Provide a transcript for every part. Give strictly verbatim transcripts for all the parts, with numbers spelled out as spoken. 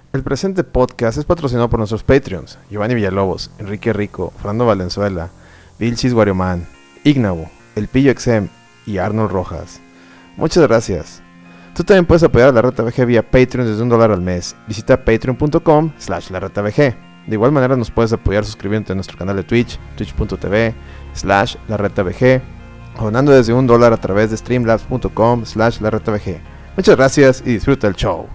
El presente podcast es patrocinado por nuestros Patreons: Giovanni Villalobos, Enrique Rico, Fernando Valenzuela, Vilchis Guariomán, Ignavo, El Pillo Exem y Arnold Rojas. Muchas gracias. Tú también puedes apoyar a La Reta V G vía Patreon desde un dólar al mes. Visita patreon.com slash la reta vg. De igual manera nos puedes apoyar suscribiéndote a nuestro canal de Twitch, twitch.tv slash la reta vg, o donando desde un dólar a través de streamlabs.com slash la reta vg. Muchas gracias y disfruta el show.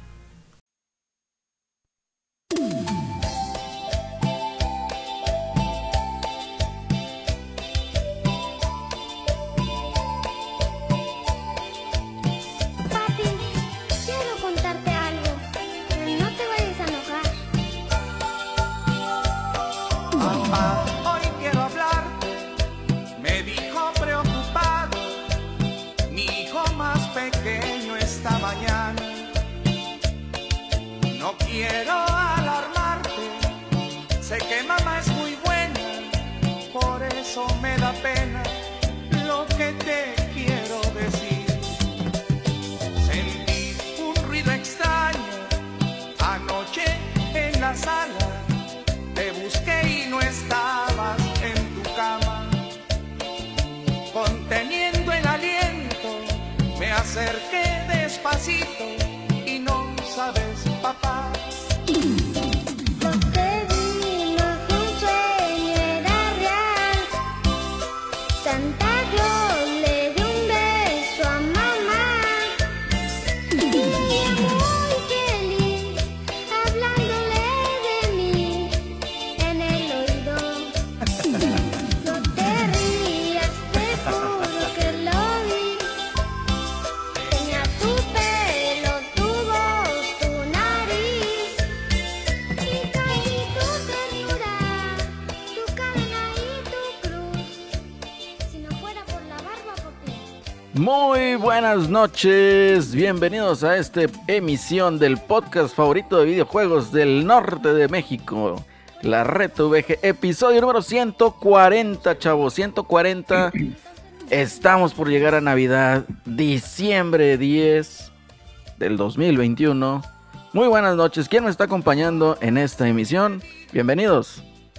Acerqué despacito y no sabes, papá. Lo que vimos fue un sueño, era real. Santa Claus le dio un beso a mamá y le llamó muy feliz, hablándole de mí en el oído. No te rías, te juro que lo vi. Tenía tu pelo, tu voz, tu nariz, y caí tu ternura, tu cadena y tu cruz. Si no fuera por la barba, por ti. Muy buenas noches, bienvenidos a esta emisión del podcast favorito de videojuegos del norte de México, La Reta V G, episodio número ciento cuarenta, chavos, ciento cuarenta. Estamos por llegar a Navidad, diciembre diez del dos mil veintiuno. Muy buenas noches, ¿quién me está acompañando en esta emisión? Bienvenidos.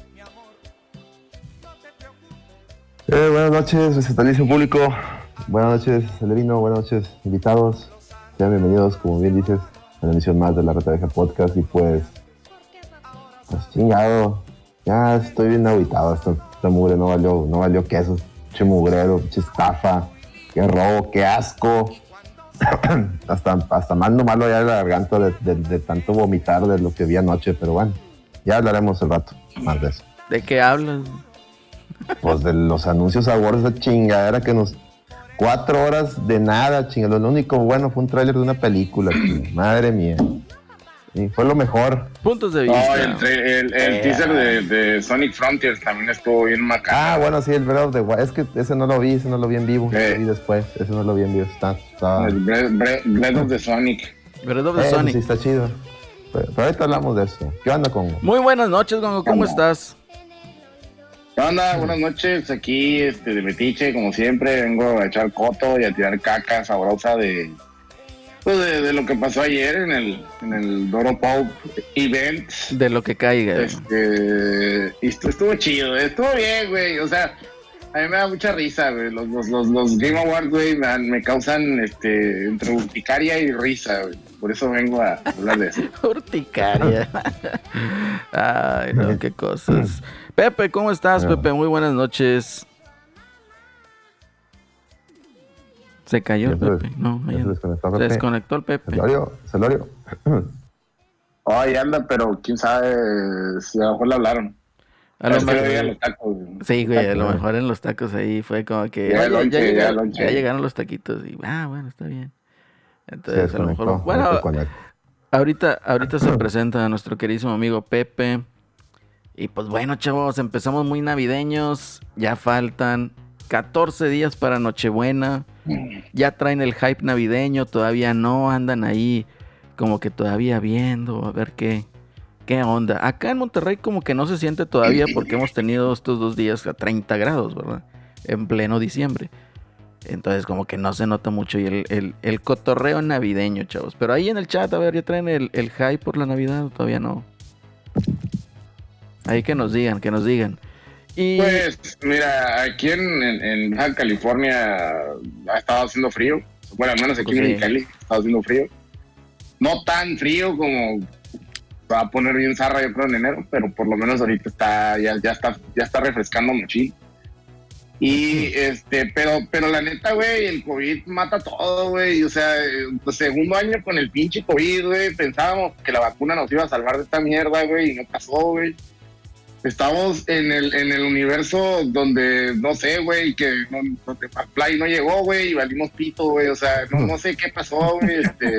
Eh, buenas noches, Satanicio Público. Buenas noches, Celerino. Buenas noches, invitados. Sean bienvenidos, como bien dices, a la emisión más de La Reta Vieja Podcast. Y pues, pues chingado, ya estoy bien aguitado. Esta, esta mugre no valió, no valió queso. Che mugrero, che estafa, qué robo, qué asco. hasta, hasta mando malo ya de la garganta de, de, de tanto vomitar de lo que vi anoche. Pero bueno, ya hablaremos el rato más de eso. ¿De qué hablas? Pues de los anuncios a Wars, esa chingadera que nos... Cuatro horas de nada, chingado. Lo único bueno fue un tráiler de una película, chingado. Madre mía. Y fue lo mejor. Puntos de No, vista. el, tra- el, el Eh, teaser de, de Sonic Frontiers también estuvo bien macabro. Ah, bueno, sí, el Breath of the Wild. Es que ese no lo vi, ese no lo vi en vivo. Eh. Lo vi después, ese no lo vi en vivo. Está, está... El Breath, Breath- Breath of the Sonic. Breath of the Eh, Sonic. sí, está chido. Pero, pero ahorita hablamos de eso. ¿Qué onda con...? Muy buenas noches, Gongo, ¿cómo estás? ¿Qué onda? Buenas noches, aquí este, de Metiche, como siempre, vengo a echar coto y a tirar caca sabrosa de, pues de, de lo que pasó ayer en el, en el Doro Pop Event. De lo que caiga. Este, y estu- estuvo chido, estuvo bien, güey, o sea, a mí me da mucha risa, güey, los, los, los, los Game Awards, güey, me, dan- me causan este, entre urticaria y risa, güey, por eso vengo a hablar de eso. Urticaria. Ay, no, qué cosas. Pepe, ¿cómo estás, Pepe? Muy buenas noches. Se cayó el Ya se Pepe. des- No, ya ya se no. desconectó, Se Pepe. desconectó el Pepe. Celorio, Celorio. Ay, anda, pero quién sabe si a lo mejor le hablaron. A lo Es que mejor- veían los tacos, güey. Sí, güey, a lo Tacos. mejor en los tacos ahí fue como que Ya "Oye, lonche, ya, ya llegaron, lonche". ya llegaron los taquitos y ah, bueno, está bien. Se Entonces, a lo desconectó. mejor, bueno, ahorita conecta. ahorita, ahorita se presenta a nuestro queridísimo amigo Pepe. Y pues bueno, chavos, empezamos muy navideños. Ya faltan catorce días para Nochebuena. Ya traen el hype navideño. Todavía no andan ahí como que todavía viendo a ver qué, qué onda. Acá en Monterrey como que no se siente todavía porque hemos tenido estos dos días a treinta grados, ¿verdad? En pleno diciembre. Entonces como que no se nota mucho y el, el, el cotorreo navideño, chavos. Pero ahí en el chat, a ver, ¿ya traen el, el hype por la Navidad? Todavía no. Ahí que nos digan, que nos digan. Y... Pues, mira, aquí en, en, en Baja California ha estado haciendo frío. Bueno, al menos aquí Pues en sí. Mexicali ha estado haciendo frío. No tan frío como va a poner bien zarra, yo creo, en enero, pero por lo menos ahorita está, ya, ya está, ya está refrescando muchísimo. Y este, pero, pero la neta, güey, el COVID mata todo, güey. O sea, el segundo año con el pinche COVID, güey, pensábamos que la vacuna nos iba a salvar de esta mierda, güey, y no pasó, güey. Estamos en el, en el universo donde, no sé, güey, que no, donde Play no llegó, güey, y valimos pito, güey. O sea, no, no sé qué pasó, güey, este...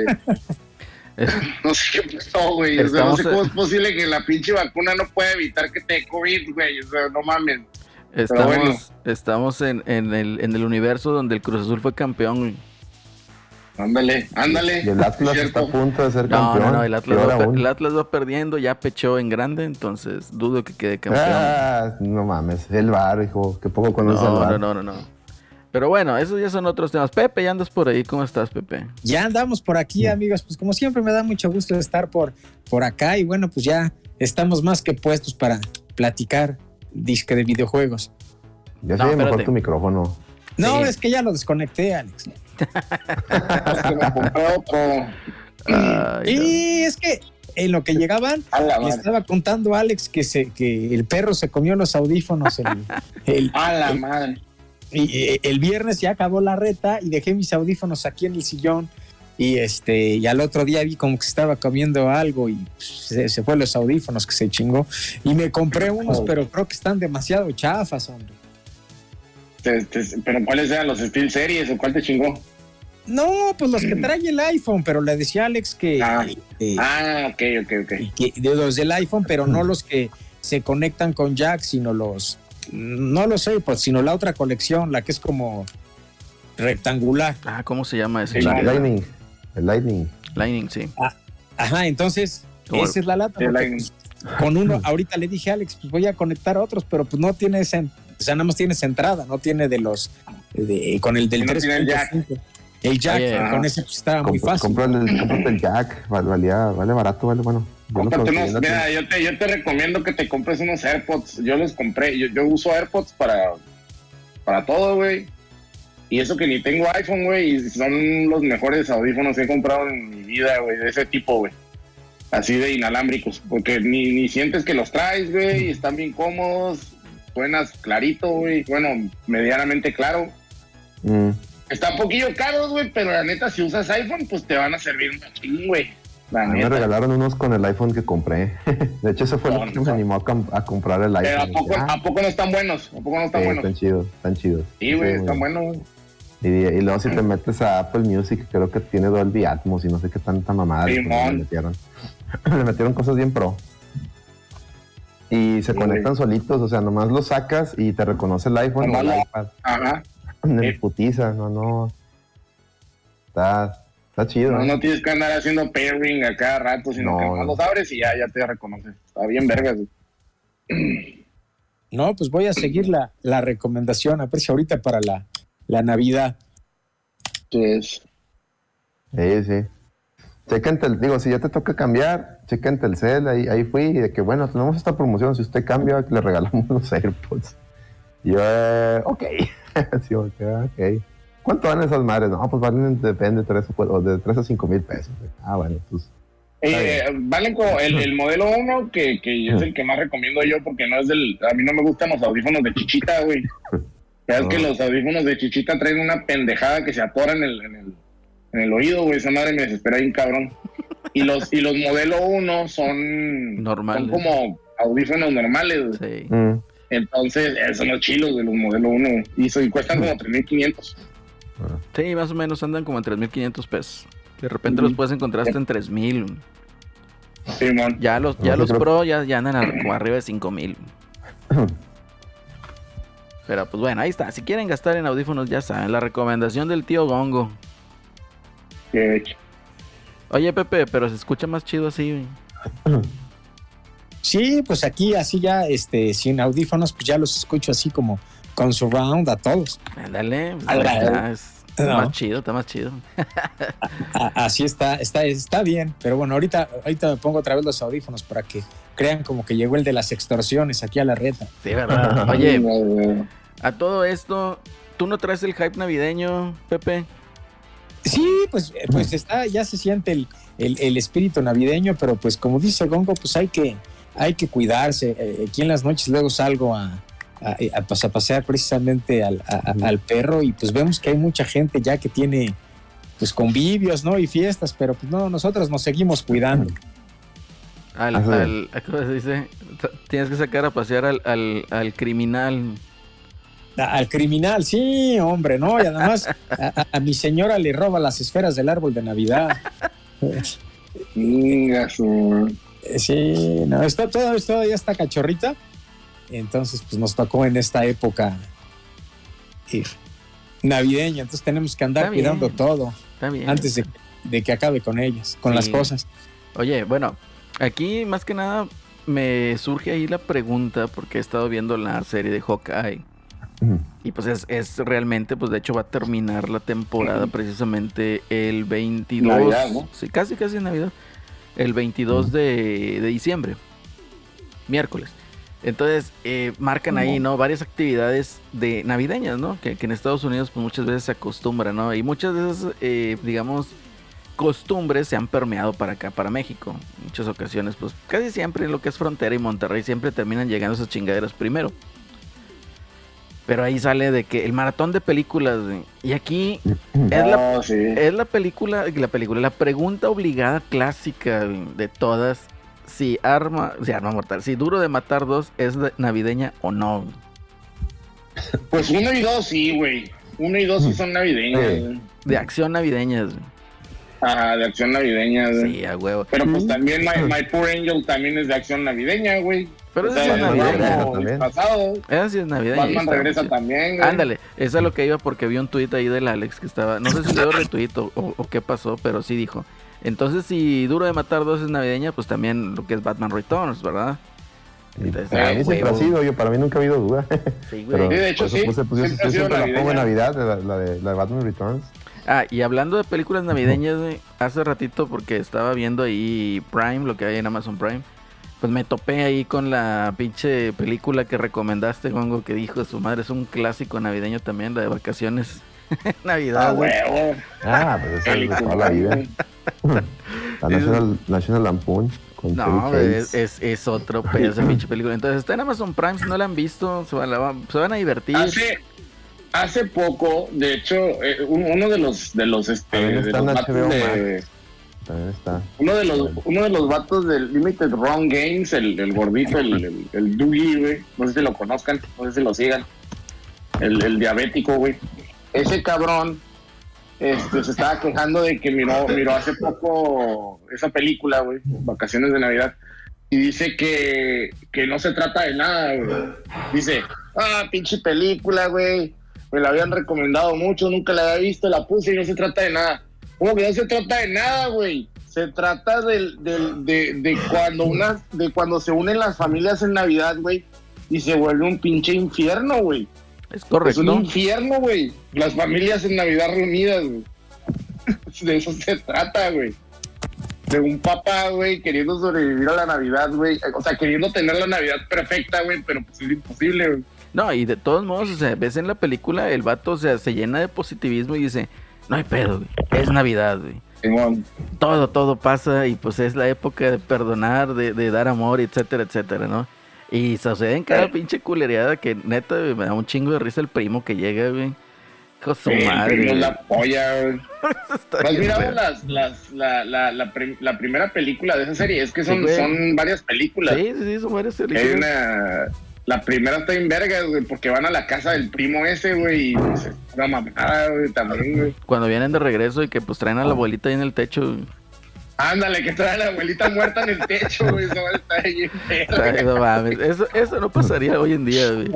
No sé qué pasó, güey. O sea, no sé cómo es posible que la pinche vacuna no pueda evitar que te dé COVID, güey. O sea, no mames. Estamos, bueno. estamos en, en, el, en el universo donde el Cruz Azul fue campeón, güey. Ándale, ándale. Y el Atlas Cierto. está a punto de ser No, campeón. no, no, el Atlas, peor va, aún. el Atlas va perdiendo, ya pechó en grande, entonces dudo que quede campeón. Ah, no mames, el VAR, hijo, que poco conoce al no, VAR. no, no, no, no. Pero bueno, esos ya son otros temas. Pepe, ya andas por ahí, ¿cómo estás, Pepe? Ya andamos por aquí, amigos. Pues como siempre me da mucho gusto estar por, por acá y bueno, pues ya estamos más que puestos para platicar disque de videojuegos. Ya No, sé mejor espérate. tu micrófono. No, Sí. es que ya lo desconecté, Alex. Es que me compré otro. Ay, Y es que en lo que llegaban, A la le madre. estaba contando a Alex que, se, que el perro se comió los audífonos el, el- A la el- madre. y, y, el viernes ya acabó la reta y dejé mis audífonos aquí en el sillón y este y al otro día vi como que se estaba comiendo algo y pues, se, se fue los audífonos que se chingó y me compré unos, Oh. pero creo que están demasiado chafas, hombre. Te- te- pero ¿cuáles eran los Steel Series o cuál te chingó? No, pues los que trae el iPhone, pero le decía a Alex que, Ah. eh, Ah, ok, ok, ok. que- de los del iPhone, pero no los que se conectan con jack, sino los, no los AirPods, sino la otra colección, la que es como rectangular. Ah, ¿cómo se llama ese? Sí, El Vale. Lightning. El Lightning. Lightning, sí. Ajá, entonces, Como- esa es la lata. el porque, Lightning. pues, con uno, ahorita le dije a Alex, pues voy a conectar a otros, pero pues no tiene esa, o sea, nada más tiene esa entrada, no tiene de los, de- con el del Y no tres tiene el punto jack. cinco. El jack, Oye, con ah. ese pues estaba muy Compra- fácil. Cómprate el, cómprate el Jack. val- Valía, vale barato, vale bueno. Yo lo Cómprate conseguí unos, en la mira, yo te, yo te recomiendo que te compres unos AirPods. Yo los compré, yo, yo uso AirPods para, para todo, güey. Y eso que ni tengo iPhone, güey, y son los mejores audífonos que he comprado en mi vida, güey, de ese tipo, güey. Así de inalámbricos, porque ni, ni sientes que los traes, güey, y están bien cómodos, suenas clarito, güey, bueno, medianamente claro. Mm. Están un poquillo caros, güey, pero la neta, si usas iPhone, pues te van a servir un machín, güey. La A mí me neta. regalaron unos con el iPhone que compré. De hecho, ese fue No, lo que no. me animó a, com- a comprar el Pero ¿a iPhone. poco, Ah, ¿a poco no están buenos? ¿A poco no están sí, buenos? están chidos, están chidos. Sí, güey, muy están bien. buenos, güey. Y, y luego si te metes a Apple Music, creo que tiene Dolby Atmos y no sé qué tanta mamada le Simón. metieron. Le metieron cosas bien pro. Y se Sí, conectan solitos, o sea, nomás los sacas y te reconoce el iPhone Nomás o el lo- iPad. Ajá. En Sí. putiza, no, no. Está, está chido. No, ¿eh? no tienes que andar haciendo pairing a cada rato, sino No, que nomás no. los abres y ya, ya te reconoce. Está bien vergas, güey. No, pues voy a seguir la, la recomendación, a ver si ahorita para la, la Navidad. Entonces, Sí, sí. Checa en Tel- digo, si ya te toca cambiar, checa en Telcel, ahí, ahí fui, y de que bueno, tenemos esta promoción, si usted cambia, le regalamos los AirPods. Y yo, eh, ok. Sí, ok, ok. ¿Cuánto van esas madres? No, pues valen, depende, tres o cuatro- o de tres a cinco mil pesos. Ah, bueno, pues. eh, valen como el, el modelo uno, que, que es el que más recomiendo yo, porque no es del. A mí no me gustan los audífonos de chichita, güey. Ya es que No. los audífonos de chichita traen una pendejada que se atora en el, en el, en el oído, güey. Esa madre me desespera bien cabrón. Y los, y los modelo uno son. Normales. Son como audífonos normales, güey. Sí. Mm, Entonces, esos son los chilos de los modelo uno, güey. Y, so- y cuestan como tres mil quinientos. Sí, más o menos andan como en tres mil quinientos pesos. De repente Ujú. los puedes encontrar hasta en tres mil. Simón. Ya los, ya No, los sí creo- Pro ya, ya andan a- como arriba de cinco mil. Pero pues bueno, ahí está. Si quieren gastar en audífonos, ya saben. La recomendación del tío Gongo. Que- Oye, Pepe, pero se escucha más chido así, güey. Sí, pues aquí así ya, este, sin audífonos, pues ya los escucho así como, con surround a todos. Ándale, pues, Ándale. está, es- está No. más chido, está más chido. A- así está, está, está bien. Pero bueno, ahorita, ahorita me pongo otra vez los audífonos para que crean como que llegó el de las extorsiones aquí a la reta. Sí, ¿verdad? Oye, Oye, a todo esto, ¿tú no traes el hype navideño, Pepe? Sí, pues, eh, pues está, ya se siente el, el, el espíritu navideño, pero pues como dice Gongo, pues hay que, hay que cuidarse. Eh, aquí en las noches luego salgo a, a, a, pues, a pasear precisamente al, a- a- al perro y pues vemos que hay mucha gente ya que tiene pues convivios, ¿no? Y fiestas, pero pues no, nosotros nos seguimos cuidando. Al, Ajá. al, ¿cómo se dice? T- Tienes que sacar a pasear al, al, al criminal. A- Al criminal, sí, hombre, ¿no? Y además a, a- a mi señora le roba las esferas del árbol de Navidad. chinga su- Eh, Sí, no, está, todavía, todavía está cachorrita. Entonces, pues nos tocó en esta época eh, navideña. Entonces tenemos que andar Está bien. cuidando todo Está bien. antes de, de que acabe con ellas, con Sí. las cosas. Oye, bueno, aquí más que nada me surge ahí la pregunta porque he estado viendo la serie de Hawkeye. Ujú. Y pues es, es realmente, pues de hecho va a terminar la temporada precisamente el veintidós. Navidad, ¿no? Sí, casi casi en Navidad. El veintidós de, de diciembre. Miércoles. Entonces, eh, marcan ahí, ¿no? Varias actividades de navideñas, ¿no? Que, que en Estados Unidos pues muchas veces se acostumbra, ¿no? Y muchas de esas, eh, digamos, costumbres se han permeado para acá, para México. En muchas ocasiones, pues casi siempre en lo que es frontera y Monterrey siempre terminan llegando esas chingaderas primero. Pero ahí sale de que el maratón de películas, güey. Y aquí es la, No, sí. es la película, la película, la pregunta obligada clásica, güey, de todas. Si Arma, si Arma Mortal, si Duro de Matar dos es de- navideña o no. güey. Pues uno y dos sí, güey. Uno y dos sí son navideñas, Sí. güey. De acción navideñas, güey. Ajá, de acción navideña, güey. Sí, a huevo. Pero pues también My, My Poor Angel también es de acción navideña, güey. Pero O esa sea, sí es el navideña. Rambo También. pasado, Esa sí es navideña. Batman está regresa muy chida. también, güey. Ándale, eso es lo que iba porque vi un tuit ahí del Alex que estaba, no sé si le dio retweet o, o- o qué pasó, pero sí dijo. Entonces, si Duro de Matar dos es navideña, pues también lo que es Batman Returns, ¿verdad? Entonces, Para ah, mí siempre ha huevo. sido, yo, para mí nunca ha habido duda. Sí, güey. Pero Sí, de hecho, por eso sí. puse, pues, yo Siempre ha yo sido siempre la pongo en navideña. Navidad, la, la de, la de Batman Returns. Ah, y hablando de películas navideñas, güey, hace ratito porque estaba viendo ahí Prime, lo que hay en Amazon Prime, pues me topé ahí con la pinche película que recomendaste, Gongo, que dijo su madre, es un clásico navideño también, la de Vacaciones Navidad, Ah, güey. huevo. Ah, pues esa es de toda la vida. La National, National Lampoon con No, Chevy güey, es, Chase. es, es otro pedo esa pinche película. Entonces está en Amazon Prime, si no la han visto, se van, la van- se van a divertir. Hace, hace poco, de hecho, eh, un- uno de los de los este También de está los en vatos H B O de, También está. uno de los uno de los vatos del Limited Run Games, el, el gordito, el, el, el Doogie, güey, no sé si lo conozcan, no sé si lo sigan, el, el diabético, güey. Ese cabrón este, se estaba quejando de que miró, miró hace poco esa película, güey, Vacaciones de Navidad, y dice que, que no se trata de nada, güey. Dice, ah, pinche película, güey, me la habían recomendado mucho, nunca la había visto, la puse y no se trata de nada. ¿Cómo que no se trata de nada, güey? Se trata del, del, de, de cuando una, de cuando se unen las familias en Navidad, güey, y se vuelve un pinche infierno, güey. Es Es correcto. un infierno, güey. Las familias en Navidad reunidas, güey. De eso se trata, güey. De un papá, güey, queriendo sobrevivir a la Navidad, güey. O sea, queriendo tener la Navidad perfecta, güey, pero pues es imposible, güey. No, y de todos modos, o sea, ves en la película, el vato, o sea, se llena de positivismo y dice, no hay pedo, güey, es Navidad, güey. Simón. Todo, todo pasa y pues es la época de perdonar, de, de dar amor, etcétera, etcétera, ¿no? Y sucede en cada Eh. pinche culereada que neta, güey, me da un chingo de risa el primo que llega, güey. Con su Sí, madre. primo, güey. la polla, güey. Está ¿No has bien mirado feo. las, las, la, la, la, prim- la primera película de esa serie? Es que Sí, son, güey. son varias películas. Sí, sí, sí, son varias Hay películas. una... La primera está en vergas, güey, porque van a la casa del primo ese, güey, y pues, es una mamada, güey, también, güey. Cuando vienen de regreso y que pues traen a la abuelita ahí en el techo, güey. Ándale, que trae a la abuelita muerta en el techo, güey, esa madre está ahí en verga. Ay, no mames, eso, eso no pasaría hoy en día, güey.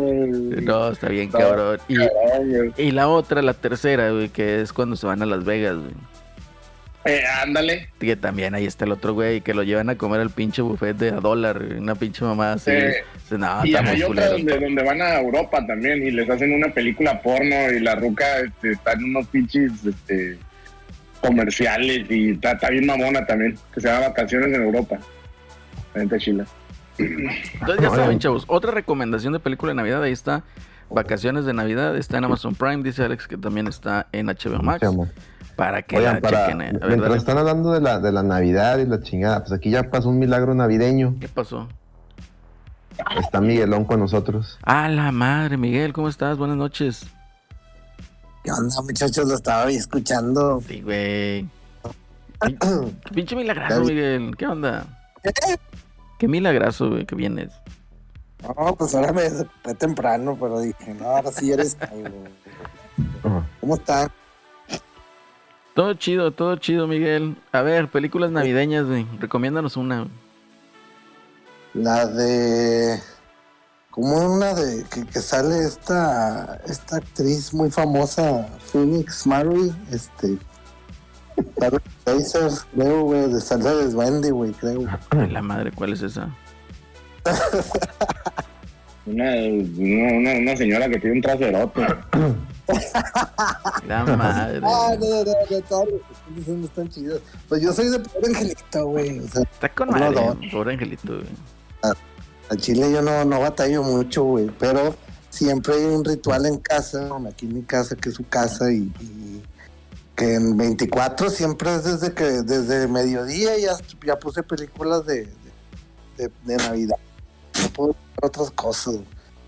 No, está bien, No, cabrón. Y, cabrón, güey. y la otra, la tercera, güey, que es cuando se van a Las Vegas, güey. Eh, ándale. Que también ahí está el otro güey que lo llevan a comer al pinche buffet de a dólar, una pinche mamá así. Eh, no, y estamos hay otra culeros. donde, donde van a Europa también y les hacen una película porno y la ruca este, está en unos pinches este, comerciales y está, está bien mamona también, que se llama Vacaciones en Europa. La gente chila. Entonces ya saben, chavos, otra recomendación de película de Navidad, ahí está, Vacaciones de Navidad, está en Amazon Prime, dice Alex que también está en H B O Max, Chamo. para que Oigan, la para, chequen. eh. A ver, mientras dale. están hablando de la, de la Navidad y la chingada, pues aquí ya pasó un milagro navideño. ¿Qué pasó? Está Miguelón con nosotros. Ah, la madre, Miguel, ¿cómo estás? Buenas noches. ¿Qué onda, muchachos? Lo estaba ahí escuchando. Sí, güey. Pin- Pinche milagrazo, Miguel, ¿qué onda? Qué milagrazo, güey, que vienes. No, pues ahora me desocupé temprano, pero dije, no, ahora sí eres tú, güey. Ajá. ¿Cómo están? Todo chido, todo chido, Miguel. A ver, películas navideñas, güey, recomiéndanos una. La de... Como una de... Que, que sale esta... Esta actriz muy famosa, Phoenix Mary, este... Carol Kaiser, creo, güey, de Salsa de Duende, güey, creo. Ay, la madre, ¿cuál es esa? Una, una, una, una señora que tiene un traserote. La madre. Ah, no, no, no, todos los que están diciendo están chidos. Pues yo soy de pobre angelito, güey, o sea... Está con No, madre, no. pobre angelito, güey. A Chile yo no, no batallo mucho, güey, pero siempre hay un ritual en casa, aquí en mi casa, que es su casa, y, y que en veinticuatro siempre es desde que desde mediodía ya, ya puse películas de, de, de, de Navidad. No puedo ver otras cosas.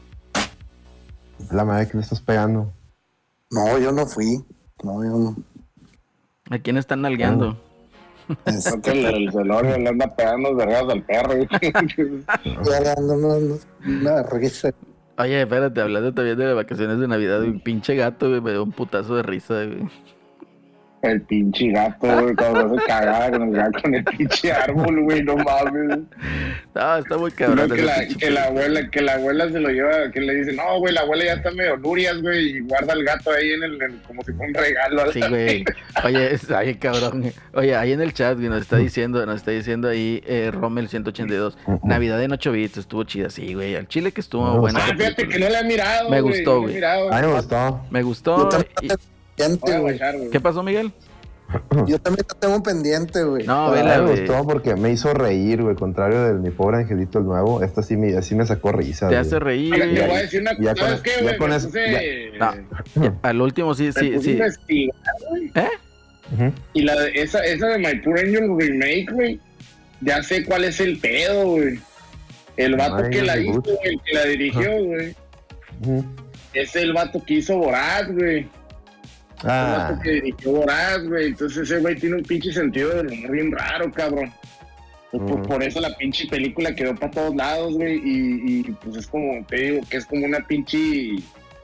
La madre que le estás pegando. No, yo no fui. No, yo no. ¿A quién están nalgueando? Creo que el, el celorio le anda pegando los vergados al perro. Ya le ando una, una risa. Oye, espérate, hablando también de las vacaciones de Navidad, un pinche gato, güey, me dio un putazo de risa, güey. El pinche gato, güey, cuando se hace cagada con el gato con el pinche árbol, güey, no mames. No, está muy No, cabrón. que, ese la, pinche que la abuela, que la abuela se lo lleva, que le dice, no, güey, la abuela ya está medio lurias, güey, y guarda el gato ahí en el, en- como si fuera un regalo. Sí, güey. Oye, es, ay, cabrón. Oye, ahí en el chat, güey, nos está diciendo, nos está diciendo ahí eh, Rommel ciento ochenta y dos. Navidad en ocho bits, estuvo chida, sí, güey. Al chile que estuvo Ah, buena. Ah, esa fíjate película. que no la he mirado, Me güey, gustó, no la he güey. mirado. A mí me gustó. Me Yo gustó. también y- tengo pendiente, Voy a güey. guachar, güey. ¿Qué pasó, Miguel? Yo también lo tengo pendiente, güey. No, A mí vela, me güey. gustó porque me hizo reír, güey. Contrario del Mi Pobre Angelito el Nuevo, esta sí me, sí me sacó risa. Te güey. hace reír. Oiga, te voy a güey. decir una ya cosa, ¿sabes con- qué, ya güey? con Me eso- puse- No. Ya, al último sí, me sí, puse a sí. investigar, güey. ¿Eh? Ujú. Y la de- esa, esa de My Poor Angel remake, güey, ya sé cuál es el pedo, güey. El vato Ay, que la reboot. hizo, güey, el que la dirigió, güey, Ujú. es el vato que hizo Borat, güey. El Ah, vato que dirigió Borat, güey. Entonces ese güey tiene un pinche sentido del humor bien raro, cabrón. Pues, por, Ujú. por eso la pinche película quedó para todos lados, güey. Y, y pues es como, te digo, que es como una pinche...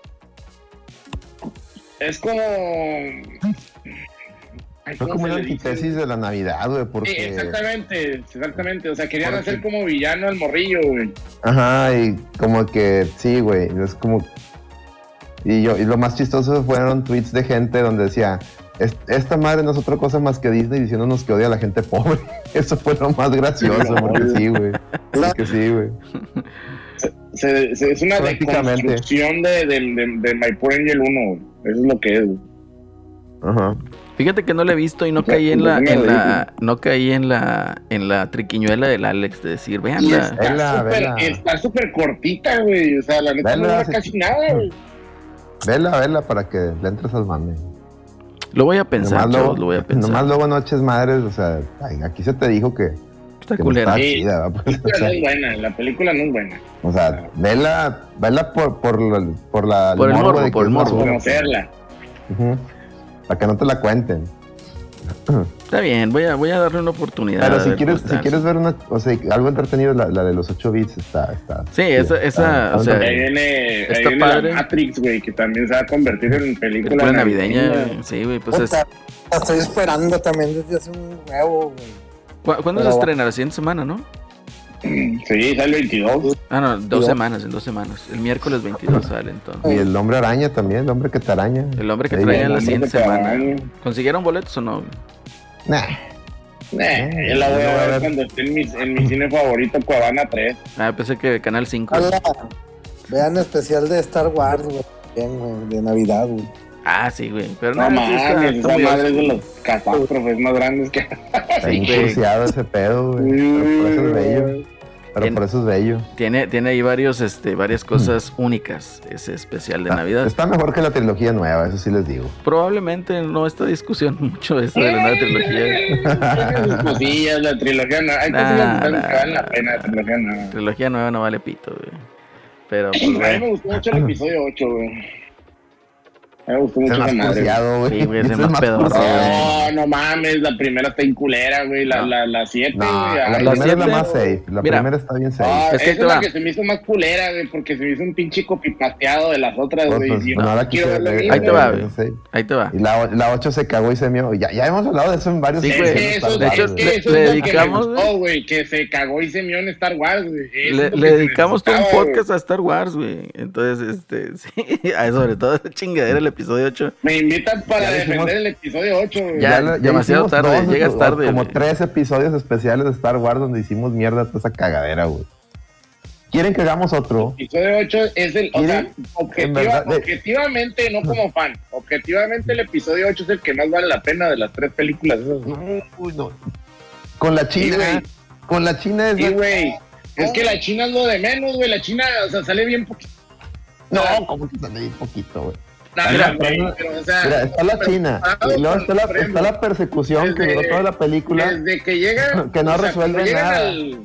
Es como... Ay, fue ¿cómo como se una le dice? antítesis de la Navidad, güey, Sí, porque... exactamente, exactamente. O sea, querían Porque- hacer como villano al morrillo, güey. Ajá, y como que, sí, güey, es como... Y yo, y lo más chistoso fueron tweets de gente donde decía, "Es- esta madre no es otra cosa más que Disney diciéndonos que odia a la gente pobre." Eso fue lo más gracioso, porque sí, güey. Porque sí, güey. Se- se- es una Prácticamente. deconstrucción de, de, de, de My Poor Angel uno, güey. Eso es lo que es, güey. Ajá. Fíjate que no la he visto y no caí en la, en la, no caí en la, en la triquiñuela del Alex de decir, Y veanla. está Vela, súper- vela. está súper cortita, güey. O sea, la neta no Vela, dura se- casi nada, güey. Vela, vela para que le entres al mame. Lo voy a pensar, Nomás chavos, luego- lo voy a pensar. Nomás luego Noches Madres, o sea, ay, aquí se te dijo que, Está que no culera. estaba Sí. chida, ¿va? Pues, La o película sea, no es buena, la película no es buena. o sea, vela, vela por, por, la- por la Por el morbo, de que por el es morbo. basura. Conocerla. Ujú. Para que no te la cuenten. Está bien, voy a, voy a darle una oportunidad. Pero a si ver quieres, cómo si está. quieres ver una, o sea, algo entretenido, la, la de los ocho bits está, está. Sí, esa, esa, está- o sea, Ahí viene, Está ahí viene padre. la Matrix, güey, que también se va a convertir en película, película navideña, güey. Sí, güey, pues es, Puta, la estoy esperando también desde hace un huevo, güey. ¿cu- ¿cuándo se Pero- estrena? La siguiente semana, ¿no? Sí, sale el veintidós. Ah, no, dos Yo- semanas, en dos semanas. El miércoles veintidós sale entonces. Y el hombre araña también, el hombre que te araña. El hombre que Ahí traía viene. la El siguiente hombre que te semana. araña. ¿Consiguieron boletos o no? güey? Nah. Eh, yo la voy a ver cuando esté en mi, en mi cine favorito, Cuevana tres. Ah, pensé que Canal cinco. Hola. Vean especial de Star Wars, güey. Bien, güey, de Navidad, güey. Ah, sí, güey. Pero No no, sí está- mames, está esa muy madre es de oscuro. los catástrofes más grandes que... Está Sí, güey. incursiado ese pedo, güey. Pero por eso es bello. Pero Bien. por eso es bello. Tiene, tiene ahí varios, este, varias cosas únicas, ese especial de Está- Navidad. Está mejor que la trilogía nueva, eso sí les digo. Probablemente no esta discusión mucho eso de la nueva trilogía. Tiene sus cosillas, la trilogía no. Hay Nah, cosillas que nah, valen la nah, pena, la nah. trilogía no. Trilogía nueva no vale pito, güey. Pero, pues, A mí me güey. gustó mucho el episodio ocho, güey. A mí me gustó Es mucho el más esa madre. cursiado, güey. Sí, güey, es el Ese más pedorro, cursiado. No, no mames, la primera está inculera, güey. La, No. la, la siete, No, güey. la ay, primera es la siete- más safe. La Mira. primera está bien safe. Ah, Es que esa te es va. la que se me hizo más culera, güey, porque se me hizo un pinche copipateado de las otras, Pues, güey. pues, y no no la quiero ver lo quise ver, mismo. Ahí te va, güey, güey. sí. Ahí te va. Y la, la ocho se cagó y se mió. Ya, ya hemos hablado de eso en varios Sí, Es güey. que episodios eso, de de Star hecho, es Wars, que güey. eso le es lo que dedicamos, me gustó, güey, que se cagó y se mió en Star Wars, güey. Eso Le, es lo le que se dedicamos todo un necesitaba, güey. podcast a Star Wars, güey. Entonces, este, sí, a- sobre todo esa chingadera el episodio ocho. Me invitan para Ya defender dijimos- el episodio ocho, güey. Ya, lo- demasiado hicimos tarde, llegas o- tarde, Como güey. tres episodios especiales de Star Wars donde hicimos mierda toda esa cagadera, güey. ¿Quieren que hagamos otro? El episodio ocho es el, o sea, Miren, objetiva- en verdad, de- objetivamente, no como fan, objetivamente el episodio ocho es el que más vale la pena de las tres películas esas. Uy, no. Con la China. Sí, güey. con la China es. Sí, güey. Es que la China es lo de menos, güey. La China, o sea, sale bien poquito. No, como que sale bien poquito, güey. Nada, Mira, güey, mira, pero, o sea, Mira, está la pero China. comparado Y luego con está la, Supremo, está la persecución que Desde- duró toda la película. Desde que llegan. Que no o sea, resuelve cuando llegan nada. al-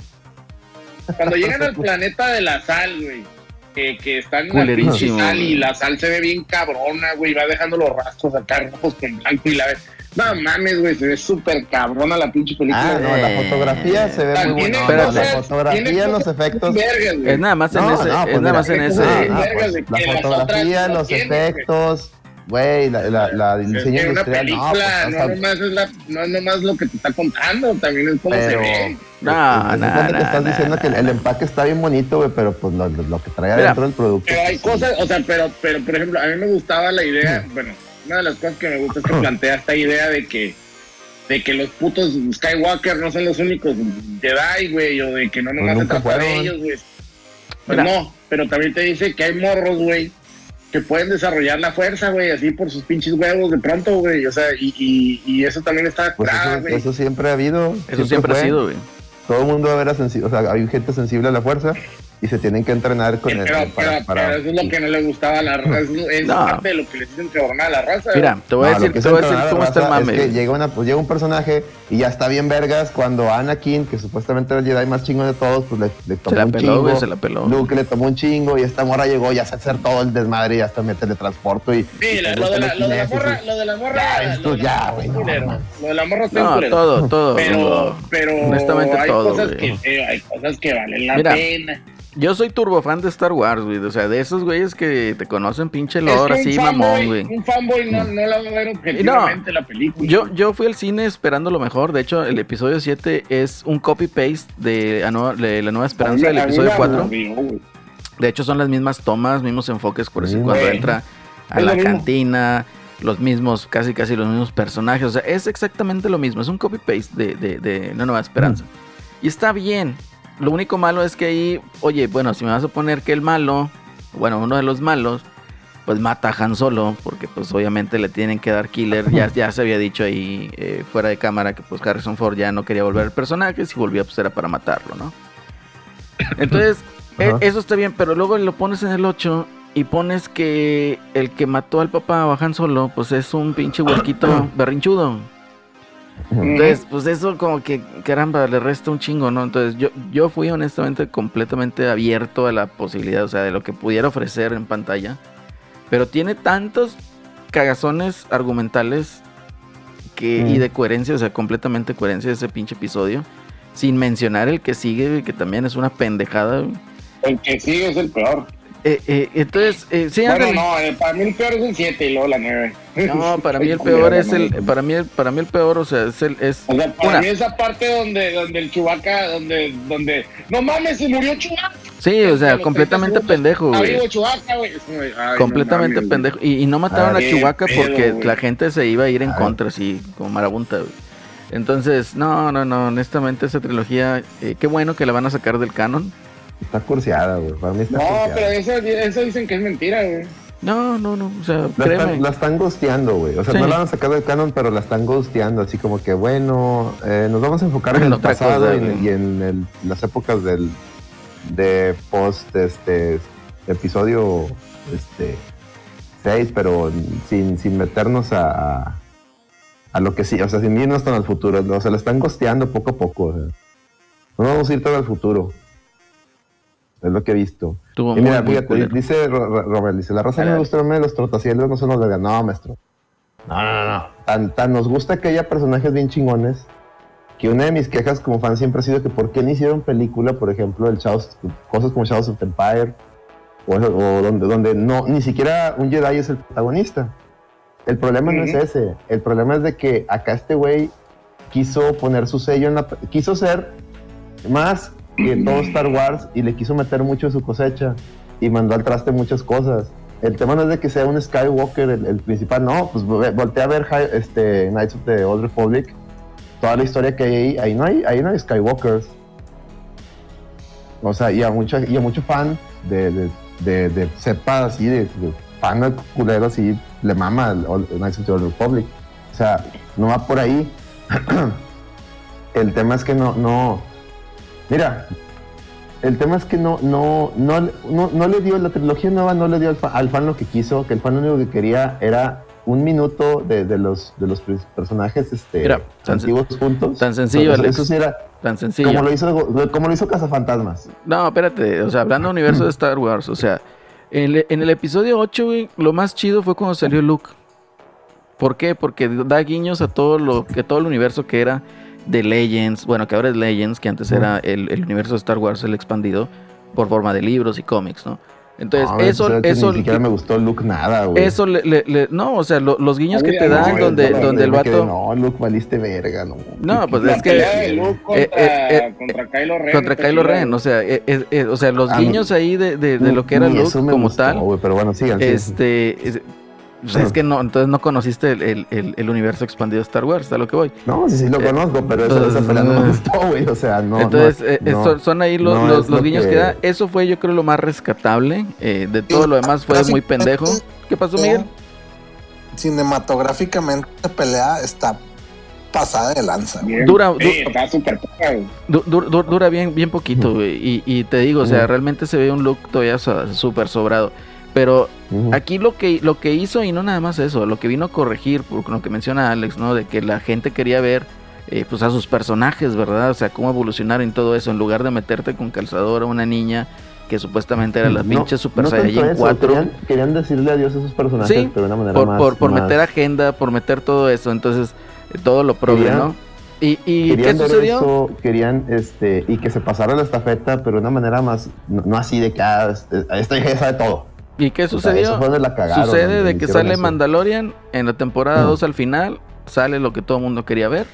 cuando llegan al planeta de la sal, güey. Que, que están en la Culerísimo, pinche sal y güey. la sal se ve bien cabrona, güey. Va dejando los rastros acá rojos con blanco y la ve. No mames, güey. Se ve súper cabrona la pinche película. Ah, no, la Eh, fotografía se ve Ah, muy tiene buena. Pero No, la cosas- fotografía, tiene los cosas efectos. vergas, güey. Es nada más en No, ese, no, es pues nada más mira, en es ese. una- Ah, vergas pues, de que la las fotografía, otras no los tienen, güey. efectos, güey, la, la, la el Es diseño que una industrial. película pues, no, o sea, nomás es la, no es nomás lo que te está contando, también es cómo se pero- ve. No, pues, no, se cuenta que no, estás no, diciendo no. que el, el empaque está bien bonito, güey, pero pues lo, lo que trae Mira, adentro del producto. Pero hay pues, sí. cosas, o sea, pero, pero por ejemplo, a mí me gustaba la idea, Mm. bueno, una de las cosas que me gusta es que plantea esta idea de que de que los putos Skywalker no son los únicos Jedi, güey, o de que no nomás se nunca trata de fueron. ellos, güey. Pues Mira. no, pero también te dice que hay morros, güey, que pueden desarrollar la fuerza, güey, así por sus pinches huevos de pronto, güey, o sea, y, y, y eso también está Pues curada, eso, güey. eso siempre ha habido. Eso siempre ha fue. sido, güey. Todo el mundo era sensible, o sea, hay gente sensible a la fuerza y se tienen que entrenar con pero, el, pero, para, para- pero eso es lo que no le gustaba a la raza, es, es No. parte de lo que les dicen cabronar a la raza. Mira, te voy a No, lo decir, que te es voy a decir entrenar a la cómo está el raza mame. es que güey. llega, una, pues llega un personaje y ya está bien vergas cuando Anakin, que supuestamente era el Jedi más chingón de todos, pues le, le tomó Se la un peló, chingo. güey, se la peló. Luke le tomó un chingo y esta morra llegó y hace hacer todo el desmadre y hasta me teletransporto y... Sí, y lo, te lo de la, gusta lo de la el morra, kinesis lo de la morra, Ya, lo esto de la ya, morra güey, está no, culero. mames. Lo de la morra está No, culero. todo, todo. Pero, no. pero Honestamente, hay todo, cosas güey. que, eh, hay cosas que valen la Mira, pena. Yo soy turbo fan de Star Wars, güey. O sea, de esos güeyes que te conocen pinche Es lore que un así, fanboy- mamón, güey. Un fanboy no, no la va a ver objetivamente la película. Yo, yo fui al cine esperando lo mejor. De hecho, el episodio siete es un copy-paste de, la nueva- de La Nueva Esperanza del A mí me episodio cuatro. aburrió, güey. De hecho, son las mismas tomas, mismos enfoques, por decir, Sí, cuando güey. entra a Es la lo mismo. cantina, los mismos, casi casi los mismos personajes. O sea, es exactamente lo mismo. Es un copy-paste de, de, de La Nueva Esperanza. Y está bien. Lo único malo es que ahí, oye, bueno, si me vas a poner que el malo, bueno, uno de los malos, pues mata a Han Solo, porque pues obviamente le tienen que dar killer. Ya, ya se había dicho ahí eh, fuera de cámara que pues Harrison Ford ya no quería volver al personaje, si volvía pues era para matarlo, ¿no? Entonces, e- Ajá. eso está bien, pero luego lo pones en el ocho y pones que el que mató al papá o a Han Solo, pues es un pinche huerquito berrinchudo. Entonces, pues eso como que, caramba, le resta un chingo, ¿no? Entonces yo, yo fui honestamente completamente abierto a la posibilidad, o sea, de lo que pudiera ofrecer en pantalla. Pero tiene tantos cagazones argumentales que, Mm. y de coherencia, o sea, completamente coherencia de ese pinche episodio. Sin mencionar el que sigue, que también es una pendejada. güey. El que sigue es el peor. Eh, eh, entonces, eh, sí, Bueno, ándale. no, el- para mí el peor es el siete y luego la nueve. No, para mí el Culero, peor es no, el, no. para mí, el- para mí el peor, o sea, es el, es O sea, para una. mí esa parte donde, donde el Chewbacca, donde, donde, no mames, se murió Chewbacca. Sí, o A sea, los completamente treinta segundos, pendejo, está güey. vivo Chewbacca, güey. Es como de, ay, no Completamente mames, güey. pendejo. Y, y no mataron Ah, a qué Chewbacca pedo, porque güey. la gente se iba a ir en Ah. contra, así, como marabunta, güey. Entonces, no, no, no, honestamente esa trilogía, eh, qué bueno que la van a sacar del canon. Está curseada, güey. Para mí está No, curseada. pero eso, eso dicen que es mentira, güey. No, no, no, o sea, La créeme. están, la están ghosteando, güey. O sea, Sí. no la van a sacar del canon, pero la están ghosteando. Así como que, bueno, eh, nos vamos a enfocar en En el otra pasado cosa, y, en- güey. y en el- las épocas del de post este episodio este seis, pero sin, sin meternos a, a, a lo que sí, o sea, sin irnos tan al futuro. O sea, la están ghosteando poco a poco. O sea. No vamos a ir tan al futuro. Es lo que he visto. Estuvo Y mira, muy, muy fíjate, culero. dice Ro- Ro- Robert, dice, la raza Dale, me dale. gusta los trotacielos, no son los de no, maestro. No, no, no, no. Tan, tan nos gusta que haya personajes bien chingones, que una de mis quejas como fan siempre ha sido que por qué no hicieron película, por ejemplo, el Shadows, cosas como Shadows of the Empire, o, o donde, donde no, ni siquiera un Jedi es el protagonista. El problema no es Ujú. ese, el problema es de que acá este güey quiso poner su sello en la... quiso ser más que todo Star Wars y le quiso meter mucho de su cosecha y mandó al traste muchas cosas. El tema no es de que sea un Skywalker el, el principal, no, pues ve- voltea a ver Hi- este, Knights of the Old Republic, toda la historia que hay ahí, ahí no hay, ahí no hay Skywalkers. O sea, y a, mucha, y a mucho fan de, de, de, de cepa así, de, de fan culero así, le mama el Old- Knights of the Old Republic. O sea, no va por ahí. El tema es que no, no. Mira, el tema es que no, no, no, no, no le dio, la trilogía nueva no le dio al, fa- al fan lo que quiso, que el fan lo único que quería era un minuto de, de los, de los pers- personajes este, Mira, tan antiguos juntos. tan sencillo, eso, Alex. eso sí era Tan sencillo. como lo hizo, como lo hizo Cazafantasmas. No, espérate, o sea, hablando de universo de Star Wars, o sea, en el, en el episodio ocho, güey, lo más chido fue cuando salió Luke. ¿Por qué? Porque da guiños a todo lo que todo el universo que era de Legends, bueno, que ahora es Legends, que antes era el, el universo de Star Wars, el expandido, por forma de libros y cómics, ¿no? Entonces, No, eso, pues, eso, ni siquiera me gustó Luke nada, güey. eso le, le- le- no, o sea, lo- los guiños Ah, que mira, te no, dan güey, donde, no, donde el Me quedé, vato, no, Luke, valiste verga, no. no, pues La es que pelea de Luke contra, eh, eh, eh, contra Kylo Ren. contra está Kylo chida, Ren, güey. o sea, eh, eh, eh, o sea, los A mí- guiños ahí de, de, de lo que era Ni Luke eso me como gustó, tal, güey, pero bueno, sigan. sigan. este, es, pues es que no, entonces no conociste el, el, el- el universo expandido de Star Wars, a lo que voy. No, sí, sí lo Eh, conozco, pero esa, esa pelea no me gustó, güey. O sea, no. Entonces, no, eh, eh, no, son, son ahí los, no los, es los lo guiños que... que- da. Eso fue, yo creo, lo más rescatable. eh, de todo lo demás fue muy pendejo. ¿Qué pasó, Miguel? Cinematográficamente la pelea está pasada de lanza, güey. Bien, Dura- sí, du- está súper poca, güey. Du- du- du- dura bien, bien poquito, güey. Y, y te digo, o sea, Ujú. realmente se ve un look todavía so- súper sobrado. Pero Ujú. aquí lo que, lo que hizo, y no nada más eso, lo que vino a corregir, por lo que menciona Alex, ¿no? De que la gente quería ver eh, pues a sus personajes, ¿verdad? O sea, cómo evolucionaron y todo eso, en lugar de meterte con calzador a una niña que supuestamente era la No, pinche Super no tanto Saiyajin eso, cuatro. Querían, querían decirle adiós a esos personajes, Sí, pero de una manera Por, más. por, por más- meter agenda, por meter todo eso, entonces eh, todo lo progre, Querían- ¿no? ¿Y, y qué Querían ver sucedió? eso, querían este, y que se pasara la estafeta, pero de una manera más, no, no así de que ah, este- esta hija ya sabe todo. ¿Y qué O sea, sucedió? eso fue donde la cagaron, Sucede donde de que hicieron sale eso. Mandalorian en la temporada Mm. dos al final, sale lo que todo el mundo quería ver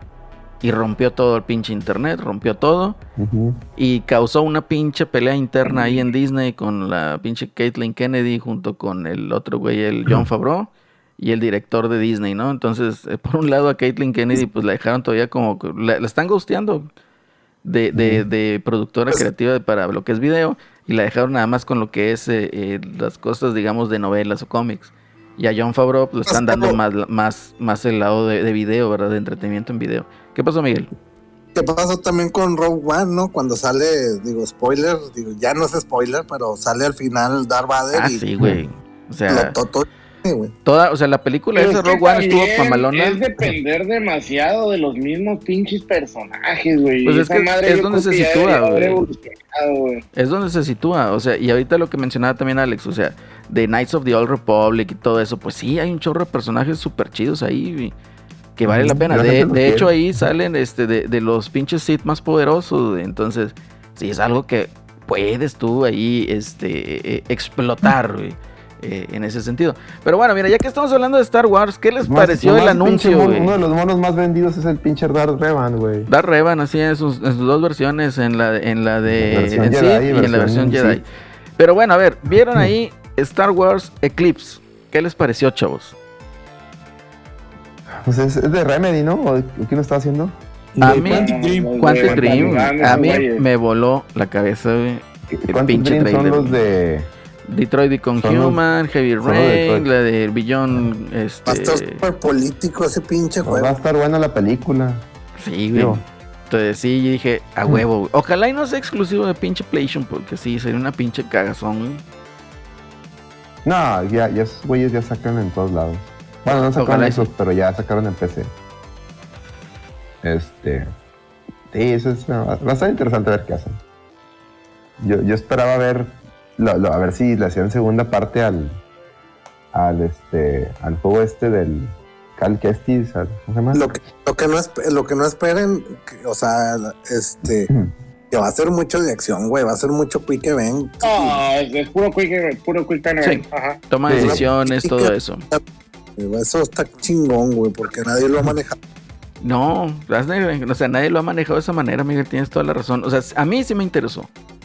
y rompió todo el pinche internet, rompió todo Ujú. y causó una pinche pelea interna ahí en Disney con la pinche Caitlyn Kennedy junto con el otro güey, el Jon Favreau y el director de Disney, ¿no? Entonces, eh, por un lado a Caitlyn Kennedy pues la dejaron todavía como, que- la, la están ghosteando de, de, de productora creativa para lo que es video y la dejaron nada más con lo que es eh, eh, las cosas, digamos, de novelas o cómics. Y a Jon Favreau pues, le están dando más, más, más el lado de, de video, ¿verdad? De entretenimiento en video. ¿Qué pasó, Miguel? ¿Qué pasó también con Rogue One, no? Cuando sale, digo, spoiler, digo, ya no es spoiler, pero sale al final Darth Vader Ah, y sí, güey. O sea, lo totó, güey. toda, o sea, la película Pero esa es que Rogue One estuvo también pamalona. Es depender demasiado de los mismos pinches personajes, güey. Pues Y es esa que madre es yo donde creo se que ya sitúa, debería haber güey. evolucionado, güey. Es donde se sitúa, o sea, y ahorita lo que mencionaba también Alex, o sea, de Knights of the Old Republic y todo eso, pues sí, hay un chorro de personajes súper chidos ahí y que vale la pena. La De, gente los de hecho, quiere. ahí salen este de, de los pinches Sith más poderosos, entonces, sí, es algo que puedes tú ahí este, eh, explotar, güey, eh, en ese sentido. Pero bueno, mira, ya que estamos hablando de Star Wars, ¿qué les Más- pareció lo el más anuncio, pinche mono- güey? Uno de los monos más vendidos es el pinche Darth Revan, güey. Darth Revan, así en sus, en sus dos versiones, en la, en la de Versión en Jedi Sith y y en la versión versión Jedi. Sith. Pero bueno, a ver, vieron ahí Star Wars Eclipse. ¿Qué les pareció, chavos? Pues es, es de Remedy, ¿no? ¿O quién lo está haciendo? A De mí, Quantic Dream. Quantic Dream, a mí güeyes. me voló la cabeza, güey. El Quantic pinche Dream son trailer. los de... Detroit Become son los- Human, Heavy son los de Rain, Detroit. la de Beyond, Va a estar este... súper político ese pinche Pues va a juego. estar buena la película. Sí, güey. Digo. Entonces sí, yo dije, a Mm. huevo, güey. Ojalá y no sea exclusivo de pinche PlayStation, porque sí, sería una pinche cagazón, güey. No, ya, ya esos güeyes ya sacan en todos lados. Bueno, no sacaron Ojalá y esos, pero ya sacaron en P C. Este... Sí, eso es... Va a estar interesante ver qué hacen. Yo, yo esperaba ver... lo- lo- a ver si le hacían segunda parte al... Al este... Al juego este del... Cal Kestis, al- ¿cómo se llama? Lo que, lo que no esp- lo que no esperen, que- o sea, este, que va a ser mucho de acción, güey, va a ser mucho quick event. Ah, es, es puro quick, puro quick time Sí. event. Ajá. Toma Sí. decisiones, Sí, todo que- eso. Eso está chingón, güey, porque nadie lo ha manejado. No, hazle- o sea, nadie lo ha manejado de esa manera, Miguel, tienes toda la razón. O sea, a mí sí me interesó.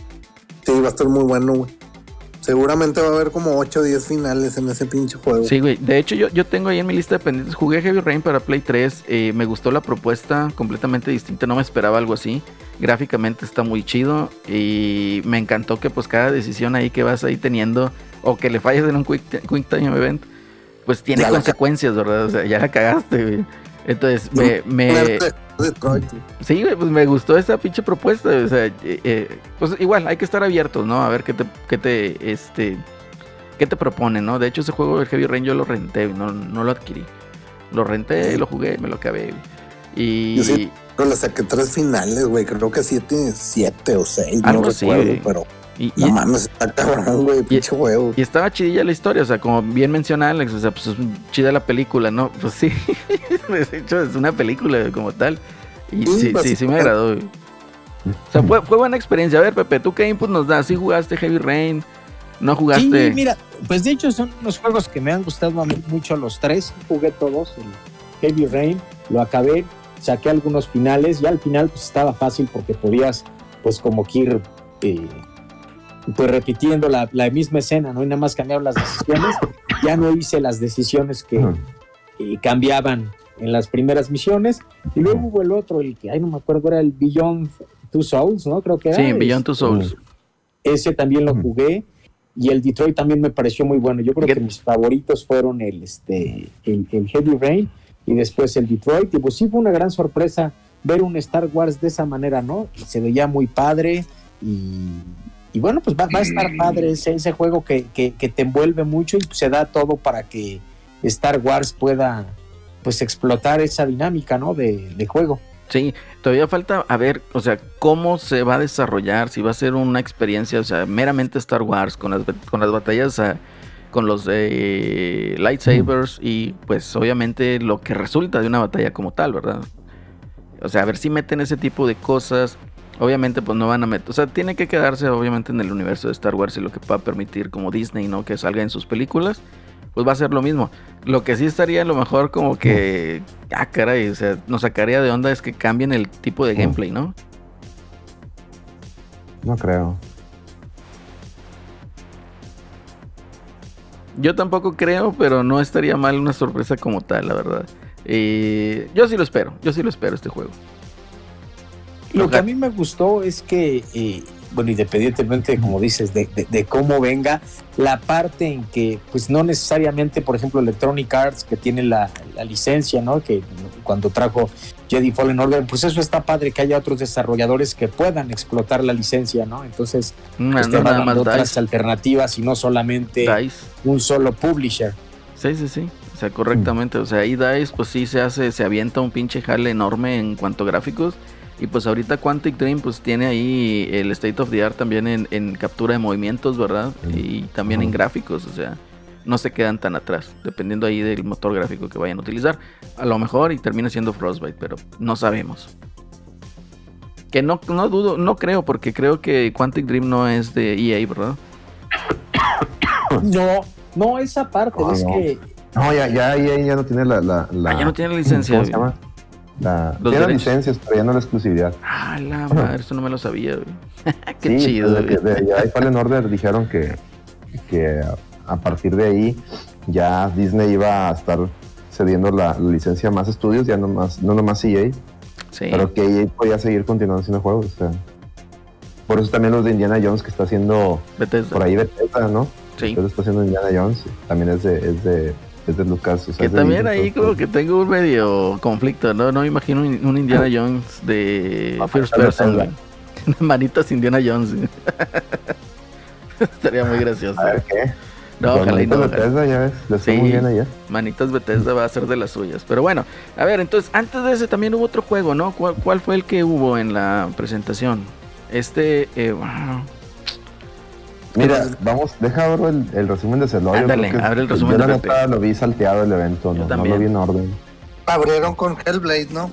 Sí, va a estar muy bueno, güey. Seguramente va a haber como ocho o diez finales en ese pinche juego. Sí, güey. De hecho, yo, yo tengo ahí en mi lista de pendientes. Jugué Heavy Rain para Play tres. eh, me gustó la propuesta, completamente distinta. No me esperaba algo así. Gráficamente está muy chido. Y me encantó que pues cada decisión ahí que vas ahí teniendo, o que le falles en un Quick, quick Time Event, pues tiene Ya la consecuencias, ¿verdad? O sea, ya la cagaste, güey. Entonces, me... me Detroit, güey. Sí, güey, pues me gustó esa pinche propuesta. O sea, eh, eh, pues igual hay que estar abiertos, ¿no? A ver qué te, qué te, este, qué te proponen, ¿no? De hecho, ese juego de Heavy Rain yo lo renté, no, no lo adquirí. Lo renté, lo jugué, me lo acabé, güey. Y Yo sí, pero le saqué tres finales, güey. Creo que siete, siete o seis, Algo no así, recuerdo, güey. pero y, no y- mames, está cabrón, güey, pinche juego. y estaba chidilla la historia, o sea, como bien menciona Alex, o sea, pues es chida la película, ¿no? Pues sí, de hecho es una película como tal. Y Sí, sí, sí, sí, me básicamente. agradó, güey. O sea, fue, fue buena experiencia. A ver, Pepe, ¿tú qué input nos das? ¿Sí jugaste Heavy Rain? ¿No jugaste? Sí, mira, pues de hecho son unos juegos que me han gustado a mí mucho los tres. Jugué todos, el Heavy Rain, lo acabé, saqué algunos finales y al final pues estaba fácil porque podías pues como que ir eh, pues repitiendo la, la misma escena, ¿no? Y nada más cambiaron las decisiones. Ya no hice las decisiones que Ujú. eh, cambiaban en las primeras misiones. Y luego hubo el otro, el que, ay, no me acuerdo, era el Beyond Two Souls, ¿no? Creo que era. Sí, Beyond Two Souls. Ese también lo Ujú. jugué. Y el Detroit también me pareció muy bueno. Yo creo ¿Qué? que mis favoritos fueron el, este, el, el Heavy Rain y después el Detroit. Y pues sí fue una gran sorpresa ver un Star Wars de esa manera, ¿no? Y se veía muy padre. Y, y bueno, pues va, va a estar padre ese, ese juego que, que, que te envuelve mucho y pues se da todo para que Star Wars pueda pues explotar esa dinámica, ¿no? De, de juego. Sí, todavía falta a ver, o sea, cómo se va a desarrollar, si va a ser una experiencia, o sea, meramente Star Wars, con las, con las batallas, o sea, con los eh, lightsabers y pues obviamente lo que resulta de una batalla como tal, ¿verdad? O sea, a ver si meten ese tipo de cosas. Obviamente pues no van a meter, o sea, tiene que quedarse obviamente en el universo de Star Wars y lo que pueda permitir como Disney, ¿no? Que salga en sus películas, pues va a ser lo mismo. Lo que sí estaría a lo mejor como que, ah, caray, o sea, nos sacaría de onda es que cambien el tipo de gameplay, ¿no? No creo. Yo tampoco creo, pero no estaría mal una sorpresa como tal, la verdad. Eh, yo sí lo espero, yo sí lo espero este juego. Lo que a mí me gustó es que, eh, bueno, independientemente, como dices, de, de, de cómo venga, la parte en que, pues no necesariamente, por ejemplo, Electronic Arts, que tiene la, la licencia, ¿no? Que cuando trajo Jedi Fallen Order, pues eso está padre, que haya otros desarrolladores que puedan explotar la licencia, ¿no? Entonces, No, pues te no, va nada más dando otras Dice. alternativas y no solamente Dice. un solo publisher. Sí, sí, sí. O sea, correctamente. O sea, ahí Dice, pues sí se hace, se avienta un pinche jale enorme en cuanto a gráficos. Y pues ahorita Quantic Dream pues tiene ahí el State of the Art también en, en captura de movimientos, ¿verdad? Y también en gráficos, o sea, no se quedan tan atrás, dependiendo ahí del motor gráfico que vayan a utilizar. A lo mejor y termina siendo Frostbite, pero no sabemos. Que no, no dudo, no creo, porque creo que Quantic Dream no es de E A, ¿verdad? No, no, esa parte, No, es no. que No, ya, ya, ya, ya no tiene la, la, la- Ah, ya no tiene la licencia. ¿Cómo se llama? La, Los tiene las derechos. licencias, pero ya no la exclusividad. Ah, la madre, eso no me lo sabía, güey. Qué Sí, chido, pues, de, güey. de Jedi Fallen Order dijeron que, que a partir de ahí ya Disney iba a estar cediendo la, la licencia a más estudios, ya no más, no nomás E A, Sí. pero que E A podía seguir continuando haciendo juegos. O sea, por eso también los de Indiana Jones que está haciendo Bethesda. por ahí Bethesda, ¿no? Sí. Bethesda está haciendo Indiana Jones, también es de, es de, es de Lucas. O sea, Que es de también Disney, ahí como que tengo un medio conflicto, ¿no? No me imagino un, un Indiana Jones de Ah, First tal vez Person, tenga. güey. Manitas Indiana Jones. güey. Estaría muy gracioso. A ver qué. No, Con ojalá y no. Bethesda, ojalá. ya ves, le fue Sí. muy bien allá. Manitas Bethesda va a ser de las suyas. Pero bueno, a ver, entonces, antes de ese también hubo otro juego, ¿no? ¿Cuál, cuál fue el que hubo en la presentación? Este, eh, wow. Mira, vamos, deja abro el, el resumen de Celoyo. Ándale, creo que abre el yo resumen la de neta Pepe. lo vi salteado el evento, Yo no, no también. lo vi en orden. Abrieron con Hellblade, ¿no?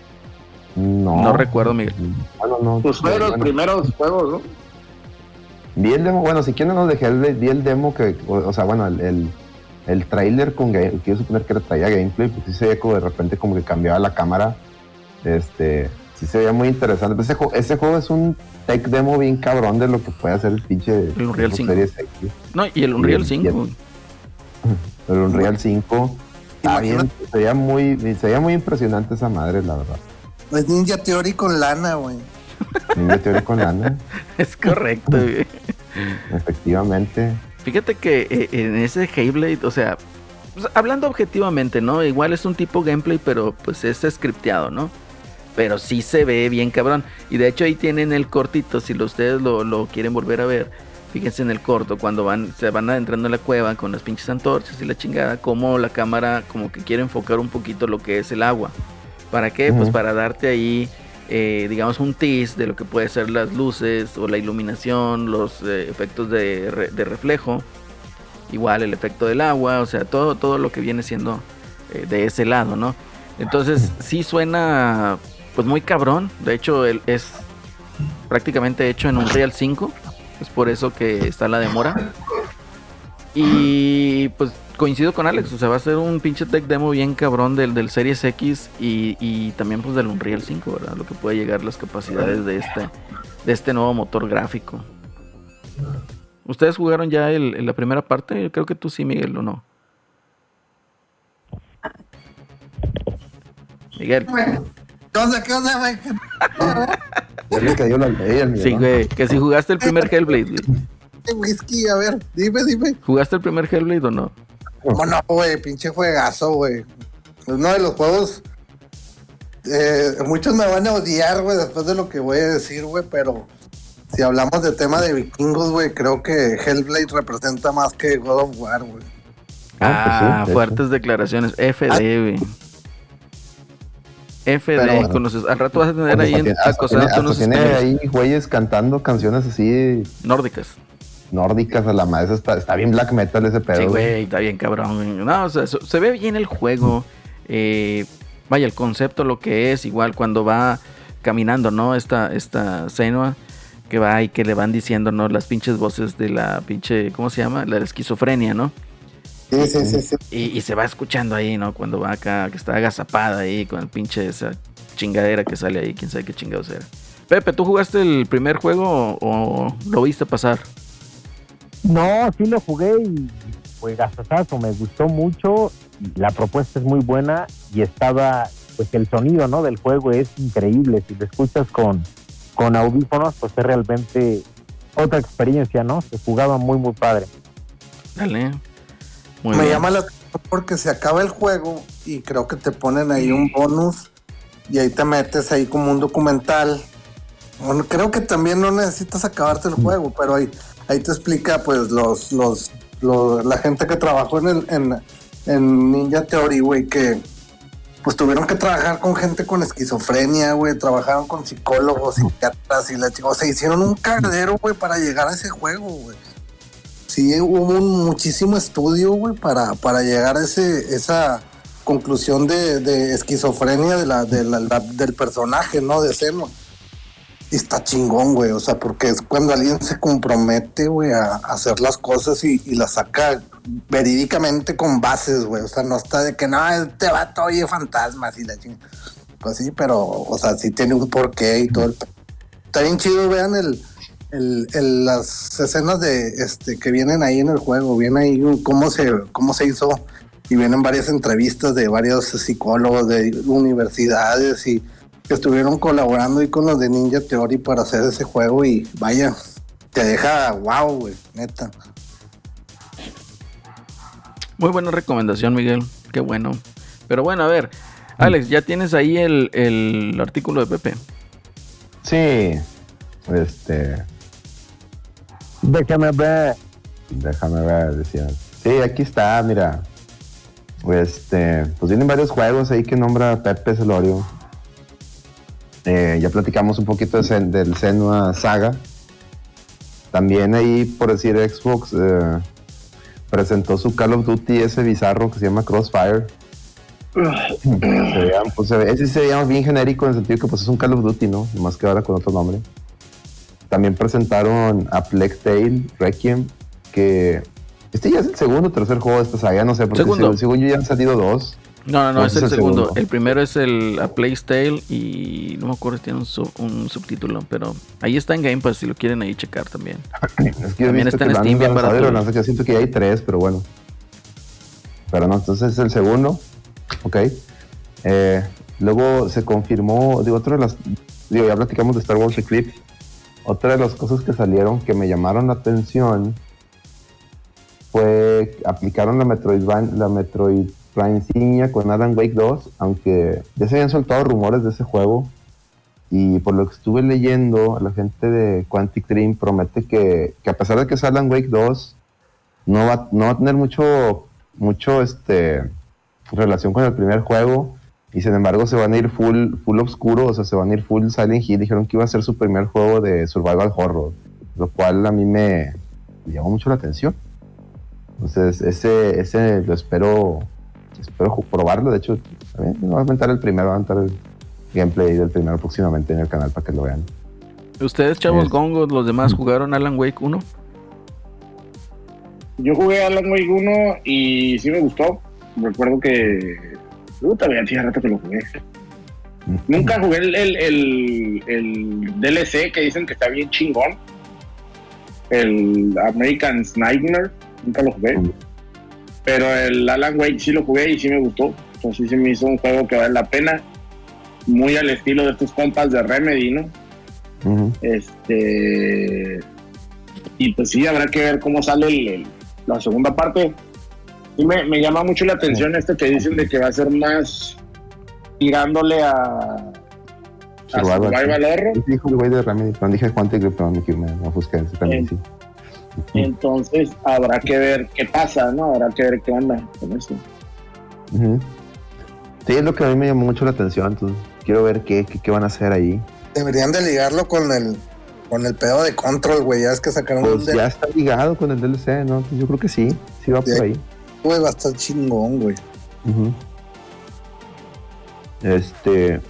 No. No recuerdo, Miguel. Bueno, no. Pues fueron los bueno, primeros juegos, ¿no? Vi el demo, bueno, si quieren no de Hellblade, vi el demo que, o, o sea, bueno, el, el, el trailer con game, quiero suponer que traía gameplay, pues sí se veía como de repente como que cambiaba la cámara. Este, sí se veía muy interesante. Pues ese, juego, ese juego es un tech demo bien cabrón de lo que puede hacer el pinche El Unreal cinco. Series X. No, y el Unreal Bien, cinco. bien. El Unreal cinco. Está bien, se veía muy, se veía muy impresionante esa madre, la verdad. Es Ninja Theory con lana, güey. Ninja Theory con lana, Es correcto, güey. efectivamente. Fíjate que eh, en ese Hellblade, o sea, pues, hablando objetivamente, ¿no? Igual es un tipo gameplay, pero pues es scripteado, ¿no? Pero sí se ve bien cabrón. Y de hecho ahí tienen el cortito, si lo, ustedes lo, lo quieren volver a ver. Fíjense en el corto, cuando van se van adentrando en la cueva con las pinches antorchas y la chingada, como la cámara como que quiere enfocar un poquito lo que es el agua. ¿Para qué? Ujú. Pues para darte ahí, eh, digamos, un tease de lo que puede ser las luces o la iluminación, los eh, efectos de, re- de reflejo. Igual el efecto del agua, o sea, todo, todo lo que viene siendo eh, de ese lado, ¿no? Entonces sí suena pues muy cabrón. De hecho, él es prácticamente hecho en Unreal cinco. Es por eso que está la demora. Y pues coincido con Alex, o sea, va a ser un pinche tech demo bien cabrón del, del Series X y, y también pues del Unreal cinco, ¿verdad? Lo que puede llegar las capacidades de este, de este nuevo motor gráfico. ¿Ustedes jugaron ya el, el- la primera parte? Yo creo que tú sí, Miguel, ¿o no? Miguel. ¿Qué onda, qué onda, güey? Ya le cayó la ley al Sí, mío, güey, que si jugaste el primer Hellblade, güey. ¿Qué whisky? A ver, dime, dime. ¿Jugaste el primer Hellblade o no? ¿Cómo no, güey? Pinche juegazo, güey. Uno de los juegos. eh, muchos me van a odiar, güey, después de lo que voy a decir, güey, pero si hablamos de tema de vikingos, güey, creo que Hellblade representa más que God of War, güey. Ah, pues sí, Ah, de fuertes declaraciones. F D, güey. F D, Pero- con los, al rato vas a tener Hasta ahí en- tiene- hasta acosándote tiene- unos hasta tiene españoles ahí güeyes cantando canciones así nórdicas. nórdicas a la madre. Está, está bien black metal ese pedo. Sí, güey, está bien cabrón, güey. No, o sea, so- se ve bien el juego. eh, vaya, el concepto, lo que es, igual cuando va caminando, ¿no? Esta, esta Senua que va y que le van diciendo, ¿no? Las pinches voces de la pinche, ¿cómo se llama? La esquizofrenia, ¿no? Sí, sí, sí, sí. Y, y se va escuchando ahí, ¿no? Cuando va acá, que está agazapada ahí con el pinche esa chingadera que sale ahí, quién sabe qué chingados era. Pepe, ¿tú jugaste el primer juego o, o lo viste pasar? No, sí lo jugué y pues gastazazo, me gustó mucho, la propuesta es muy buena y estaba, pues el sonido, ¿no? del juego es increíble, si lo escuchas con, con audífonos, pues es realmente otra experiencia, ¿no? Se jugaba muy muy padre. Dale. Muy me bien. llama la atención porque se acaba el juego y creo que te ponen ahí un bonus y ahí te metes ahí como un documental. Bueno, creo que también no necesitas acabarte el juego, pero ahí, ahí te explica pues los, los, los la gente que trabajó en el, en, en Ninja Theory, güey, que pues tuvieron que trabajar con gente con esquizofrenia, güey, trabajaron con psicólogos, psiquiatras y la chica, o sea, hicieron un cagadero, güey, para llegar a ese juego, güey. Sí, hubo un muchísimo estudio, güey, para, para llegar a ese, esa conclusión de, de esquizofrenia de la, de la, la- del personaje, ¿no? De Senua. Y está chingón, güey, o sea, porque es cuando alguien se compromete, güey, a, a hacer las cosas y, y las saca verídicamente con bases, güey, o sea, no está de que, no, este vato oye fantasmas y la chingada. Pues sí, pero, o sea, sí tiene un porqué y todo el... pe- Está bien chido, vean el... El, el- las escenas de este que vienen ahí en el juego, viene ahí cómo se cómo se hizo y vienen varias entrevistas de varios psicólogos de universidades y que estuvieron colaborando ahí con los de Ninja Theory para hacer ese juego y vaya, te deja wow, güey, neta. Muy buena recomendación, Miguel. Qué bueno. Pero bueno, a ver, Alex, ¿ya tienes ahí el, el artículo de Pepe? Sí. Este. Déjame ver. Déjame ver, decía. Sí, aquí está, mira. Este, pues vienen varios juegos ahí que nombra Pepe Celorio. Eh, ya platicamos un poquito de Sen- del Senua Saga. También ahí, por decir, Xbox eh, presentó su Call of Duty ese bizarro que se llama Crossfire. se veía, pues, se ve, ese se veía bien genérico en el sentido que pues es un Call of Duty, ¿no? Más que ahora con otro nombre. También presentaron a Plague Tale Requiem, que este ya es el segundo o tercer juego de esta saga, no sé, porque Segundo. según, según yo ya han salido dos. No, no, no, ¿O es ese el segundo. segundo? El primero es el A Plague Tale y no me acuerdo si tiene un, sub- un subtítulo, pero ahí está en Game Pass si lo quieren ahí checar también. Es que yo he También visto está que en lo han Steam bien lanzado y barato. lo lanzan, yo siento que ya hay tres, pero bueno. Pero no, entonces es el segundo. Ok. Eh, luego se confirmó, digo, otra de las, digo, ya platicamos de Star Wars Eclipse. Otra de las cosas que salieron que me llamaron la atención fue aplicaron la Metroidvan- la Metroid Prime insignia con Alan Wake dos, aunque ya se habían soltado rumores de ese juego y por lo que estuve leyendo, la gente de Quantic Dream promete que, que a pesar de que es Alan Wake dos, no va, no va a tener mucho, mucho este, relación con el primer juego y sin embargo se van a ir full, full oscuro, o sea, se van a ir full Silent Hill. Dijeron que iba a ser su primer juego de survival horror, lo cual a mí me, me llamó mucho la atención. Entonces ese, ese lo espero, espero ju- probarlo. De hecho, eh, me voy a aventar el primero, voy a aventar el gameplay del primero próximamente en el canal para que lo vean. ¿Ustedes, chavos Es- gongos, los demás jugaron Alan Wake uno? Yo jugué Alan Wake uno y sí me gustó. Recuerdo que... Uh, todavía hacía rato que lo jugué. Nunca jugué el, el, el, el D L C que dicen que está bien chingón. El American's Nightmare. Nunca lo jugué. Mm. Pero el Alan Wake sí lo jugué y sí me gustó. Entonces sí se me hizo un juego que vale la pena. Muy al estilo de estos compas de Remedy, ¿no? Ujú. Este... Y pues sí, habrá que ver cómo sale el, el- la segunda parte. Sí me, me llama mucho la atención esto que dicen de que va a ser más tirándole a, a Survival, Survival sí. Horror. Sí, dijo el güey de Remedy, pero dije Quantic Dream, pero me, me, me ofusqué, ese también, Eh. sí. Entonces habrá que ver qué pasa, ¿no? Habrá que ver qué onda con eso. Ujú. Sí, es lo que a mí me llamó mucho la atención, entonces quiero ver qué, qué, qué van a hacer ahí. Deberían de ligarlo con el con el pedo de Control, güey. Ya es que sacaron un Pues de- ya está ligado con el D L C, ¿no? Yo creo que sí, sí va por Sí. ahí. güey, va a estar chingón, güey. Ujú. Este.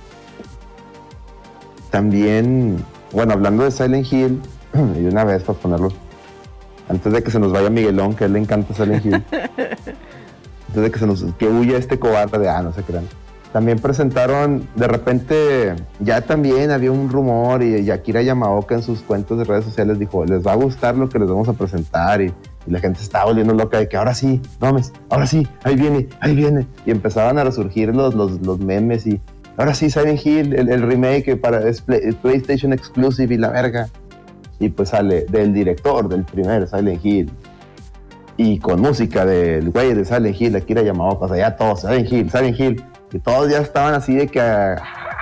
También, bueno, hablando de Silent Hill, y de una vez para ponerlo, antes de que se nos vaya Miguelón, que a él le encanta Silent Hill, antes de que se nos que huya este cobarde de ah, no se crean. También presentaron, de repente, ya también había un rumor y Yakira Yamaoka en sus cuentos de redes sociales dijo, les va a gustar lo que les vamos a presentar y, y la gente estaba volviendo loca de que ahora sí, no mames, ahora sí, ahí viene, ahí viene. Y empezaban a resurgir los, los, los memes y ahora sí, Silent Hill, el, el remake para es Play- PlayStation Exclusive y la verga. Y pues sale del director del primer Silent Hill y con música del güey de Silent Hill, Akira Yamaoka, o sea, ya todos, Silent Hill, Silent Hill. Y todos ya estaban así de que ah,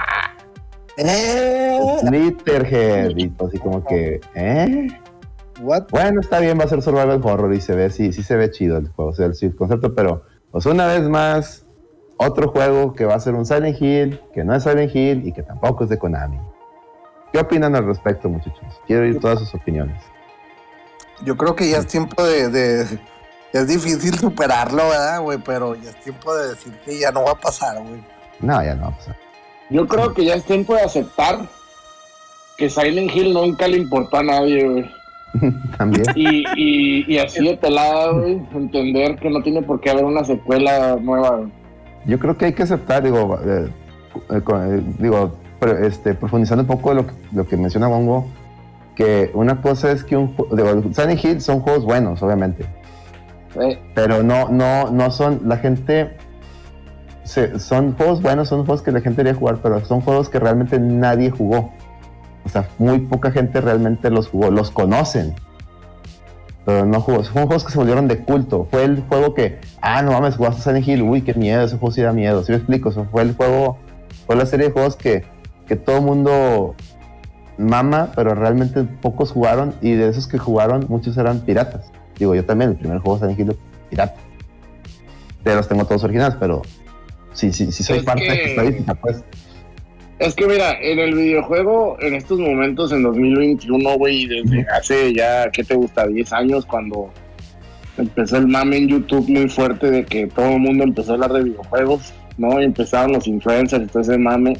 Eh, Slitterhead y todo así como que ¿eh? what? Bueno, está bien, va a ser survival horror y se ve, sí, sí se ve chido el juego, o sea, el, sí, el concepto, pero pues una vez más otro juego que va a ser un Silent Hill, que no es Silent Hill y que tampoco es de Konami. ¿Qué opinan al respecto, muchachos? Quiero oír todas sus opiniones. Yo creo que ya es tiempo de, de- es difícil superarlo, ¿verdad, güey? Pero ya es tiempo de decir que ya no va a pasar, güey. No, ya no va a pasar. Yo creo que ya es tiempo de aceptar que Silent Hill nunca le importó a nadie, güey. También. Y, y, y así de pelada, güey, entender que no tiene por qué haber una secuela nueva, güey. Yo creo que hay que aceptar, digo, eh, eh, con- eh, digo, pero, este, profundizando un poco lo que, lo que menciona Bongo, que una cosa es que un ju- digo, Silent Hill son juegos buenos, obviamente, Sí. Pero no, no, no son, la gente, se, son juegos buenos, son juegos que la gente debería jugar, pero son juegos que realmente nadie jugó. O sea, muy poca gente realmente los jugó, los conocen, pero no jugó. Son juegos que se volvieron de culto. Fue el juego que, ah, no mames, jugaste Silent Hill, uy, qué miedo, ese juego sí da miedo. ¿Sí me explico? O sea, fue el juego, fue la serie de juegos que, que todo el mundo mama, pero realmente pocos jugaron, y de esos que jugaron, muchos eran piratas. Digo, yo también, el primer juego de Silent Hill, pirata. De los tengo todos originales, pero sí, sí, sí soy Es parte que- de esta estadística, pues. Es que mira, en el videojuego, en estos momentos, en dos mil veintiuno, güey, desde hace ya, ¿qué te gusta? diez años, cuando empezó el mame en YouTube muy fuerte de que todo el mundo empezó a hablar de videojuegos, ¿no? Y empezaron los influencers y todo ese mame.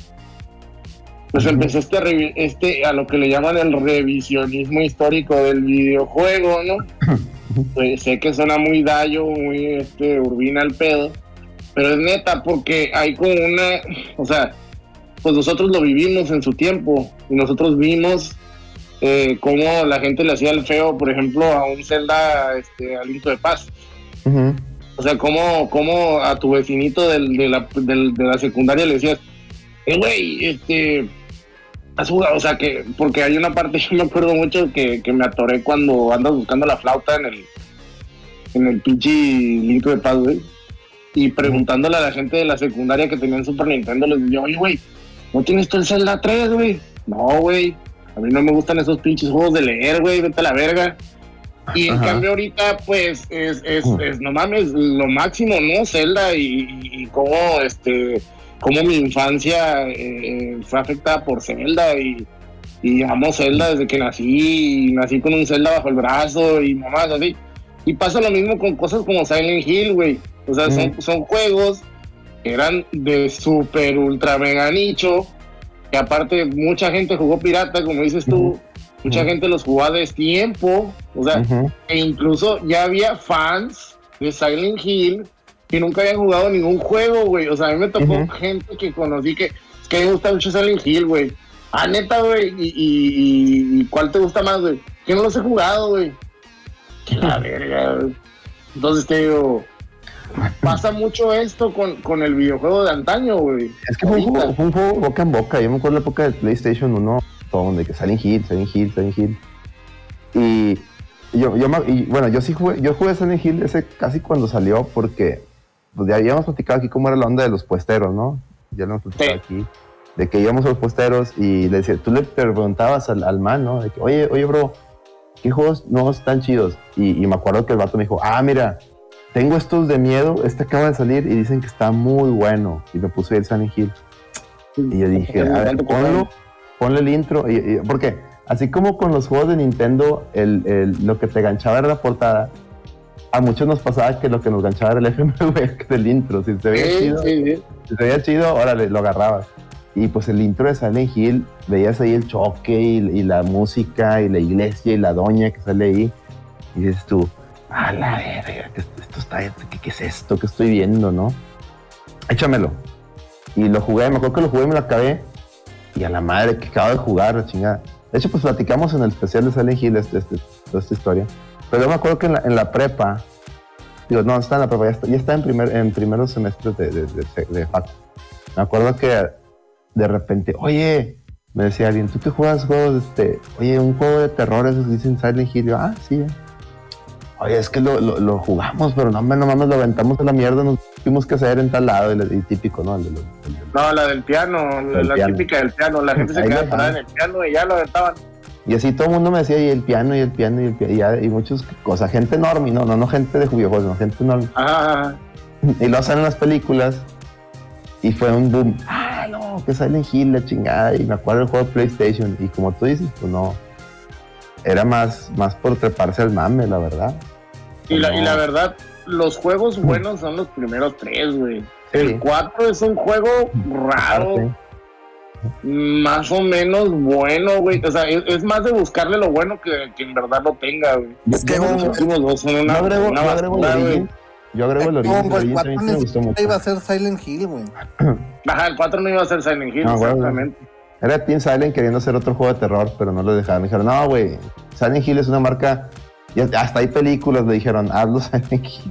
Pues Ujú. empezó este, revi- este, a lo que le llaman el revisionismo histórico del videojuego, ¿no? Pues sé que suena muy dallo, muy este, urbina el pedo, pero es neta, porque hay como una, o sea, pues nosotros lo vivimos en su tiempo, y nosotros vimos eh, cómo la gente le hacía el feo, por ejemplo, a un Zelda, este, al Link to the Past. Uh-huh. O sea, cómo, cómo a tu vecinito del, de, la, del, de la secundaria le decías, eh, güey, este, has jugado, o sea, que, porque hay una parte, yo me acuerdo mucho que, que me atoré cuando andas buscando la flauta en el, en el pinche Link to the Past, güey, y preguntándole a la gente de la secundaria que tenían Super Nintendo, les decía, oye, güey, ¿no tienes tú el Zelda tres, güey? No, güey, a mí no me gustan esos pinches juegos de leer, güey, vete a la verga. Y en Ajá. cambio ahorita, pues, es, es, es, no mames, lo máximo, ¿no? Zelda y, y, y cómo, este, cómo mi infancia eh, fue afectada por Zelda y, y amo Zelda desde que nací, y nací con un Zelda bajo el brazo y mamás así. Y pasa lo mismo con cosas como Silent Hill, güey. O sea, son, Mm. son juegos que eran de super ultra mega nicho, que aparte mucha gente jugó pirata, como dices tú, Ujú. mucha Ujú. gente los jugó a destiempo, o sea, Uh-huh. e incluso ya había fans de Silent Hill que nunca habían jugado ningún juego, güey. O sea, a mí me tocó Ujú. gente que conocí que, que me gusta mucho Silent Hill, güey. Ah, neta, güey. ¿Y, y, y, y cuál te gusta más, güey? Que no los he jugado, güey. Que la verga, güey. Entonces te digo, pasa mucho esto con, con el videojuego de antaño, güey. Es que fue un, Ahorita. juego, fue un juego boca en boca. Yo me acuerdo de la época de PlayStation uno, todo donde que Silent Hill, Silent Hill, Silent Hill. Y yo, yo, me- y bueno, yo sí jugué, yo jugué Silent Hill ese casi cuando salió, porque pues ya habíamos platicado aquí cómo era la onda de los puesteros, ¿no? Ya lo hemos platicado Sí. aquí. De que íbamos a los puesteros y le decía, tú le preguntabas al, al man, ¿no? De que, oye, oye, bro, ¿qué juegos nuevos están chidos? Y, y me acuerdo que el vato me dijo, ah, mira, tengo estos de miedo, este acaba de salir y dicen que está muy bueno. Y me puse el Silent Hill. Y yo dije, a ver, ponlo, ponle el intro. Y, y- porque así como con los juegos de Nintendo, el, el- lo que te ganchaba era la portada, a muchos nos pasaba que lo que nos ganchaba era el F M V del intro. Si se veía Sí, chido, sí, sí. si se veía chido, órale, lo agarrabas. Y pues el intro de Silent Hill, veías ahí el choque y, y la música y la iglesia y la doña que sale ahí. Y dices tú, a la verga, ¿qué, esto está, ¿qué, qué es esto que estoy viendo, no? Échamelo. Y lo jugué, me acuerdo que lo jugué y me lo acabé. Y a la madre que acabo de jugar, la chingada. De hecho, pues platicamos en el especial de Silent Hill este, este, toda esta historia. Pero yo me acuerdo que en la, en la prepa, digo, no, está en la prepa, ya está, ya está en, primer, en primeros semestres de, de, de, de facu. Me acuerdo que de repente, oye, me decía alguien, ¿tú qué juegas juegos? Este, oye, un juego de terror, esos dicen Silent Hill. Y yo, ah, sí. eh. Oye, es que lo, lo, lo jugamos, pero no, no mames, lo aventamos a la mierda, nos tuvimos que hacer en tal lado, y, y típico, ¿no? El de los- el de- No, la del piano, la, Del la piano. típica del piano. La gente se Ahí quedaba lo parada en dejaban. el piano y ya lo aventaban. Y así todo el mundo me decía, y el piano, y el piano, y el piano, y, ya, y muchos, o sea, gente enorme, no, no, no gente de videojuegos, no, gente enorme. Ajá, ajá. Y luego salen las películas, y fue un boom. Ah, no, que Silent Hill, la chingada, y me acuerdo del juego de PlayStation, y como tú dices, pues no, era más, más por treparse al mame, la verdad. Y la, No. y la verdad, los juegos buenos son los primeros tres, güey. Sí. El cuatro es un juego raro, Aparte. más o menos bueno, güey. O sea, es, es más de buscarle lo bueno que, que en verdad lo tenga, güey. Es que Yo como- los últimos dos son una, Yo agrego, una yo agrego el basura, güey. Origin, yo agrego el Origin, el No, el Origin cuatro también ni me gustó siquiera mucho. iba a ser Silent Hill, güey. Ajá, el cuatro no iba a ser Silent Hill, No, güey, exactamente. Era Team Silent queriendo hacer otro juego de terror, pero no lo dejaron. Me dijeron, no, güey, Silent Hill es una marca Y hasta hay películas le dijeron, hazlo Silent Hill.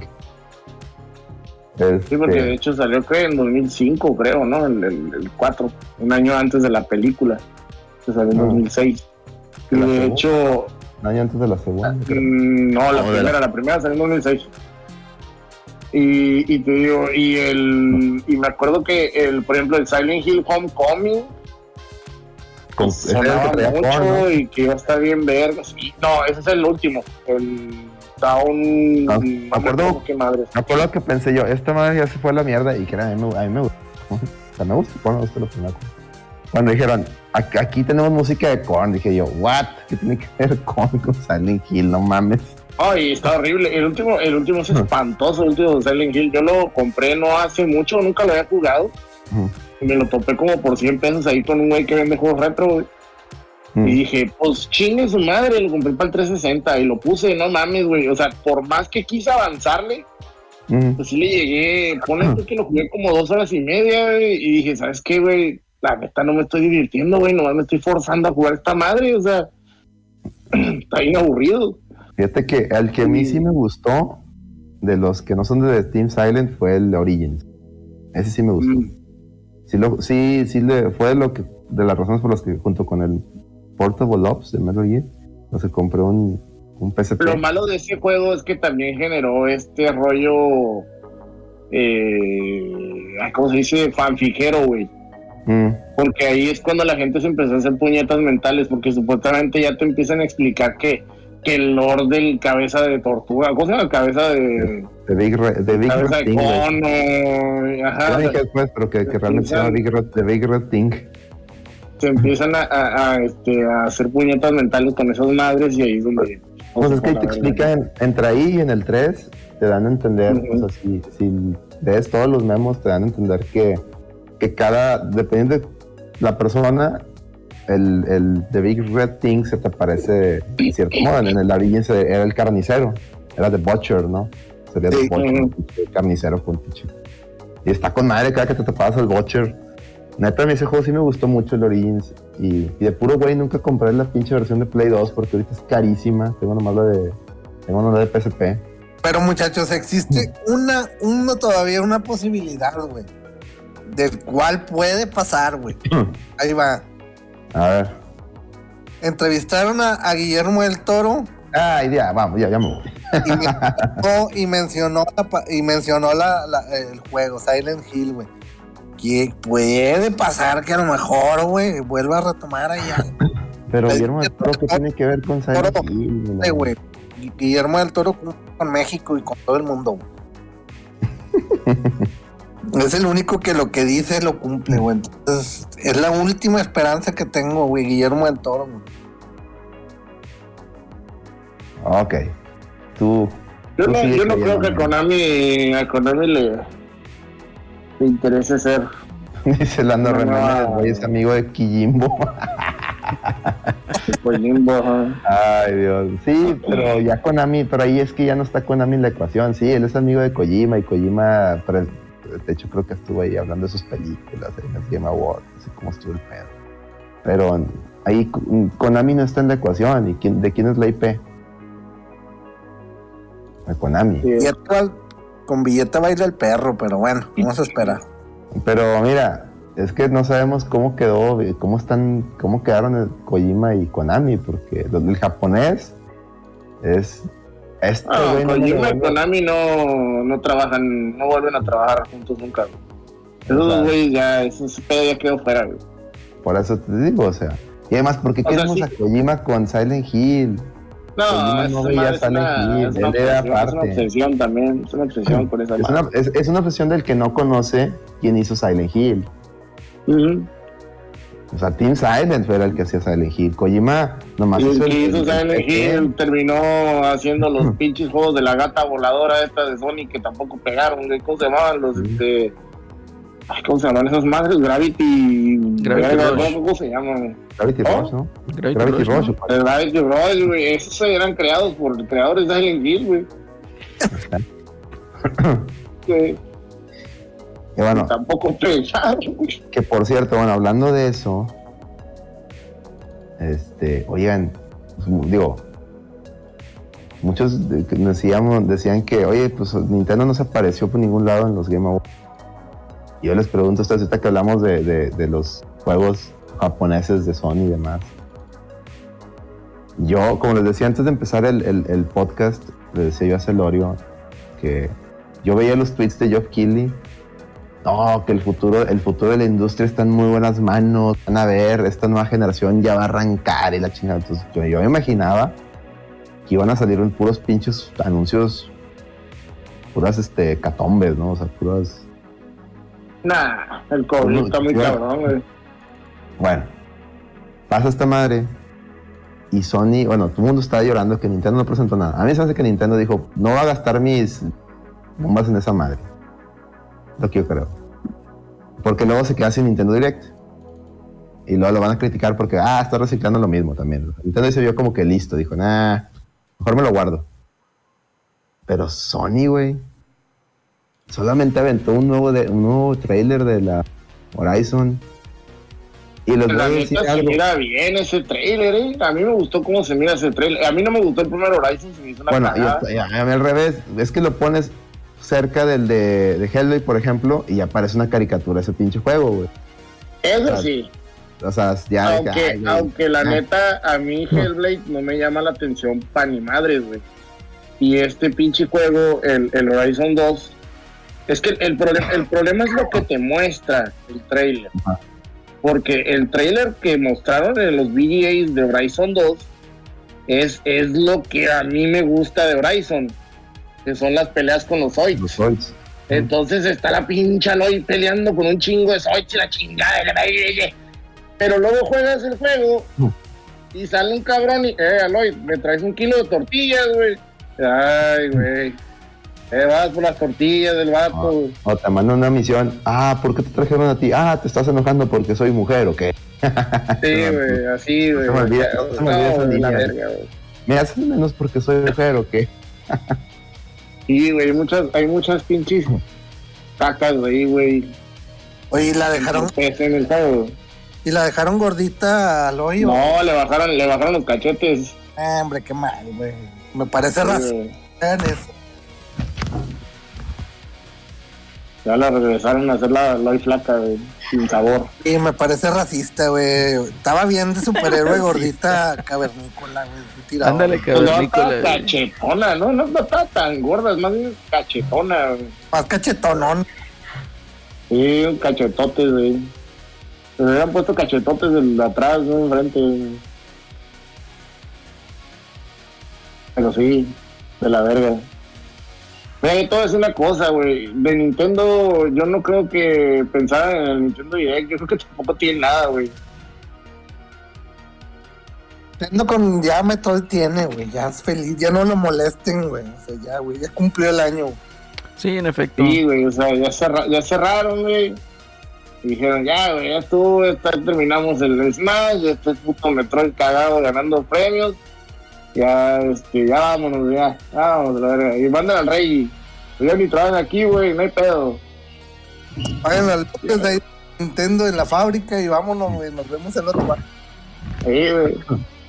Sí, porque de Este, hecho salió que en dos mil cinco, creo, ¿no? El, el, el cuatro, un año antes de la película. Que salió en Ah. dos mil seis. Y ¿La de segunda? hecho, un año antes de la segunda. creo. mm, no, la No, de primera, la primera salió en dos mil seis. Y, y te digo, y el y me acuerdo que el, por ejemplo, el Silent Hill Homecoming Con- pues, ese era el sonaba que traía mucho Korn, ¿no? y que iba a estar bien verga. Sí, no, ese es el último. El Down. Ah, no me acuerdo- qué madre. Me acuerdo que pensé yo, esta madre ya se fue a la mierda y que era, a mí me, a mí me gusta. O sea, me gusta Korn, me gusta lo que me acuerdo. Cuando dijeron, "Ac- aquí tenemos música de Korn", dije yo, what? ¿Qué tiene que ver Korn con Silent Hill? No mames. Ay, está horrible. El último, el último es espantoso, el último Silent Hill. Yo lo compré no hace mucho, nunca lo había jugado. Ujú. Y me lo topé como por cien pesos ahí con un güey que vende juegos retro, güey. Mm. Y dije, pues chingue su madre, lo compré para el trescientos sesenta y lo puse, no mames, güey. O sea, por más que quise avanzarle, Mm. pues sí le llegué. Ponle tú que lo jugué como dos horas y media, güey. Y dije, ¿sabes qué, güey? La neta no me estoy divirtiendo, güey. Nomás me estoy forzando a jugar esta madre, o sea, está bien aburrido. Fíjate que el que a mí sí me gustó, de los que no son de Team Silent, fue el de Origins. Ese sí me gustó. Mm. Sí, lo, sí, sí le, fue lo que, de las razones por las que junto con el Portable Ops de Metal Gear, no se compré un, un P S P. Lo malo de ese juego es que también generó este rollo, eh, ay, ¿cómo se dice? Fanfijero, güey. Mm, Porque ahí es cuando la gente se empezó a hacer puñetas mentales, porque supuestamente ya te empiezan a explicar que, que el lord del cabeza de tortuga, ¿cómo se llama? Cabeza de... de Big Red, de Big cabeza Red de Thing, güey. cono, ajá, Ya o sea, dije después, pero que, que realmente se llama Big Red, de Big Red Thing. se empiezan a, a, a, este, a hacer puñetas mentales con esas madres y ahí es donde... Pues es que ahí te la verga. explican, entre ahí y en el tres, te dan a entender, Ujú. o sea, si, si ves todos los memos, te dan a entender que, que cada, dependiendo de la persona, el, el The Big Red Thing se te aparece de cierto modo. En el Origins era el carnicero, era The Butcher, ¿no? Sería The Sí. Butcher, Ujú. el carnicero, punto chico. Y está con madre cada que te tapas al Butcher. Neta, a mí ese juego sí me gustó mucho, el Origins. Y, y de puro güey nunca compré la pinche versión de Play dos porque ahorita es carísima. Tengo nomás la de, tengo nomás la de P S P. Pero muchachos, existe una, una todavía una posibilidad, güey, del cual puede pasar, güey. Ahí va. A ver. Entrevistaron a, a Guillermo del Toro Ay, ya, vamos, ya, ya me voy. y mencionó, y mencionó, la pa- y mencionó la, la- el juego Silent Hill, güey. Que puede pasar que a lo mejor, güey, vuelva a retomar ahí algo, Pero El- Guillermo del Toro, ¿qué tiene que ver con Silent Toro, Hill? No. güey. Guillermo del Toro cumple con México y con todo el mundo, güey. Es el único que lo que dice lo cumple, güey. Entonces, es la última esperanza que tengo, güey, Guillermo del Toro, güey. Ok. Tú. Yo tú no, sigue yo no creo que creyendo. Konami, a Konami le, le interese ser. Dice Lando No, Reméndez, no. güey, es amigo de Kijimbo. Pues limbo, ajá. Ay, Dios. Sí, pero ya Konami, pero ahí es que ya no está Konami en la ecuación. Sí, él es amigo de Kojima y Kojima, pre- de hecho, creo que estuvo ahí hablando de sus películas en el Game Awards, así como estuvo el pedo. Pero ahí Konami no está en la ecuación. ¿Y quién, de quién es la I P? De Konami. Sí. Y actual, con billete baila el perro, pero bueno, vamos a esperar. Pero mira, es que no sabemos cómo quedó, cómo están, cómo quedaron el Kojima y Konami, porque los del japonés es este Ah, güey no le Kojima y vuelve- Konami no, no trabajan, no vuelven a trabajar juntos nunca, güey. Esos O sea, dos güeyes ya, ese pedo ya quedó fuera, güey. por eso te digo, o sea. Y además, ¿por qué O sea, queremos sí. a Kojima con Silent Hill? No, Kojima esa no madre veía es Silent una, Hill, es una él era obsesión, es una aparte. obsesión también, es una obsesión por esa Es madre. una, es, es una obsesión del que no conoce quién hizo Silent Hill. Ujú. O sea, Team Silent era el que hacía Silent Hill. Kojima nomás Y hizo el el, que hizo el- Silent el- Hill terminó haciendo los pinches juegos de la gata voladora esta de Sony que tampoco pegaron, güey. ¿Cómo se llamaban los, este... Ay, ¿cómo se llaman esas madres? Gravity... Gravity verga, Rush. ¿Cómo se llaman? Gravity ¿Oh? Rush, ¿no? Gravity Gravity Rush, Rush. ¿no? Gravity Rush, güey. Esos eran creados por creadores de Silent Hill, güey. Que Y bueno, tampoco pegaron, güey. que por cierto, bueno, hablando de eso, este, oigan, pues, digo, muchos de- que decíamos, decían que, oye, pues Nintendo no se apareció por ningún lado en los Game Awards. Y yo les pregunto a ustedes, ahorita que hablamos de, de, de los juegos japoneses de Sony y demás. Yo, como les decía antes de empezar el, el, el podcast, le decía yo a Celorio que yo veía los tweets de Geoff Keighley. No, que el futuro, el futuro de la industria está en muy buenas manos. Van a ver, esta nueva generación ya va a arrancar y la chingada. Entonces yo, yo me imaginaba que iban a salir en puros pinches anuncios, puras este catombes, ¿no? O sea, puras. Nah, el COVID está muy cabrón, güey. Bueno, pasa esta madre y Sony, bueno, todo el mundo estaba llorando que Nintendo no presentó nada. A mí se me hace que Nintendo dijo, no va a gastar mis bombas en esa madre. Lo que yo creo. Porque luego se queda sin Nintendo Direct. Y luego lo van a criticar porque, ah, está reciclando lo mismo también. Nintendo se vio como que listo, dijo, nah, mejor me lo guardo. Pero Sony, güey, solamente aventó un nuevo, de, un nuevo trailer de la Horizon. Y les voy La a neta decir se algo. mira bien ese trailer, ¿eh? A mí me gustó cómo se mira ese trailer. A mí no me gustó el primer Horizon, se me hizo una Bueno, cagada. yo, a mí al revés, es que lo pones cerca del de, de Hellblade, por ejemplo, y ya parece una caricatura ese pinche juego, güey. Eso o sea, sí. O sea, ya... de que, Aunque, ay, güey. aunque la Ah. neta, a mí Hellblade no me llama la atención pa' ni madres, güey. Y este pinche juego, el, el Horizon dos, es que el, problema el problema es lo que te muestra el trailer. Ajá. Porque el trailer que mostraron en los V G As de Horizon dos es, es lo que a mí me gusta de Horizon, que son las peleas con los Zoids. Los Zoids. Entonces está la pincha Aloy peleando con un chingo de Zoids y la chingada. la- la- la- la- Pero luego juegas el juego y sale un cabrón y, eh, Aloy, me traes un kilo de tortillas, güey. Ay, güey. Eh, vas por las tortillas del vato. güey. O te mandan una misión. Ah, ¿por qué te trajeron a ti? Ah, te estás enojando porque soy mujer, ¿o qué? Sí, güey, así, No güey. se me olvida- no se me olvida esa güey, la niña. verga, güey. ¿Me haces menos porque soy mujer, o qué? Sí, güey, hay muchas, hay muchas pinches cacas, güey, güey. Oye, ¿y la dejaron, Pues, en el juego. y la dejaron gordita al hoyo? No, le bajaron, le bajaron los cachetes. Eh, hombre, qué mal, güey. Me parece Sí, racista güey. en eso. Ya la regresaron a hacer la Aloy flaca, güey, sin sabor. Y me parece racista, güey. Estaba bien de superhéroe gordita cavernícola, güey. tirado. Ándale, Pues no cavernícola. estaba cachetona, ¿no? No, no estaba tan gorda, es más bien cachetona, güey. Más cachetonón. Sí, un cachetote, güey. Se le hubieran puesto cachetotes de atrás, no enfrente. güey. Pero sí, de la verga. Güey, todo es una cosa, güey. De Nintendo, yo no creo que pensar en el Nintendo Direct. Yo creo que tampoco tiene nada, güey. Nintendo con ya Metroid tiene, güey. Ya es feliz. Ya no lo molesten, güey. O sea, ya, güey. Ya cumplió el año. Sí, en efecto. Sí, güey, o sea, ya, cerra- ya cerraron, güey. Y dijeron, ya, güey, ya estuvo, ya terminamos el Smash, este puto Metroid cagado ganando premios. Ya, este, ya vámonos, ya, ya vámonos, la verga. Y mandan al rey, ya ni trabajan aquí, güey, no hay pedo. Vayan al podcast de ahí de Nintendo en la fábrica y vámonos, güey. Nos vemos el otro bar. Sí, güey.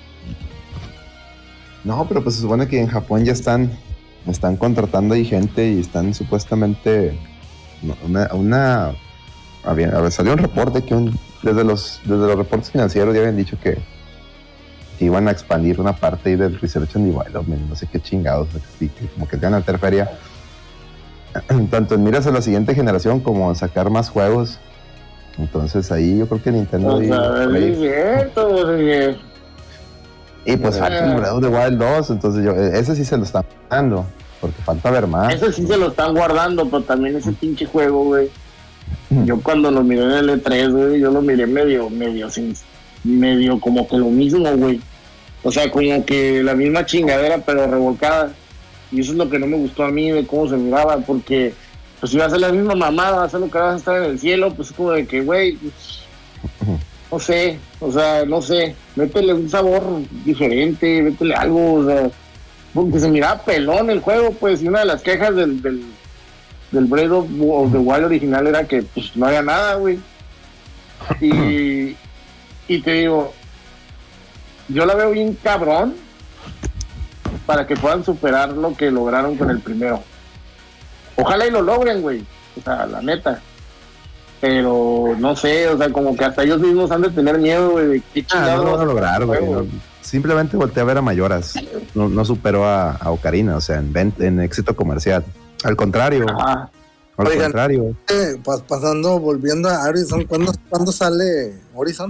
No, pero pues se supone que en Japón ya están, están contratando ahí gente y están supuestamente una, una había, a ver, salió un reporte que un, desde los desde los reportes financieros ya habían dicho que, que iban a expandir una parte ahí del Research and Development, no sé qué chingados, que, que como que van a meter feria tanto en miras a la siguiente generación como en sacar más juegos. Entonces ahí yo creo que Nintendo O y, sea, es cierto, güey. y pues falta el Breath of the Wild dos, entonces yo, ese sí se lo están dando, porque falta ver más. Ese sí se lo están guardando, pero también ese pinche juego, güey. Yo cuando lo miré en el E tres, güey, yo lo miré medio, medio, sin, medio como que lo mismo, güey. O sea, como que la misma chingadera, pero revolcada. Y eso es lo que no me gustó a mí de cómo se miraba, porque pues si va a ser la misma mamada, va a ser lo que vas a estar en el cielo, pues es como de que, güey, pues, no sé, o sea, no sé, métele un sabor diferente, métele algo, o sea, porque se miraba pelón el juego, pues, y una de las quejas del, del, del Breath of the Wild original era que, pues, no había nada, güey. Y, y te digo, yo la veo bien cabrón para que puedan superar lo que lograron con el primero. Ojalá y lo logren, güey. O sea, la neta. Pero no sé, o sea, como que hasta ellos mismos han de tener miedo, güey, de qué Ah, no chingados lo van a lograr, güey. juego. no. Simplemente volteé a ver a Mayoras. No, no superó a, a Ocarina, o sea, en, vent- en éxito comercial. Al contrario, Ajá. al Oigan. contrario. Eh, pas- pasando, volviendo a Horizon, ¿cuándo, ¿cuándo sale Horizon?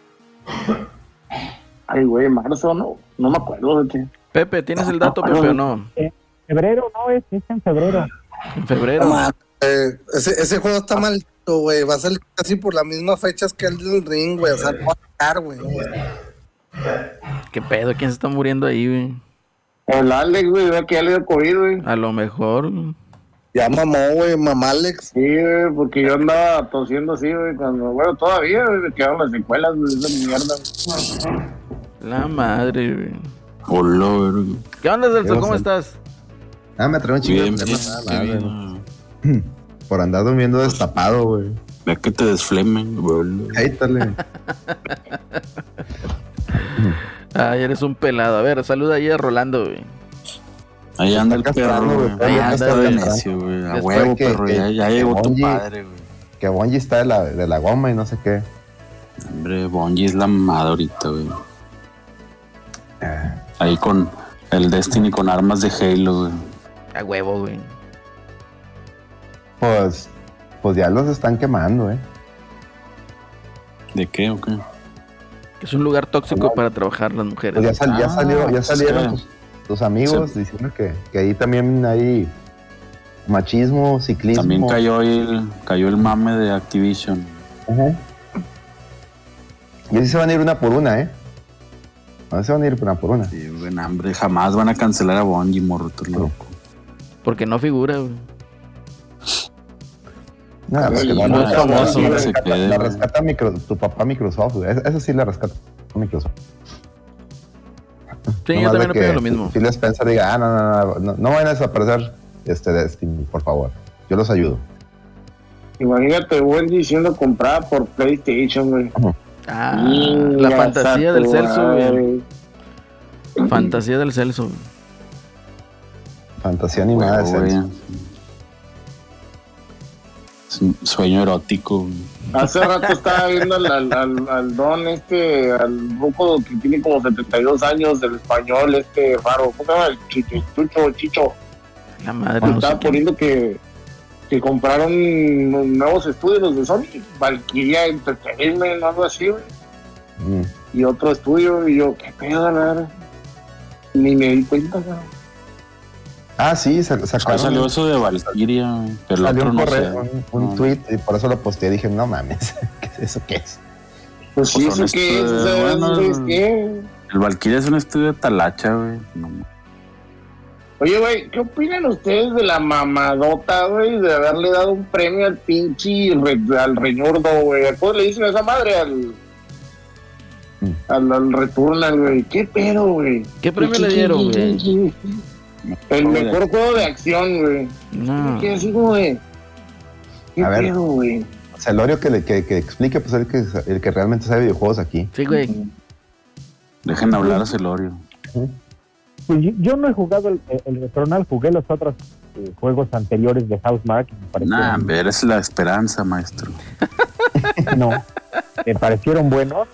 Ay, güey, marzo, no, no me acuerdo de qué. Pepe, ¿tienes el dato, Pepe, o no? Febrero, no, es, es en febrero. En febrero. No mames, eh, ese, ese juego está maldito, güey. Va a salir casi por las mismas fechas que el del Ring, güey. O sea, no va a sacar, güey. ¿Qué pedo? ¿Quién se está muriendo ahí, güey? El Alex, güey, vea que ya le dio COVID, güey. A lo mejor. Ya mamó, güey, mamá Alex. Sí, güey, porque yo andaba tosiendo así, güey, cuando, bueno, todavía, güey, me quedaron las secuelas de esa mierda. La madre, güey. Hola, verga. ¿Qué onda, Celso? ¿Qué ¿Cómo pasa? estás? Ah, me atrevo un chingo de Bien, bien, problemas, qué nada, bien. güey. Por andar durmiendo destapado, güey. Ve que te desflemen, güey. Ahí dale. Ay, eres un pelado. A ver, saluda ahí a Rolando, güey. Ahí anda el Está perro, castrando, güey. güey, Ahí todavía anda está de castrando. necio, güey. A Después huevo, que- perro. que- Ya, ya que llegó tu Bonji- padre, güey. Que Bonji está de la, de la goma y no sé qué. Hombre, Bonji es la mamada ahorita, güey. Ah, Ahí con el Destiny con armas de Halo, güey. A huevo, güey. Pues, pues ya los están quemando, eh. ¿De qué o qué? Es un lugar tóxico para trabajar las mujeres. Pues ya, sal- ya Ah, salió, ya pues salieron es que- tus, tus amigos diciendo que, que ahí también hay machismo, ciclismo. También cayó el, cayó el mame de Activision. Ujú. Y así se van a ir una por una, ¿eh? No se van a ir una por una. Sí, güey, nah, hombre, jamás van a cancelar a Bonji, morro, tú loco. Porque no figura, güey. Nada, Sí, porque no la, es la- famoso, la que se rescata, quede, la güey. rescata micro- tu papá Microsoft, güey. Eso, eso sí la rescata Microsoft. Sí, yo Nomás también de opino que lo mismo. Phil Spencer diga, ah, no, no, no, no, no vayan a desaparecer este Destiny, por favor. Yo los ayudo. Imagínate, güey, diciendo comprada por PlayStation, güey. Ah, Chinga, la fantasía del tu Celso, güey. madre. Fantasía del Celso. güey. Fantasía animada de Huevo, güey. Celso. Es un sueño erótico, güey. Hace rato estaba viendo al, al, al, al don este, al ruco que tiene como setenta y dos años, del español este raro. ¿Cómo se llama? El Chicho, Chucho, Chicho. La madre, no sé Estaba quién. poniendo que, que compraron unos nuevos estudios los de Sony, Valkyria Entertainment, algo así, güey. Mm. Y otro estudio, y yo, qué pedo, la verdad. Ni me di cuenta, güey. Ah, sí, sa- Ah, sacaron. salió eso de Valkyria, güey, pero el Salió otro un no correo, sé. un, un No. tweet, y por eso lo posteé. Dije, no mames, ¿qué es eso qué es? Pues sí, Pues son ¿eso qué es? estos, O sea, bueno, ¿es qué? El Valkyria es un estudio de Talacha, güey. No, Oye, güey, ¿qué opinan ustedes de la mamadota, güey, de haberle dado un premio al pinche re- al reñordo, güey? ¿Cómo le dicen a esa madre? Al, Mm. al, al Returnal, güey. ¿Qué pedo, güey? ¿Qué premio le dieron, güey? El mejor juego de acción, güey. No. ¿Qué así como de? ¿Qué A ver. pedo, güey? Celorio que, le- que, que explique, pues el que, el que realmente sabe videojuegos aquí. Sí, güey. Dejen hablar a Celorio. Pues yo, yo no he jugado el, el Returnal, jugué los otros eh, juegos anteriores de Housemarque y me parecieron, Nah, hombre, eres la esperanza, maestro. no, me parecieron buenos,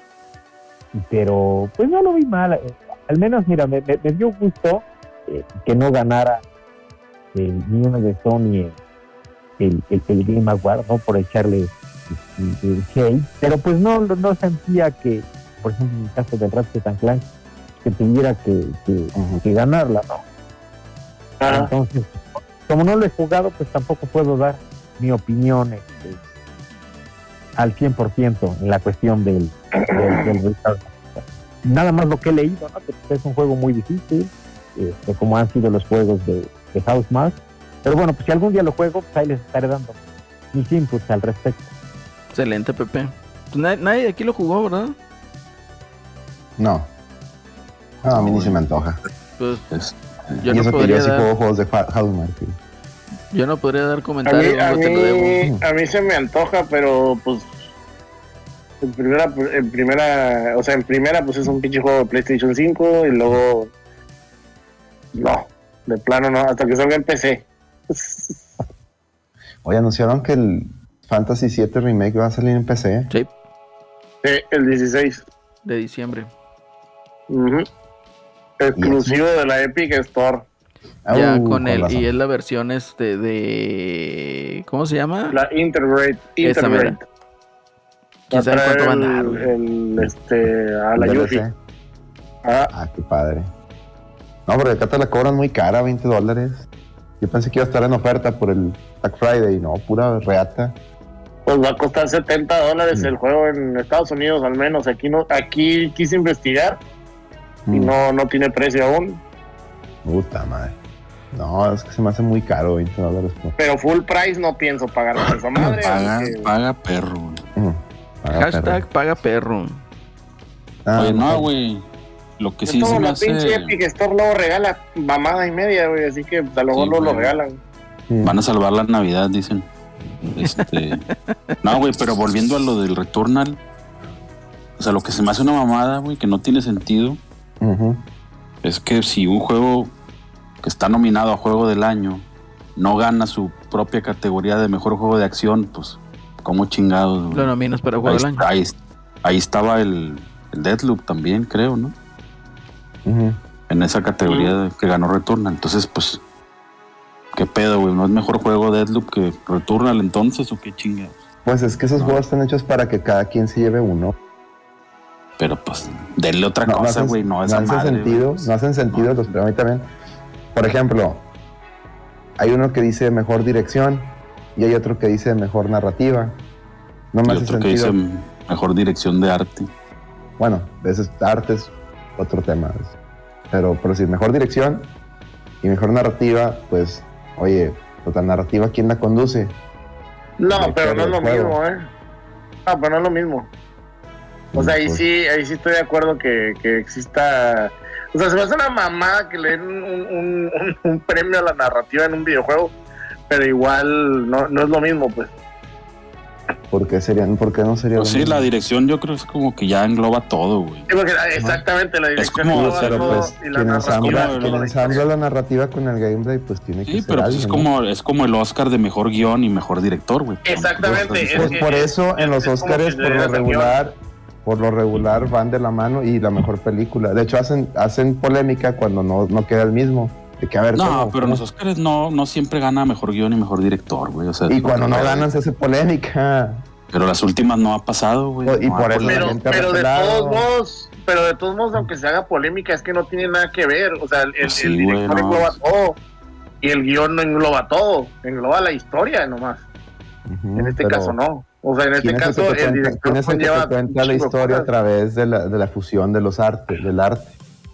pero pues no lo vi mal. eh, Al menos, mira, me, me- me dio gusto eh, que no ganara el, ni uno de Sony el, el, el Game Award, ¿no? Por echarle el, el hate, pero pues no, no sentía que, por ejemplo, en el caso del Ratchet and Clank, que tuviera que, que, que ganarla, ¿no? Ah, Entonces, como no lo he jugado, pues tampoco puedo dar mi opinión este, al cien por ciento en la cuestión del, del, del Returnal. Nada más lo que he leído, ¿no? Que pues, es un juego muy difícil, este, como han sido los juegos de, de Housemarque. Pero bueno, pues si algún día lo juego, pues ahí les estaré dando mis inputs al respecto. Excelente, Pepe. Pues nadie, nadie aquí lo jugó, ¿verdad? No. No, a mí ni se me antoja. Pues Es- yo y no eso que podría yo sí dar, juego juegos de Fa- Housemarque. yo no podría dar a mí, comentarios, a, no te lo debo. mí, a mí se me antoja, pero pues en primera, en primera, o sea, en primera pues es un pinche juego de PlayStation cinco y luego De plano no, hasta que salga en P C. Hoy anunciaron que el Fantasy siete Remake va a salir en P C. Sí. Sí, el dieciséis De diciembre. Uh-huh. Exclusivo de la Epic Store. Ya Uh, con el, razón. y es la versión este de, ¿cómo se llama? La Integrate. Esa mera. Integrate. ¿Quién sabe Va a cuánto traer van a dar, el, güey? el, este, a la ¿El Yuffie. D L C? Ah, Ah, qué padre. No, porque acá te la cobran muy cara, veinte dólares. Yo pensé que iba a estar en oferta por el Black Friday. No, pura reata. pues va a costar setenta dólares Mm. el juego en Estados Unidos, al menos. Aquí no, aquí quise investigar y Mm, no, no tiene precio aún. Puta madre. No, es que se me hace muy caro, veinte dólares. Por... Pero full price no pienso pagar por esa madre. Paga, porque- paga perro, güey. Mm, paga Hashtag perro. paga perro. Ah, Oye, no, mejor. güey. Lo que Es sí como se me la pinche hace... Epic Store luego regala mamada y media, güey. Así que a lo mejor Sí, no lo güey. regalan. Mm. Van a salvar la Navidad, dicen. Este... No, güey, pero volviendo a lo del Returnal. O sea, lo que se me hace una mamada, güey, que no tiene sentido, Ujú. es que si un juego que está nominado a Juego del Año no gana su propia categoría de Mejor Juego de Acción, pues, ¿cómo chingados, güey? Lo nominas para juego Ahí, del año. está- ahí, ahí estaba el, el Deathloop también, creo, ¿no? Ujú. En esa categoría de- que ganó Returnal. Entonces, pues, ¿qué pedo, güey? ¿No es mejor juego Deathloop que Returnal entonces o qué chingados? Pues es que esos No. juegos están hechos para que cada quien se lleve uno. Pero, pues, denle otra No, no cosa, hacen- güey. No, no esa hace madre, sentido, güey. no hacen sentido No. los pero a mí también. Por ejemplo, hay uno que dice mejor dirección y hay otro que dice mejor narrativa. No me Y hace otro que sentido. dice mejor dirección de arte. Bueno, ese es arte es otro tema. Pero por decir mejor dirección y mejor narrativa, pues, oye, pues la narrativa, ¿quién la conduce? No, Director pero no es del lo juego. mismo, ¿eh? No, pero no es lo mismo. O sea, ahí Pues, sí, ahí sí estoy de acuerdo que, que exista. O sea, se me hace una mamada que le den un, un, un, un premio a la narrativa en un videojuego, pero igual no, no es lo mismo, pues. ¿Por qué, serían, ¿Por qué no sería Pero lo sí, mismo? la dirección yo creo que es como que ya engloba todo, güey. Sí, porque, exactamente, la dirección como- engloba Pero todo pues, y la quien narrativa ensambla, como- quien engloba la ensambla historia. la narrativa con el gameplay, pues tiene que Sí, ser pero pues es alguien, ¿no? como, es como el Oscar de mejor guión y mejor director, güey. Exactamente, es Pues que- por eso en los es como Oscars que por le lo das el regular, por lo regular van de la mano y la mejor película. De hecho hacen hacen polémica cuando no, no queda el mismo. De que a ver No, cómo- pero en cómo- los Oscars no, no siempre gana mejor guión y mejor director, güey. O sea, y cuando no ganan se hace polémica. Pero las últimas no ha pasado, güey. Y No ha por eso polémica. Pero, gente ha pero de revelado. todos modos, pero de todos modos, aunque se haga polémica, es que no tiene nada que ver. O sea, el, el- Pues sí, el director güey, no. engloba todo y el guión no engloba todo, engloba la historia nomás. Ujú, En este pero caso no. O sea, en este ¿quién es el caso que te el cuenta- director quién es el que te conlleva cuenta un la chingo de historia a cosas. través de la, de la fusión de los artes, del arte?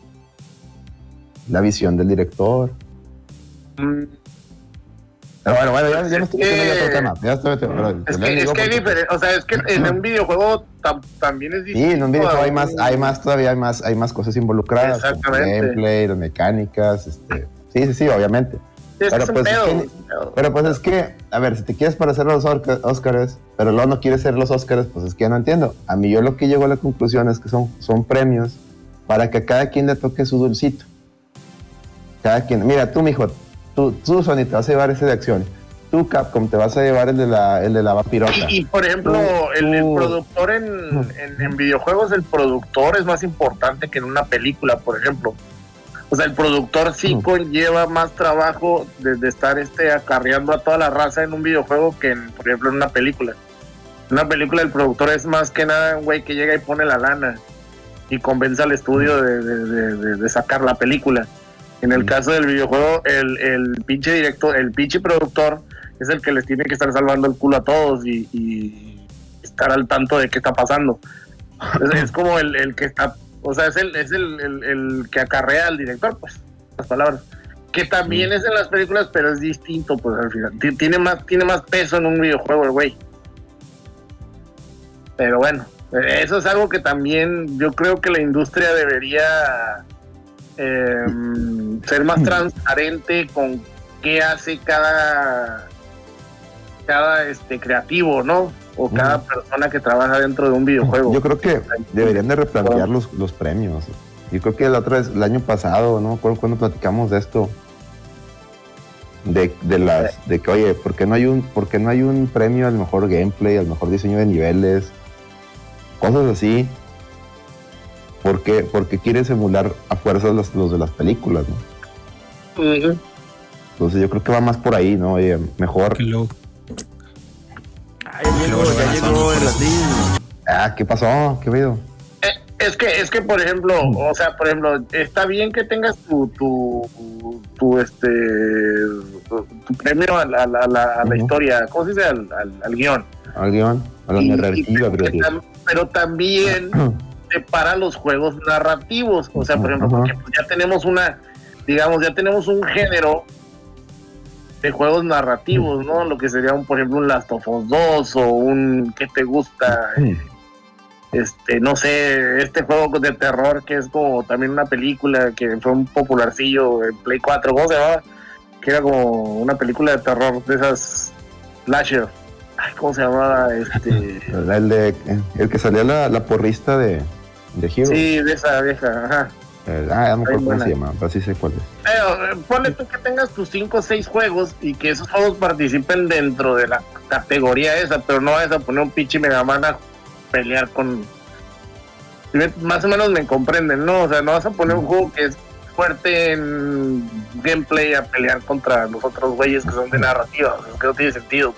La visión del director. Mm, Pero bueno, bueno, ya, ya me estoy Es metiendo en que- otro tema. Ya estoy metiendo, pero Es yo le que, es digo que hay porque- diferencia, o sea, es que en un videojuego tam- también es distinto. Sí, en un videojuego a hay más, un- hay más todavía, hay más, hay más cosas involucradas. como el Exactamente. gameplay, las mecánicas, este. Sí, sí, sí, obviamente. Sí, es que pero es un pues es pedo, que- es un pedo. Pero pues es que, a ver, si te quieres parecer a los Orca- Óscares, pero luego no quieres ser los Óscares, pues es que ya no entiendo. A mí yo lo que llego a la conclusión es que son, son premios para que a cada quien le toque su dulcito. Cada quien, mira, tú, mijo, tú, tú Sony, te vas a llevar ese de acción. Tú, Capcom, te vas a llevar el de la, el de la vapirota. Y, y, por ejemplo, Tú- el, el tú- productor en, en, en videojuegos, el productor es más importante que en una película, por ejemplo. O sea, el productor sí Ujú. conlleva más trabajo de, de estar este, acarreando a toda la raza en un videojuego que, en, por ejemplo, en una película. En una película el productor es más que nada un güey que llega y pone la lana y convence al estudio de, de, de, de- de sacar la película. En el Mm. caso del videojuego, el, el pinche director, el pinche productor es el que les tiene que estar salvando el culo a todos y, y estar al tanto de qué está pasando. Es, es como el, el que está, o sea, es el, es el, el, el que acarrea al director, pues, las palabras. Que también es en las películas, pero es distinto, pues al final. Ti- Tiene más, tiene más peso en un videojuego el güey. Pero bueno, eso es algo que también yo creo que la industria debería eh, ser más transparente con qué hace cada cada este creativo, ¿no? O cada Ujú. persona que trabaja dentro de un videojuego. Yo creo que deberían de replantear los, los premios. Yo creo que la otra vez, el año pasado, no me acuerdo cuando platicamos de esto, de, de las de que oye, ¿por qué no hay un por qué no hay un premio al mejor gameplay, al mejor diseño de niveles, cosas así? ¿Por qué, porque quieres emular a fuerzas los, los de las películas, ¿no? Uh-huh. Entonces yo creo que va más por ahí, ¿no? Oye, mejor. Ay, llegó, ya llegó el Asís. Ah, ¿qué pasó? ¿Qué veo? Es que, es que, por ejemplo, o sea, por ejemplo, está bien que tengas tu, tu, tu este, tu premio a la, a la, a la, a la uh-huh. historia, ¿cómo se dice? Al, al, al guión. Al guión, a la narrativa, pero, pero, pero también separa los juegos narrativos, o sea, por ejemplo, uh-huh. porque ya tenemos una, digamos, ya tenemos un género de juegos narrativos, ¿no? Lo que sería, un, por ejemplo, un Last of Us dos o un, ¿qué te gusta? Uh-huh. Este, no sé, este juego de terror que es como también una película que fue un popularcillo en Play cuatro, ¿cómo se llamaba? Que era como una película de terror de esas slasher. Ay, ¿cómo se llamaba? Este... el, de, el que salía la, la porrista de, de Hero. Sí, de esa vieja, ajá. El, ah, no me acuerdo cómo se llama, pero sí sé cuál es. Pero ponle tú que tengas tus cinco o seis juegos y que esos juegos participen dentro de la categoría esa, pero no vas a poner un pinche Mega Man a pelear con... Más o menos me comprenden, ¿no? O sea, no vas a poner un juego que es fuerte en gameplay a pelear contra los otros güeyes que son de narrativa, o sea, que no tiene sentido.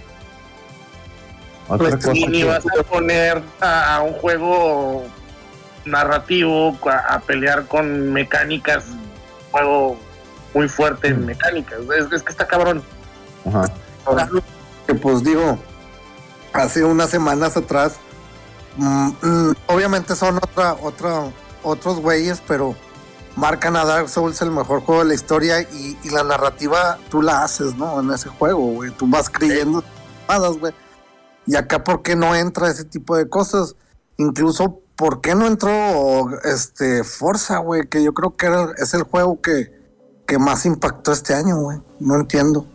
Pues, pues, y ni que... vas a poner a, a un juego narrativo a, a pelear con mecánicas, un juego muy fuerte en mecánicas, es, es que está cabrón. Ajá. Que pues digo, hace unas semanas atrás Mm, mm, obviamente son otra, otra, otros güeyes, pero marcan a Dark Souls el mejor juego de la historia y, y la narrativa tú la haces, ¿no? En ese juego, güey. Tú vas creyendo espadas, güey. Y acá, ¿por qué no entra ese tipo de cosas? Incluso, ¿por qué no entró este Forza, güey? Que yo creo que era, es el juego que, que más impactó este año, güey. No entiendo.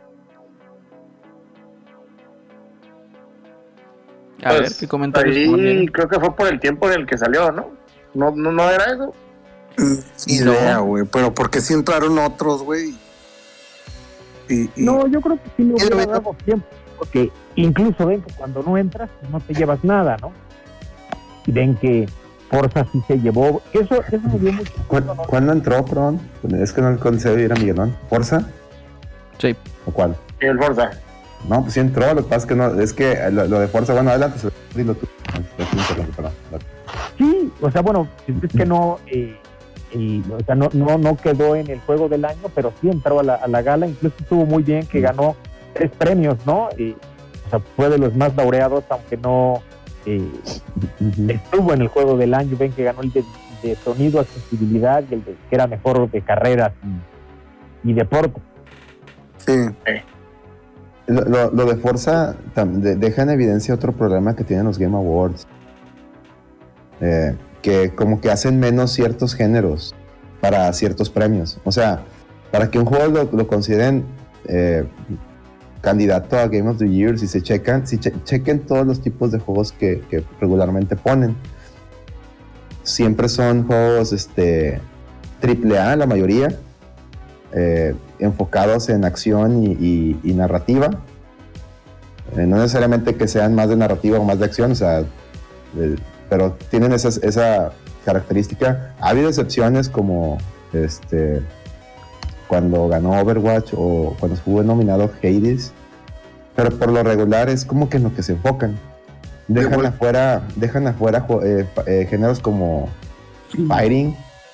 A pues, ver, ¿qué comentarios? Ahí creo que fue por el tiempo en el que salió, ¿no? ¿No, no, no era eso? Ni idea, güey, pero porque sí entraron otros, güey. Y, y... No, yo creo que sí lo hubiera dado tiempo, porque incluso ven que cuando no entras no te llevas nada, ¿no? Y ven que Forza sí se llevó, eso, eso me dio mucho. ¿Cuándo, ¿no? ¿Cuándo entró, perdón? Es que no alcancé a ir a Miguelón. ¿Forza? Sí. ¿O cuál? El Forza. No, pues sí entró, lo que pasa es que no, es que lo, lo de Forza, bueno, adelante, dilo tú. Sí, o sea, bueno, es que no, eh, eh, o sea, no, no, no quedó en el juego del año, pero sí entró a la, a la gala, incluso estuvo muy bien que ganó tres premios, ¿no? Eh, o sea, fue de los más laureados, aunque no eh, uh-huh. estuvo en el juego del año. Ven que ganó el de, de sonido, accesibilidad y el de, que era mejor de carreras y, y deporte. Sí. Lo, lo, lo de Forza de, deja en evidencia otro problema que tienen los Game Awards, eh, que como que hacen menos ciertos géneros para ciertos premios. O sea, para que un juego lo, lo consideren eh, candidato a Game of the Year, si se checan, si che, chequen todos los tipos de juegos que, que regularmente ponen. Siempre son juegos este, triple A la mayoría, eh, enfocados en acción y, y, y narrativa, eh, no necesariamente que sean más de narrativa o más de acción, o sea, eh, pero tienen esa, esa característica. Ha habido excepciones como este cuando ganó Overwatch o cuando fue nominado Hades, pero por lo regular es como que en lo que se enfocan. Dejan afuera, dejan afuera eh, eh, géneros como Fighting,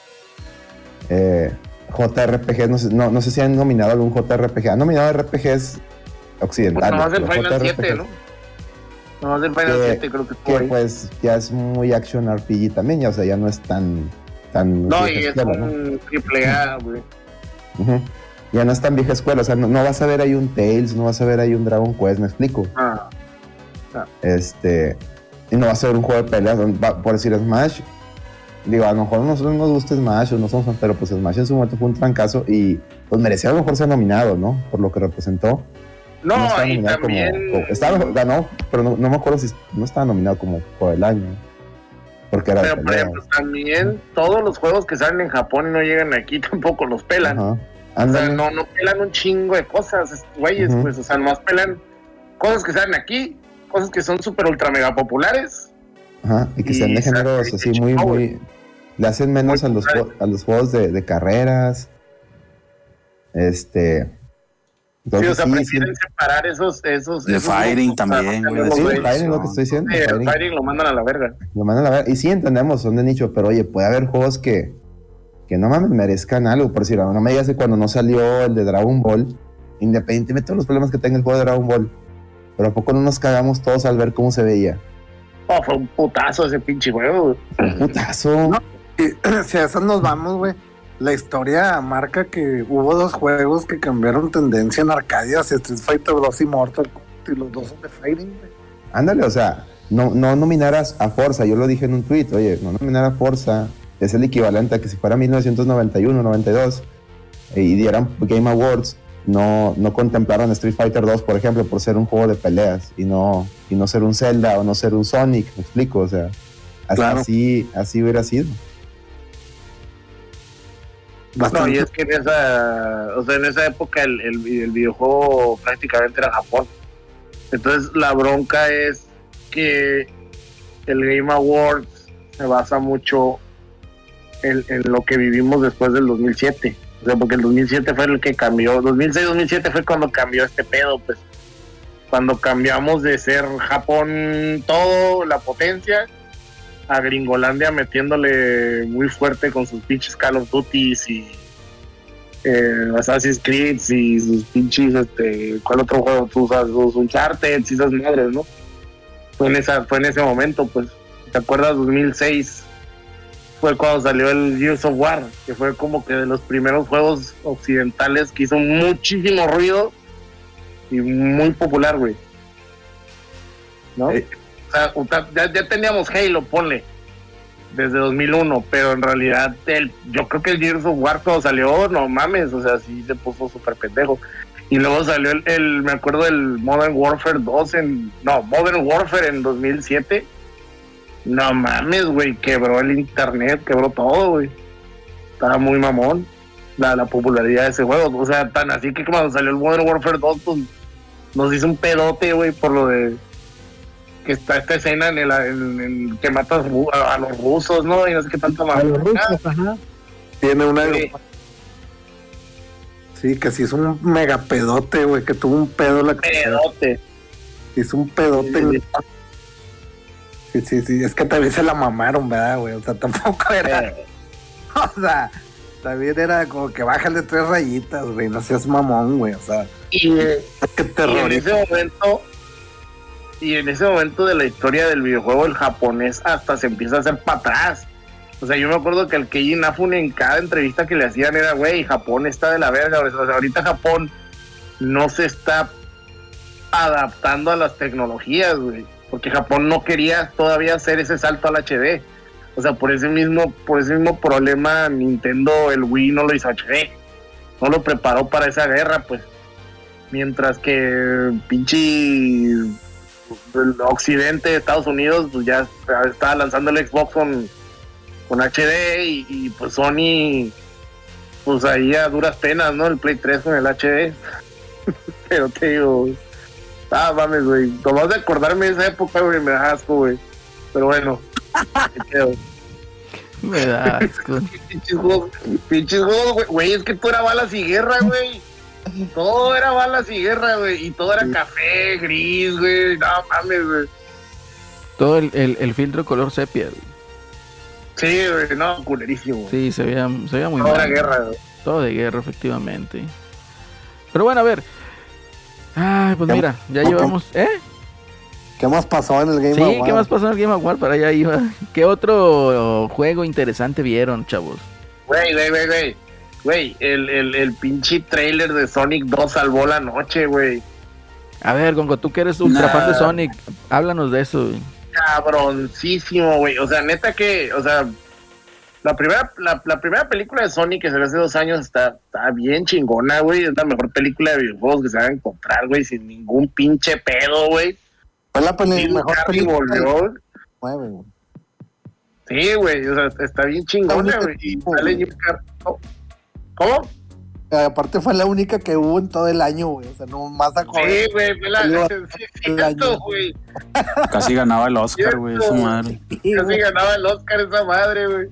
eh, J R P G, no sé, no, no sé si han nominado algún J R P G. Han nominado R P Gs occidentales. Pues nomás del Final siete, ¿no? Nomás del Final que, siete creo que que pues ya es muy action R P G también, ya, o sea, ya no es tan... tan no, y es escuela, un ¿no? triple A, güey. Uh-huh. Ya no es tan vieja escuela, o sea, no, no vas a ver ahí un Tales, no vas a ver ahí un Dragon Quest, ¿me explico? Ah. ah. Este... Y no vas a ver un juego de peleas, por decir Smash... Digo, a lo mejor a nosotros nos gusta Smash o no somos, pero pues Smash en su momento fue un trancazo y pues merecía a lo mejor ser nominado, ¿no? Por lo que representó. No, no y también... Como, estaba, ganó, pero no, no me acuerdo si no estaba nominado como por el año. Porque era pero por ejemplo, también todos los juegos que salen en Japón y no llegan aquí tampoco los pelan. Ajá. O sea, no, no pelan un chingo de cosas, güeyes, uh-huh. pues, o sea, nomás pelan cosas que salen aquí, cosas que son súper ultra mega populares. Ajá, y que y sean de géneros así muy, muy, muy... Le hacen menos a los, a los juegos de, de carreras. Este... Entonces, sí, o sea, sí, prefieren sí. separar esos... esos de esos Fighting grupos, también, güey. Sí, el Fighting lo que estoy diciendo. Sí, el fighting. fighting lo mandan a la verga. Lo mandan a la verga. Y sí, entendemos, son de nicho, pero oye, puede haber juegos que... Que no mames, merezcan algo. Por decir, no me digas que cuando no salió el de Dragon Ball, independientemente de todos los problemas que tenga el juego de Dragon Ball, pero ¿a poco no nos cagamos todos al ver cómo se veía? Oh, fue un putazo ese pinche juego. Fue un putazo. No, y, si a eso nos vamos, güey. La historia marca que hubo dos juegos que cambiaron tendencia en Arcadia hacia Street Fighter dos y Mortal Kombat, y los dos son de fighting, güey. Ándale, o sea, no, no nominaras a Forza, yo lo dije en un tweet, oye, no nominar a Forza es el equivalente a que si fuera mil novecientos noventa y uno, noventa y dos y dieran Game Awards, no, no contemplaron Street Fighter dos, por ejemplo, por ser un juego de peleas y no, y no ser un Zelda o no ser un Sonic, me explico, o sea, así, claro. así, así hubiera sido. Bastante. No, y es que en esa, o sea, en esa época el, el, el videojuego prácticamente era Japón. Entonces la bronca es que el Game Awards se basa mucho en, en lo que vivimos después del dos mil siete. O sea, porque el dos mil siete fue el que cambió. dos mil seis, dos mil siete fue cuando cambió este pedo, pues. Cuando cambiamos de ser Japón todo, la potencia, a Gringolandia metiéndole muy fuerte con sus pinches Call of Duties y eh, Assassin's Creed y sus pinches, este, ¿cuál otro juego tú usas? Sus Uncharted y esas madres, ¿no? Fue en, esa, fue en ese momento, pues. ¿Te acuerdas? dos mil seis fue cuando salió el Gears of War, que fue como que de los primeros juegos occidentales que hizo muchísimo ruido y muy popular, güey. ¿No? Eh. O sea, ya, ya teníamos Halo, ponle, desde dos mil uno, pero en realidad el, yo creo que el Gears of War cuando salió, no mames, o sea, sí se puso súper pendejo. Y luego salió el, el, me acuerdo del Modern Warfare dos en, no, Modern Warfare en dos mil siete. No mames, güey, quebró el internet, quebró todo, güey. Estaba muy mamón la, la popularidad de ese juego. O sea, tan así que cuando salió el Modern Warfare dos, pues nos hizo un pedote, güey, por lo de que está esta escena en el, en, en que matas a, a los rusos, ¿no? Y no sé qué tanto más. A los rusos, ajá. Tiene una... Sí. sí, que sí es un mega pedote, güey, que tuvo un pedo la... Pedote. Hizo un pedote. Sí, sí, sí, es que también se la mamaron, ¿verdad, güey? O sea, tampoco era... Eh. O sea, también era como que bájale tres rayitas, güey, no seas mamón, güey, o sea... Y, eh, qué terror. Y en ese momento... Y en ese momento de la historia del videojuego, el japonés hasta se empieza a hacer para atrás. O sea, yo me acuerdo que el Keiji Inafune en cada entrevista que le hacían era, güey, Japón está de la verga. O sea, ahorita Japón no se está adaptando a las tecnologías, güey. Porque Japón no quería todavía hacer ese salto al H D. O sea, por ese mismo, por ese mismo problema, Nintendo, el Wii no lo hizo H D. No lo preparó para esa guerra, pues. Mientras que pinche... el occidente, Estados Unidos, pues ya estaba lanzando el Xbox con, con H D y, y pues Sony, pues ahí a duras penas, ¿no? El Play tres con el H D. Pero te digo, ah, mames, güey, nomás de acordarme de esa época, güey, me da asco, güey. Pero bueno, me da asco. Pinches juegos, pinches juegos, güey, es que tú era balas y guerra, güey. Todo era balas y guerra, güey. Y todo era café, gris, güey. No mames, güey. Todo el, el, el filtro color sepia, güey. Sí, güey, no, culerísimo, güey. Sí, se veía, se veía muy mal. Todo era guerra, güey. Todo de guerra, efectivamente. Pero bueno, a ver. Ay, pues mira, ya ¿Qué llevamos. ¿Eh? ¿Qué más pasó en el Game sí, Award? Sí, ¿qué más pasó en el Game Award? Para allá iba. ¿Qué otro juego interesante vieron, chavos? Güey, güey, güey, güey. Güey, el, el, el pinche trailer de Sonic dos salvó la noche, güey. A ver, Gongo, tú que eres ultra nah. fan de Sonic, háblanos de eso, güey. Cabroncísimo, güey. O sea, neta que, o sea, la primera, la, la primera película de Sonic que salió hace dos años está, está bien chingona, güey. Es la mejor película de videojuegos que se va a encontrar, güey, sin ningún pinche pedo, güey. Fue la peli- mejor película. Volvió. Sí, güey, o sea, está bien chingona, güey. Y sale Jim Carrey. ¿Cómo? aparte fue la única que hubo en todo el año, güey. O sea, no más sacó. Sí, güey, fue la, Salió sí, sí, el cierto, año. güey. Casi ganaba el Oscar, güey, su madre. Casi ganaba el Oscar esa madre, güey.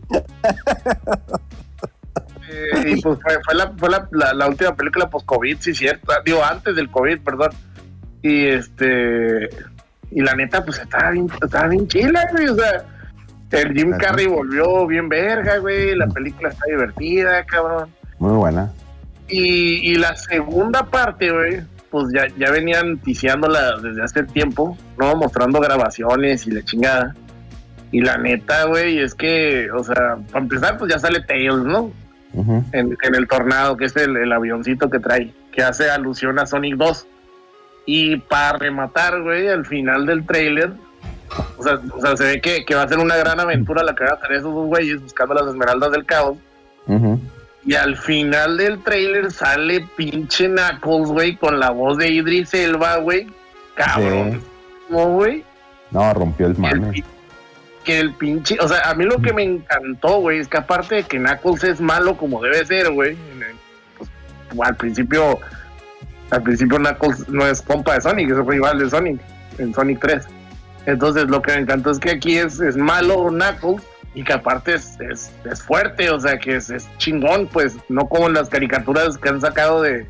Eh, y pues fue, fue, la, fue la, la, la última película post-COVID, sí, cierto. Digo, antes del COVID, perdón. Y este. Y la neta, pues estaba bien, estaba bien chila, güey. O sea, el Jim Carrey volvió bien verga, güey. La película está divertida, cabrón. Muy buena. Y, y la segunda parte, güey, pues ya, ya venían ticiándola desde hace tiempo, ¿no? Mostrando grabaciones y la chingada. Y la neta, güey, es que, o sea, para empezar, pues ya sale Tails, ¿no? Uh-huh. En, en el Tornado, que es el, el avioncito que trae, que hace alusión a Sonic dos. Y para rematar, güey, al final del tráiler, o sea, o sea, se ve que, que va a ser una gran aventura la que van a hacer esos dos güeyes buscando las esmeraldas del caos. Uh-huh. Y al final del tráiler sale pinche Knuckles, güey, con la voz de Idris Elba, güey. Cabrón. ¿Cómo, güey? No, rompió el mame. El, que el pinche... O sea, a mí lo que me encantó, güey, es que aparte de que Knuckles es malo como debe ser, güey, pues, al principio... Al principio Knuckles no es compa de Sonic, eso fue igual de Sonic, en Sonic tres. Entonces lo que me encantó es que aquí es, es malo Knuckles y que aparte es, es, es fuerte, o sea que es, es chingón, pues no como en las caricaturas que han sacado de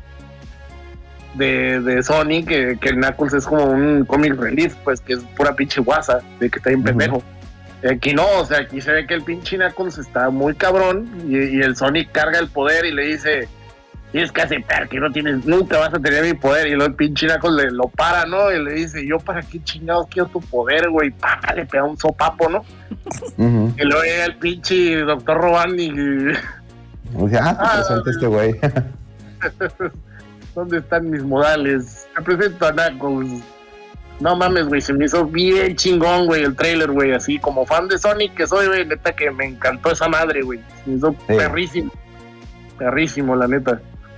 de, de Sonic, que, que Knuckles es como un comic relief, pues que es pura pinche guasa, de que está bien pendejo. Uh-huh. Aquí no, o sea, aquí se ve que el pinche Knuckles está muy cabrón y, y el Sonic carga el poder y le dice... Tienes que aceptar que no tienes, nunca vas a tener mi poder. Y luego el pinche Knuckles le lo para, ¿no? Y le dice, yo para qué chingados quiero tu poder, güey. Pa, le pega un sopapo, ¿no? Uh-huh. Y luego llega el pinche doctor Robotnik y... O sea, ah, te presenta este güey. ¿Dónde están mis modales? Te presento a Knuckles. No mames, güey, se me hizo bien chingón, güey, el trailer, güey. Así como fan de Sonic que soy, güey, neta que me encantó esa madre, güey. Se me hizo sí. perrísimo. Perrísimo, la neta.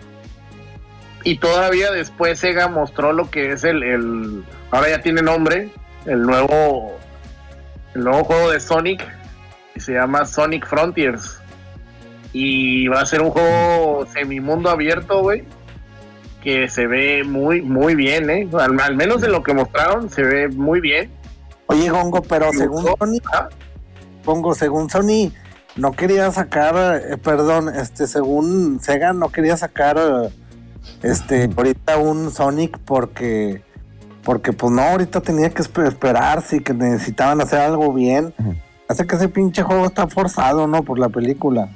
Y todavía después Sega mostró lo que es el, el ahora ya tiene nombre, el nuevo el nuevo juego de Sonic, que se llama Sonic Frontiers. Y va a ser un juego semimundo abierto, güey, que se ve muy, muy bien, ¿eh? Al, al menos en lo que mostraron se ve muy bien. Oye, Gongo, pero según Sony, ¿ah? Gongo, según Sony, no quería sacar, eh, perdón, este, según Sega no quería sacar... Eh, Este, ahorita un Sonic porque porque pues no, ahorita tenía que esperarse y que necesitaban hacer algo bien. Uh-huh. Hace que ese pinche juego está forzado, ¿no? Por la película.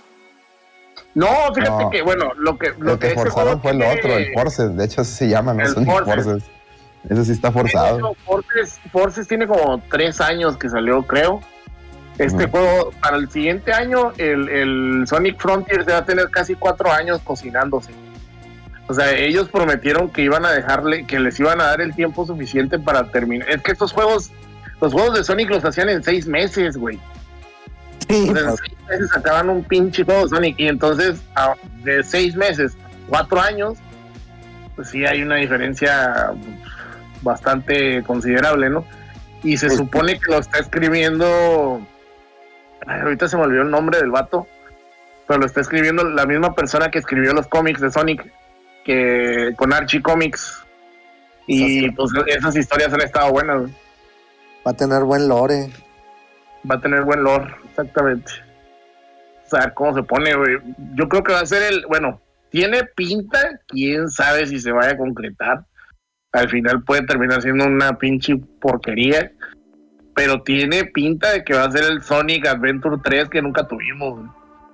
No, fíjate no. que bueno, lo que lo el que, que forzaron fue tiene... el otro, el Forces, de hecho así se llama, no Sonic Forces. Forces. Eso sí está forzado. Hecho, Forces, Forces tiene como tres años que salió, creo. Este uh-huh. juego, para el siguiente año, el, el Sonic Frontiers va a tener casi cuatro años cocinándose. O sea, ellos prometieron que iban a dejarle, que les iban a dar el tiempo suficiente para terminar. Es que estos juegos, los juegos de Sonic los hacían en seis meses, güey. Sí. O sea, en seis meses sacaban un pinche juego de Sonic. Y entonces, de seis meses, cuatro años, pues sí hay una diferencia bastante considerable, ¿no? Y se pues, supone que lo está escribiendo... Ay, ahorita se me olvidó el nombre del vato. Pero lo está escribiendo la misma persona que escribió los cómics de Sonic, que con Archie Comics. Y pues esas historias han estado buenas. Va a tener buen lore. Va a tener buen lore, exactamente. O sea, cómo se pone, güey. Yo creo que va a ser el... Bueno, tiene pinta, quién sabe si se vaya a concretar. Al final puede terminar siendo una pinche porquería. Pero tiene pinta de que va a ser el Sonic Adventure tres que nunca tuvimos, güey.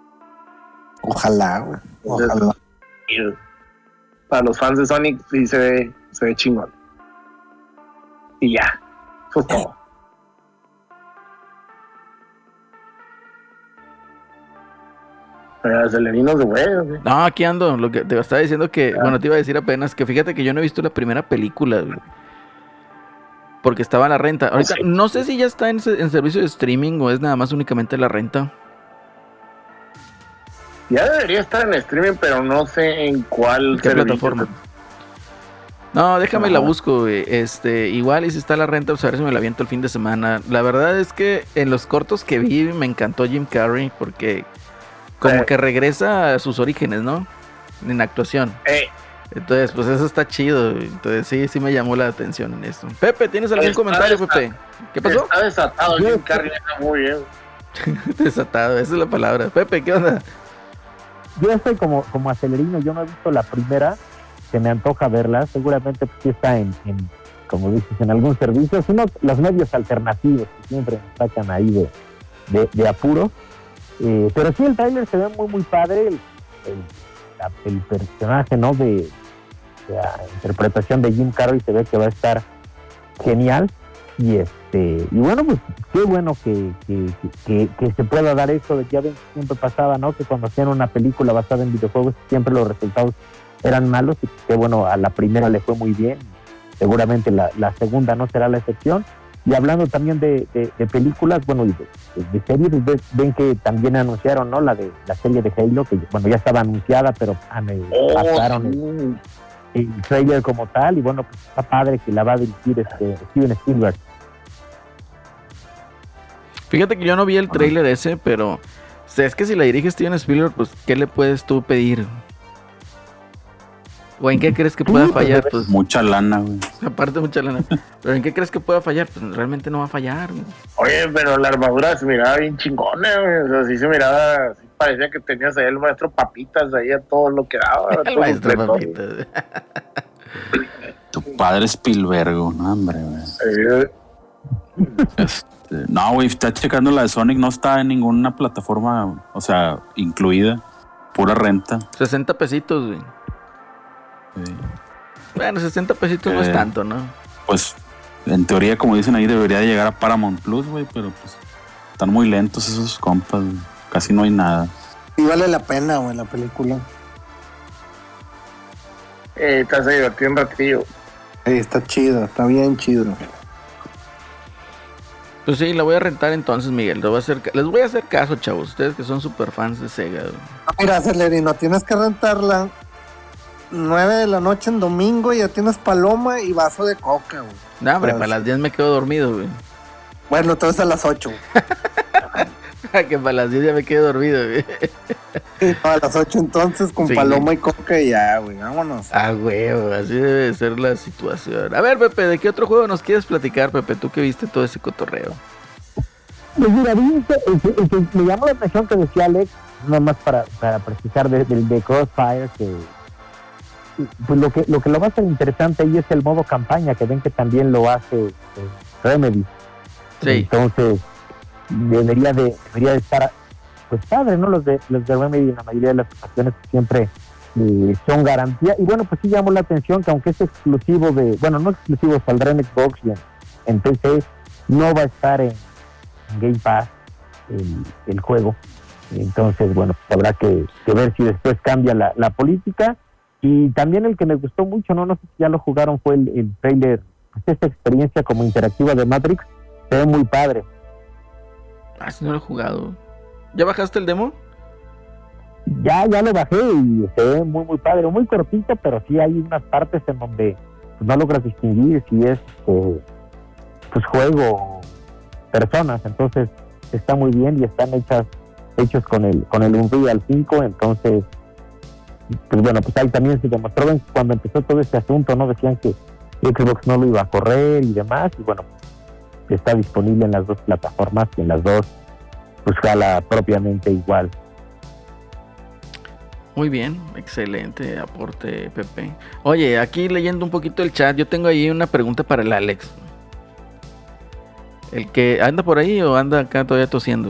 Ojalá, güey. Ojalá. Entonces, para los fans de Sonic sí se ve, se ve chingón. Y ya, eso es todo. Acelerinos de güey. No, aquí ando. Lo que te estaba diciendo que, ah. bueno, te iba a decir apenas que fíjate que yo no he visto la primera película, güey, porque estaba a la renta. Ahorita, sí. No sé si ya está en, en servicio de streaming o es nada más únicamente la renta. Ya debería estar en streaming, pero no sé en cuál ¿Qué plataforma. No, déjame Ajá. la busco, güey. Este, igual y si está la renta, pues a ver si me la aviento el fin de semana. La verdad es que en los cortos que vi me encantó Jim Carrey porque como sí. que regresa a sus orígenes, ¿no? en actuación. Eh. Entonces, pues eso está chido. Entonces, sí, sí me llamó la atención en esto. Pepe, ¿tienes algún Está comentario, desatado. Pepe? ¿Qué pasó? Está desatado, Jim Carrey está muy bien. Desatado, esa es la palabra. Pepe, ¿qué onda? Yo estoy como, como acelerino, yo no he visto la primera, se me antoja verla, seguramente pues, sí está en, en, como dices, en algún servicio, sino los medios alternativos que siempre nos sacan ahí de, de, de apuro. Eh, pero sí, el tráiler se ve muy, muy padre, el, el, la- el personaje, ¿no? De, de la interpretación de Jim Carrey se ve que va a estar genial. Y este y bueno, pues qué bueno que, que, que, que se pueda dar eso. De que ya ven, siempre pasaba, ¿no? Que cuando hacían una película basada en videojuegos siempre los resultados eran malos, y que bueno, a la primera le fue muy bien, seguramente la, la segunda no será la excepción. Y hablando también de, de, de películas, bueno, y de, de series, ven, ven que también anunciaron, ¿no? La de la serie de Halo, que bueno, ya estaba anunciada, pero ah, me Oh, pasaron el, el trailer como tal, y bueno, pues está padre que la va a dirigir este Steven Spielberg. Fíjate que yo no vi el trailer ese, pero o sea, es que si la dirige Steven Spielberg, pues ¿qué le puedes tú pedir? ¿O en qué crees que pueda fallar? Pues Mucha lana, güey. aparte mucha lana. ¿Pero en qué crees que pueda fallar? Pues realmente no va a fallar, güey. Oye, pero la armadura se miraba bien chingona, güey. O sea, sí se miraba, sí parecía que tenías ahí el maestro Papitas ahí a todo lo que daba. El todo maestro completo. Papitas. Tu padre Spielberg, no, hombre, güey. Eh, Este, no, güey, está checando la de Sonic, no está en ninguna plataforma, o sea, incluida, pura renta. sesenta pesitos, güey. Sí. Bueno, sesenta pesitos no es Eh. tanto, ¿no? Pues, en teoría, como dicen ahí, debería de llegar a Paramount Plus, güey, pero pues están muy lentos esos compas, güey. Casi no hay nada. Y vale la pena, güey, la película. eh, te hace divertir un ratillo. Sí, está chido, está bien chido. Pues sí, la voy a rentar entonces, Miguel. Le voy a hacer ca- Les voy a hacer caso, chavos. Ustedes que son super fans de Sega, güey. Mira, Celerino, tienes que rentarla nueve de la noche en domingo, y ya tienes paloma y vaso de coca, güey. No, hombre, Pues- para las diez me quedo dormido, güey. Bueno, entonces a las ocho. Que para las diez ya me quedo dormido, güey. No, a las ocho entonces con Sí. paloma y coca y ya, güey, vámonos. Ah, güey, así debe de ser la situación. A ver, Pepe, ¿de qué otro juego nos quieres platicar, Pepe? Tú que viste todo ese cotorreo. Pues mira, viste, el, que- el que me llamó la atención que decía Alex, nada más para, para precisar del de, de Crossfire, que pues lo que lo que lo va a hacer interesante ahí es el modo campaña, que ven que también lo hace eh, Remedy. Sí. Entonces, debería de, debería de estar pues padre, ¿no? Los de los de Remedy en la mayoría de las ocasiones siempre eh, son garantía. Y bueno, pues sí llamó la atención que aunque es exclusivo de, bueno, no exclusivo, saldrá en Xbox y en, en P C, no va a estar en, en Game Pass el, el juego. Entonces, bueno, pues habrá que, que ver si después cambia la, la política. Y también el que me gustó mucho, no, no sé si ya lo jugaron, fue el, el trailer, pues esta experiencia como interactiva de Matrix, se ve muy padre. Ah, si no lo he jugado. ¿Ya bajaste el demo? Ya, ya lo bajé y se ve muy, muy padre, muy cortito, pero sí hay unas partes en donde pues, no logras distinguir si es eh, pues juego o personas. Entonces está muy bien y están hechas hechos con el con el Unreal cinco. Entonces, pues bueno, pues ahí también se demostró, ven, cuando empezó todo este asunto, no decían que Xbox no lo iba a correr y demás, y bueno, está disponible en las dos plataformas y en las dos pues jala propiamente igual. Muy bien, excelente aporte, Pepe. Oye, aquí leyendo un poquito el chat, yo tengo ahí una pregunta para el Alex. ¿El que anda por ahí o anda acá todavía tosiendo?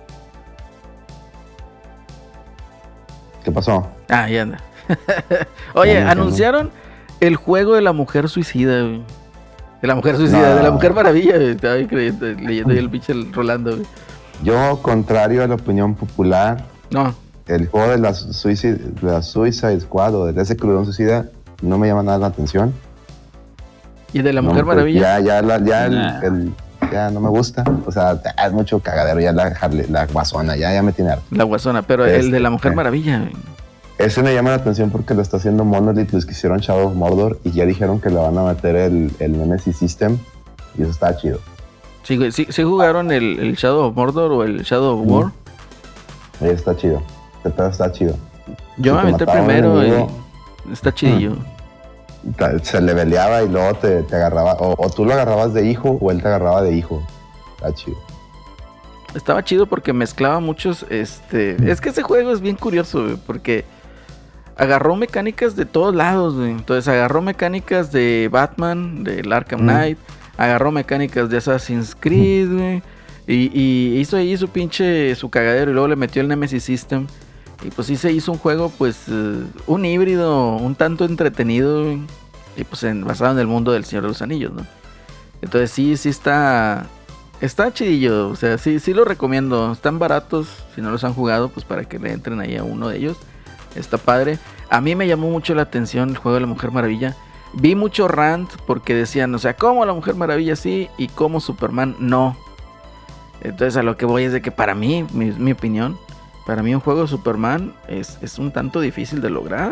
¿Qué pasó? Ah, ya anda. Oye, Ya, ya, anunciaron el juego de la mujer suicida, güey. De la mujer suicida, No. de la mujer maravilla, güey. Estaba ahí creyendo- leyendo ahí el pinche Rolando, güey. Yo, contrario a la opinión popular, No, el juego de la Suicide, de la Suicide Squad o de ese Escuadrón Suicida no me llama nada la atención. y de la No, mujer pues, maravilla. Ya, ya, la- ya, el- Nah. el- ya no me gusta. O sea, es mucho cagadero ya la, Harley- la guasona, ya, ya me tiene harto. La guasona, pero el Este, de la mujer eh. maravilla, güey. Ese me llama la atención porque lo está haciendo Monolith, los que hicieron Shadow of Mordor, y ya dijeron que le van a meter el, el Nemesis System, y eso está chido. Sí, güey, sí, sí jugaron el, el Shadow of Mordor o el Shadow of War. Ahí está chido. Este pedo está chido. Yo me te aventé mataba un primero enemigo, y está chidillo. ta- se leveleaba y luego te, te agarraba, o, o tú lo agarrabas de hijo o él te agarraba de hijo. Está chido. Estaba chido porque mezclaba muchos, este... Es que ese juego es bien curioso, güey, porque agarró mecánicas de todos lados, güey. Entonces agarró mecánicas de Batman, del Arkham Mm. Knight, agarró mecánicas de Assassin's Creed, güey, y, y hizo ahí su pinche, su cagadero, y luego le metió el Nemesis System, y pues sí se hizo un juego, pues, eh, un híbrido, un tanto entretenido, güey, y pues en- basado en el mundo del Señor de los Anillos, ¿no? Entonces sí, sí está... Está chidillo, o sea, sí, sí lo recomiendo. Están baratos, si no los han jugado, pues para que le entren ahí a uno de ellos. Está padre. A mí me llamó mucho la atención el juego de la Mujer Maravilla. Vi mucho rant porque decían, o sea, ¿cómo la Mujer Maravilla sí y cómo Superman no? Entonces a lo que voy es de que para mí, mi, mi opinión, para mí un juego de Superman es, es un tanto difícil de lograr.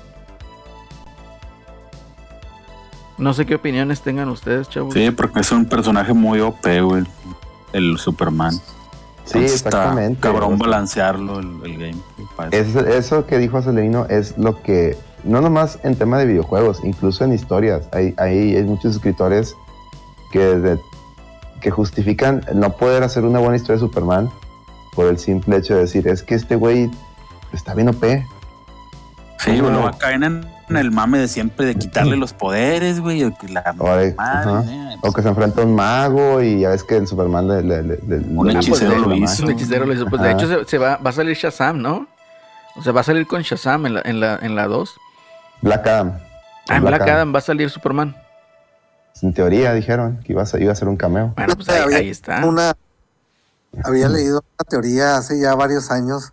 No sé qué opiniones tengan ustedes, chavos. Sí, porque es un personaje muy O P, güey. El Superman. Sí, Entonces está exactamente. cabrón O sea, balancearlo el, el gameplay. para eso. Eso, eso que dijo Acelerino es lo que, no nomás en tema de videojuegos, incluso en historias. Hay, hay, hay muchos escritores que, de- que justifican no poder hacer una buena historia de Superman por el simple hecho de decir, es que este güey está bien O P. Sí, ¿Cómo? güey, luego caen en, en el mame de siempre de quitarle los poderes, güey. O que la O, de- madre, ajá. eh, O que se enfrenta a un mago y ya ves que el Superman le, le, le- le- Un le- hechicero le- lo la hizo. Un hechicero lo hizo. Pues de Ajá. hecho se, se va, va a salir Shazam, ¿no? O sea, va a salir con Shazam en la, en la, en la dos. Black Adam. Ah, en Black Adam va a salir Superman. En teoría dijeron que iba a ser, iba a ser un cameo. Bueno, pues ahí, Había ahí está. Una, había leído una teoría hace ya varios años,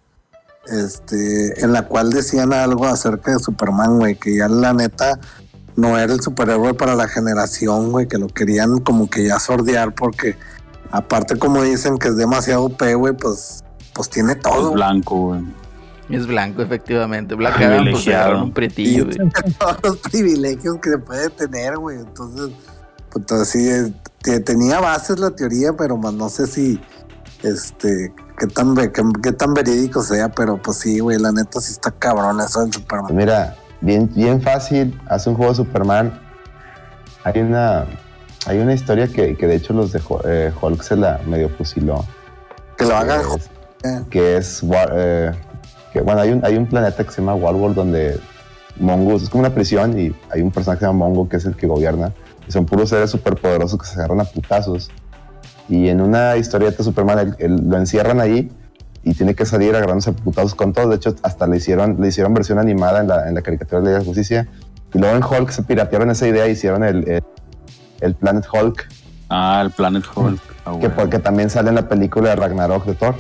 este, en la cual decían algo acerca de Superman, güey, que ya la neta no era el superhéroe para la generación, güey, que lo querían como que ya sordear porque aparte como dicen que es demasiado O P, güey, pues, pues tiene es todo. blanco, güey. Es blanco, efectivamente. Black Adam, pues Privilegiado. agarraron un Y prietillo, güey. tiene todos los privilegios que se puede tener, güey. Entonces, pues entonces sí, eh, te- tenía bases la teoría, pero más no sé si, este, qué tan, ve- qué, qué tan verídico sea, pero pues sí, güey, la neta sí está cabrón eso del Pues Superman. mira, bien, bien fácil, hace un juego de Superman. Hay una, hay una historia que, que de hecho los de Ho- eh, Hulk se la medio fusiló. Que lo hagan, Que es, eh. que es War- eh, que, bueno, hay un, hay un planeta que se llama Warworld donde Mongoose, es como una prisión y hay un personaje que se llama Mongo que es el que gobierna. Y son puros seres superpoderosos que se agarran a putazos. Y en una historieta de Superman él- él- lo encierran ahí y tiene que salir agarrándose a putazos con todos. De hecho, hasta le hicieron, le hicieron versión animada en la, en la caricatura de la Liga de la Justicia. Y luego en Hulk se piratearon esa idea y hicieron el, el, el Planet Hulk, Ah, el Planet Hulk. Ah, que güey. porque también sale en la película de Ragnarok de Thor.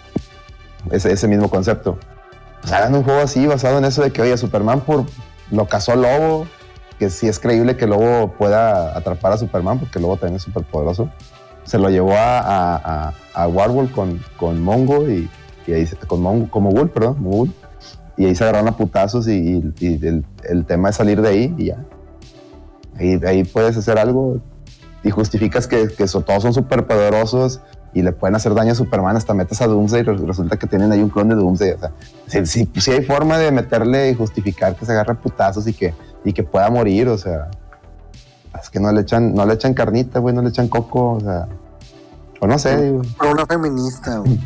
Ese, ese mismo concepto. Pues hagan un juego así basado en eso de que, oye, Superman por, lo cazó Lobo, que sí es creíble que Lobo pueda atrapar a Superman porque Lobo también es súper poderoso. Se lo llevó a, a, a, a Warworld con, con Mongo y, y ahí se- con Mongo, como Mogul, perdón, Mogul. Y ahí se agarraron a putazos y, y- y el, el tema es salir de ahí y ya. Ahí, ahí puedes hacer algo y justificas que, que so- todos son súper poderosos y le pueden hacer daño a Superman, hasta metes a Doomsday y re- resulta que tienen ahí un clon de Doomsday. O sea, sí, sí- sí hay forma de meterle y justificar que se agarre a putazos y que, y que pueda morir, o sea. Es que no le echan, no le echan carnita, güey, no le echan coco, o sea. O no sé, digo. Pero una feminista, güey.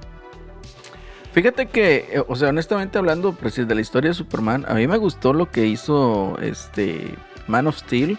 Fíjate que, eh, o sea, honestamente hablando pues, de la historia de Superman, a mí me gustó lo que hizo este Man of Steel.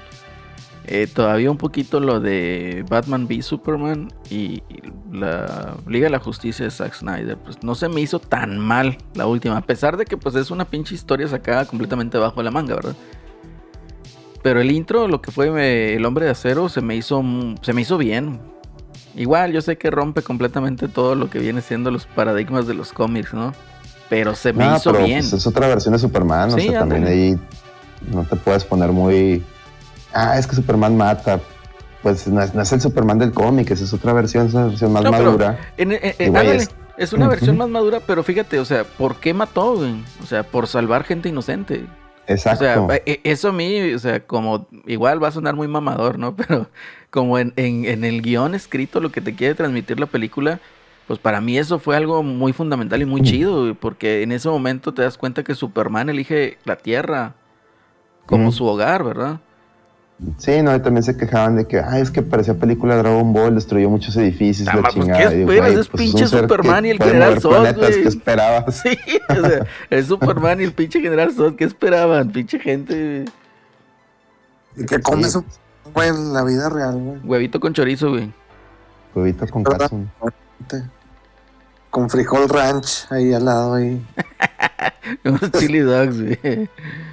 Eh, todavía un poquito lo de Batman v Superman y, y la Liga de la Justicia de Zack Snyder. Pues no se me hizo tan mal la última, a pesar de que pues es una pinche historia sacada completamente bajo la manga, ¿verdad? Pero el intro, lo que fue eh, El Hombre de Acero, se me hizo, mm, se me hizo bien. Igual, yo sé que rompe completamente todo lo que viene siendo los paradigmas de los cómics, ¿no? Pero se me No, hizo pero, bien. pues, es otra versión de Superman, Sí, o sea, también ándale. ahí no te puedes poner muy. Ah, es que Superman mata. Pues no es, no es el Superman del cómic, esa es otra versión, es una versión más No, pero madura. En- en- en- Y, güey, ándale, es- es una versión Ujú. más madura, pero fíjate, o sea, ¿por qué mató, güey? O sea, por salvar gente inocente. Exacto. O sea, e- eso a mí, o sea, como igual va a sonar muy mamador, ¿no? Pero como en, en, en el guión escrito, lo que te quiere transmitir la película, pues para mí eso fue algo muy fundamental y muy chido, güey, porque en ese momento te das cuenta que Superman elige la Tierra como Mm. su hogar, ¿verdad? Sí, no, y también se quejaban de que, ay, es que parecía película de Dragon Ball, destruyó muchos edificios, Ah, la pues, ¿qué chingada. Y, esperas? güey, Es pues, pinche un ser Superman que y el puede General mover Zod, planetas, güey. ¿qué esperabas? Sí, o sea, es Superman y el pinche General Zod, ¿qué esperaban? Pinche gente, Y que come Sí. su güey en la vida real, güey. huevito con chorizo, güey. Huevito con ¿Verdad? caso. Con frijol ranch ahí al lado ahí. Unos chili dogs, güey.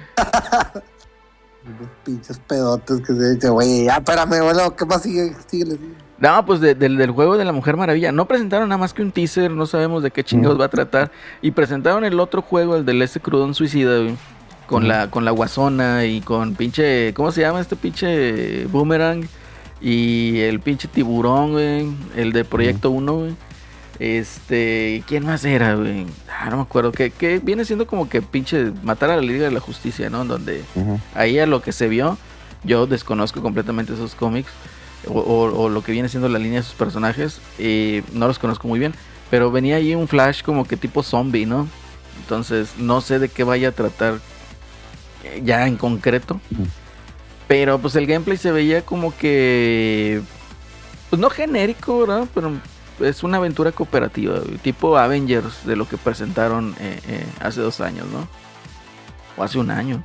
Unos pinches pedotes que se dice, güey, ya espérame, güey, ¿qué más sigue? Síguele, sigue. No, pues de- del, del juego de la Mujer Maravilla. No presentaron nada más que un teaser, no sabemos de qué chingados Mm. va a tratar. Y presentaron el otro juego, el del ese crudón suicida, güey. Con, Mm. la, con la guasona y con pinche. ¿Cómo se llama este pinche boomerang? Y el pinche tiburón, güey. El de Proyecto uno, güey. Este. ¿Quién más era, güey? Ah, no me acuerdo. Que, que viene siendo como que pinche matar a la Liga de la Justicia, ¿no? Donde Ujú. ahí a lo que se vio, yo desconozco completamente esos cómics o, o- o lo que viene siendo la línea de sus personajes, y no los conozco muy bien, pero venía ahí un Flash como que tipo zombie, ¿no? Entonces no sé de qué vaya a tratar eh, ya en concreto, Ujú. pero pues el gameplay se veía como que, pues no genérico, ¿verdad? Pero es una aventura cooperativa, güey, tipo Avengers de lo que presentaron eh, eh, hace dos años, ¿no? O hace un año.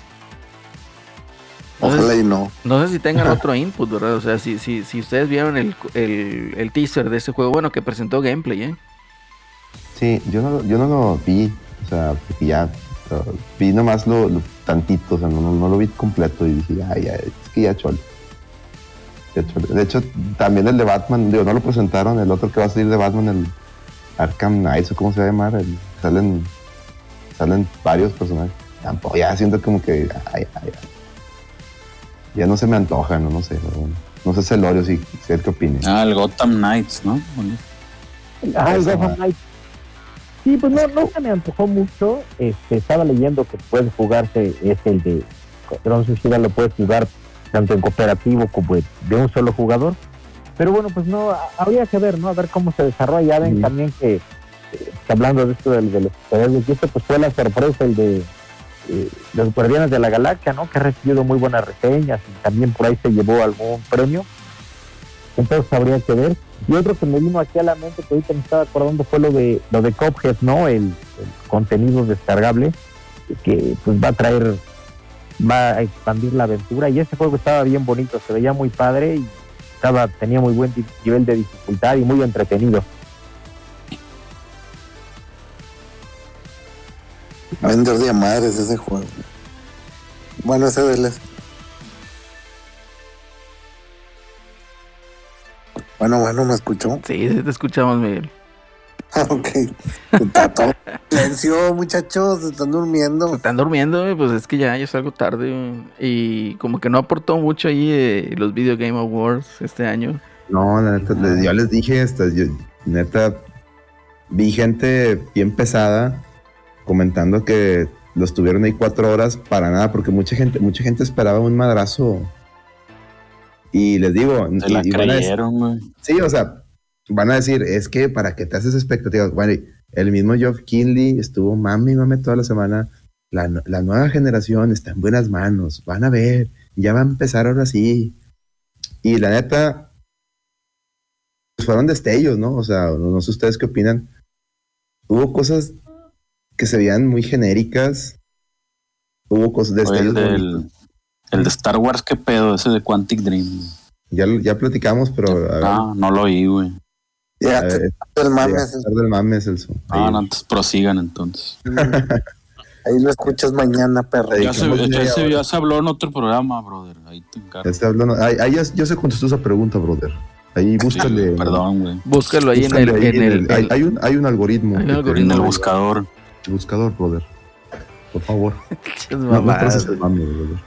No sé, Ojalá y no. no sé si tengan otro input, ¿verdad? O sea, si, si, si ustedes vieron el, el, el teaser de ese juego, bueno, que presentó gameplay, ¿eh? Sí, yo no, yo no lo vi, o sea, porque ya uh, vi nomás lo, lo tantito, o sea, no, no, no lo vi completo y dije, ay, ya, es que ya chol. Ya chol. De hecho, también el de Batman, digo, no lo presentaron, el otro que va a salir de Batman, el Arkham Knight, o cómo se va a llamar, el- salen, salen varios personajes. Tampoco, ya siento como que, ay, ay, ay. Ya no se me antoja, no, no sé, pero bueno. No sé, Celorio, si, si él qué opine. Ah, el Gotham Knights, ¿no? Ah, el Esa Gotham madre. Knight. Sí, pues no, no se me antojó mucho. Este, estaba leyendo que puede jugarse, es el de Escuadrón Suicida, lo puedes jugar tanto en cooperativo como de un solo jugador. Pero bueno, pues no, a- habría que ver, ¿no? A ver cómo se desarrolla. Ya ven Ujú. también que, eh, que hablando de esto del, de los superhéroes, y esto pues fue la sorpresa, el de eh, los Guardianes de la Galaxia, ¿no? Que ha recibido muy buenas reseñas y también por ahí se llevó algún premio. Entonces habría que ver. Y otro que me vino aquí a la mente, que ahorita me estaba acordando, fue lo de lo de Cuphead, ¿no? El, el contenido descargable que pues va a traer, va a expandir la aventura. Y ese juego estaba bien bonito, se veía muy padre y estaba, tenía muy buen di- nivel de dificultad y muy entretenido. Vender de madres ese juego. Bueno, ese de les. Bueno, bueno, ¿me escuchó? Sí, sí te escuchamos, Miguel. Ok. Está todo silencio, muchachos, están durmiendo. Están durmiendo, güey, pues es que ya, ya es algo tarde, güey. Y como que no aportó mucho ahí eh, los Video Game Awards este año. No, la neta, les- yo les dije, esta, yo, neta, vi gente bien pesada comentando que los tuvieron ahí cuatro horas para nada, porque mucha gente, mucha gente esperaba un madrazo. Y les digo, Se la y- y van a decir- creyeron, güey. sí, o sea, van a decir, es que para que te haces expectativas, bueno, y el mismo Geoff Keighley estuvo mami, mami toda la semana, la, nu- la nueva generación está en buenas manos, van a ver, ya va a empezar ahora sí. Y la neta, pues fueron destellos, ¿no? O sea, no, no sé ustedes qué opinan. Hubo cosas que se veían muy genéricas, hubo cosas, Oye, destellos el, bonitos. del, el de Star Wars, ¿qué pedo? Ese de Quantic Dream. Ya, lo- ya platicamos, pero a ver, No, no lo oí, güey. a Llegaste ver, del mames. llegaste tarde del mames, Celso. Ah, Ahí- no, antes prosigan entonces. Ahí lo escuchas mañana, perro. Ahí Ya se, Dedicamos ya, media se, hora. ya se habló en otro programa, brother. Ahí te encargo. Ya está hablando. Ahí, ahí ya, ya se contestó esa pregunta, brother. Ahí búscale. Sí, perdón, güey. Búscalo ahí en el... búscale ahí en el- hay, el- hay un, hay un algoritmo. Hay un que te- algoritmo. En el no, buscador. buscador, brother. Por favor. Pinches No, no mamadas. traces el mame, brother.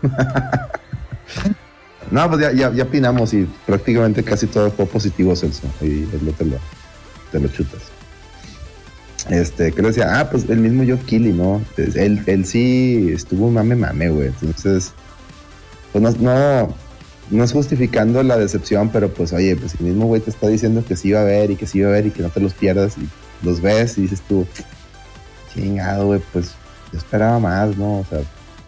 No, pues ya, ya, ya opinamos y prácticamente casi todo fue positivo, Celso. Y es lo que lo, te lo chutas. Este, que le decía, ah, pues el mismo Geoff Keighley, ¿no? Pues, Él, él sí estuvo mame mame, güey. Entonces, pues no, no, no es justificando la decepción, pero pues oye, pues el mismo güey te está diciendo que sí iba a ver y que sí iba a ver y que no te los pierdas y los ves y dices tú, chingado, güey, pues yo esperaba más, ¿no? O sea,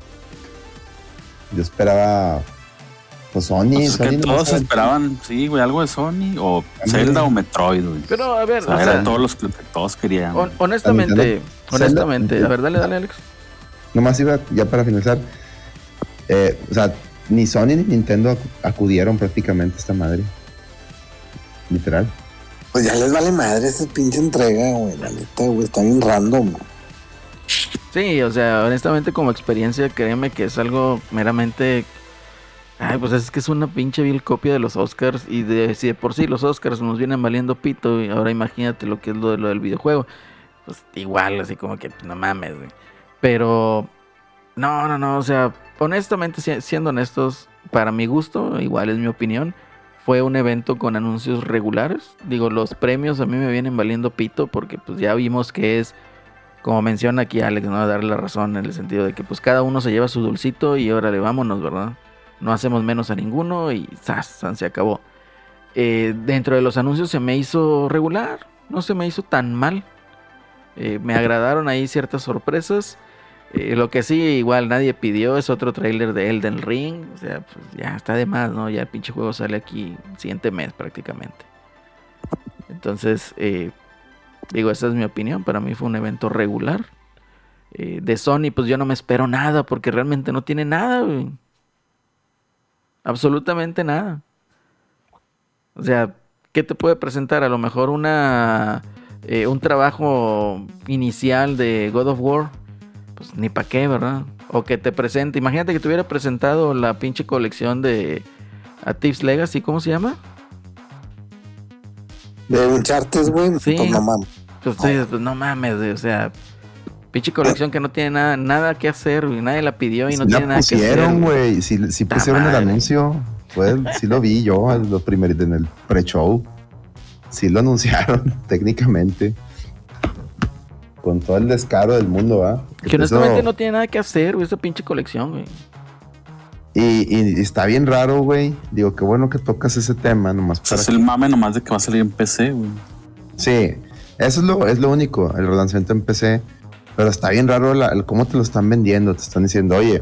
yo esperaba, pues Sony. Pues es Sony que no todos sabe- esperaban, sí, güey, algo de Sony o Zelda o Metroid, güey. Pero a ver, O sea, o era sea, todos los que todos querían. hon- honestamente, Zelda. honestamente, a ver, dale, dale, Alex. Nomás iba, ya para finalizar, eh, o sea, ni Sony ni Nintendo acu- acudieron prácticamente a esta madre. Literal. Pues ya les vale madre esa pinche entrega, güey. La neta, güey, está bien random. güey. Sí, o sea, honestamente como experiencia, créeme que es algo meramente... Ay, pues es que es una pinche vil copia de los Oscars y de si de por sí los Oscars nos vienen valiendo pito y ahora imagínate lo que es lo, de, lo del videojuego. Pues igual, así como que no mames, güey. Pero... No, no, no, o sea, honestamente, si- siendo honestos, para mi gusto, igual es mi opinión, fue un evento con anuncios regulares. Digo, los premios a mí me vienen valiendo pito porque pues ya vimos que es, como menciona aquí Alex, ¿no? Darle la razón en el sentido de que pues cada uno se lleva su dulcito y órale, vámonos, ¿verdad? No hacemos menos a ninguno y ¡zas! ¡Zas! Se acabó. Eh, dentro de los anuncios se me hizo regular, no se me hizo tan mal. Eh, me agradaron ahí ciertas sorpresas. Eh, lo que sí, igual nadie pidió es otro tráiler de Elden Ring. O sea, pues ya está de más, ¿no? Ya el pinche juego sale aquí el siguiente mes prácticamente. Entonces, eh, digo, esa es mi opinión. Para mí fue un evento regular. Eh, de Sony, pues yo no me espero nada porque realmente no tiene nada, güey. Absolutamente nada. O sea, ¿qué te puede presentar? A lo mejor una eh, un trabajo inicial de God of War. Pues ni pa' qué, ¿verdad? O que te presente. Imagínate que te hubiera presentado la pinche colección de A Thieves Legacy, ¿cómo se llama? De Uncharted, güey. Sí. Pues no mames. Pues, tú dices, pues no mames, güey, o sea, pinche colección que no tiene nada, nada que hacer, güey. Nadie la pidió y no Sí tiene la nada que hacer. pusieron, güey. Sí, sí Ta pusieron el madre. anuncio. Pues, sí lo vi yo en, lo primer, en el pre-show. Sí lo anunciaron técnicamente. Con todo el descaro del mundo, ¿va? Que honestamente Eso- no tiene nada que hacer, güey, esa pinche colección, güey. Y, y está bien raro, güey. Digo, qué bueno que tocas ese tema, nomás O sea, para es el mame nomás de que va a salir en P C, güey. Sí, eso es lo, es lo único, el relanzamiento en P C. Pero está bien raro la- el cómo te lo están vendiendo. Te están diciendo, oye,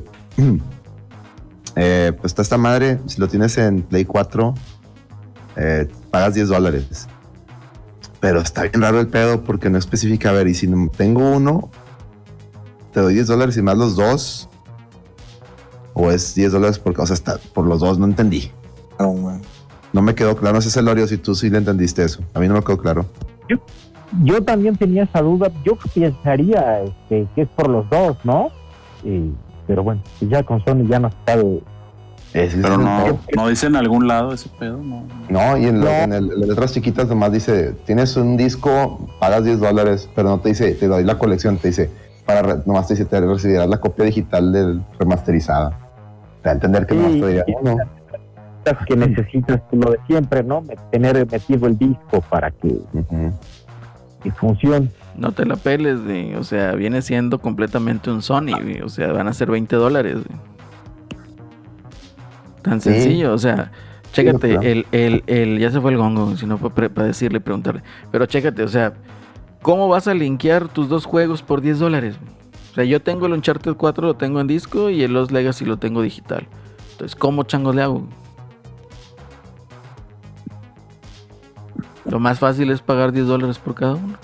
eh, pues está esta madre, si lo tienes en Play cuatro, eh, pagas diez dólares. Pero está bien raro el pedo porque no especifica, a ver, y si no- tengo uno, te doy diez dólares y más los dos. O es diez dólares porque, o sea, está por los dos, no entendí. No, güey. No me quedó claro, no sé, Celorio, si tú sí le entendiste eso. A mí no me quedó claro. Yo también tenía esa duda. Yo pensaría este, que es por los dos, ¿no? Eh, pero bueno, pues ya con Sony ya no se sabe. Ese es Pero el no, pedo. no dice en algún lado ese pedo, no. No, y en, lo- No. en el- en las letras chiquitas nomás dice, tienes un disco, pagas diez dólares, pero no te dice, te doy la colección, te dice, para re- nomás te dice, te recibirás la copia digital del remasterizada. Te da a entender que Sí, nomás te diría, sí. no, Que necesitas tú lo de siempre, ¿no? Tener metido el disco para que, ujú. que funcione. No te la peles, güey. O sea, viene siendo completamente un Sony, güey. O sea, van a ser veinte dólares, güey. Tan Sí. sencillo, o sea, chécate, lo creo. el, el, el, ya se fue el gongo, si no para decirle y preguntarle. Pero chécate, o sea, ¿cómo vas a linkear tus dos juegos por diez dólares? O sea, yo tengo el Uncharted cuatro, lo tengo en disco, y el Lost Legacy lo tengo digital. Entonces, ¿cómo changos le hago? Lo más fácil es pagar diez dólares por cada uno.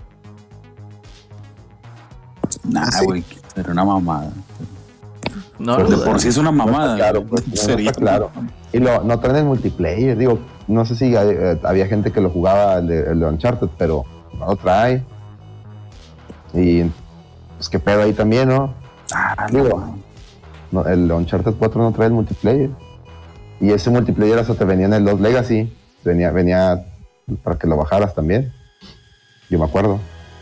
Nah, Sí. güey, era una mamada. No, Pues lo De por sí es una No mamada. está claro, güey. pues, no Sería- está claro. Y lo, no traen el multiplayer, digo, no sé si hay, eh, había gente que lo jugaba el de, el de Uncharted, pero no lo trae. Y pues qué pedo ahí también, ¿no? Ah, Digo, no, el Uncharted cuatro no trae el multiplayer. Y ese multiplayer hasta te venía en el Lost Legacy. Venía, venía para que lo bajaras también. Yo me acuerdo.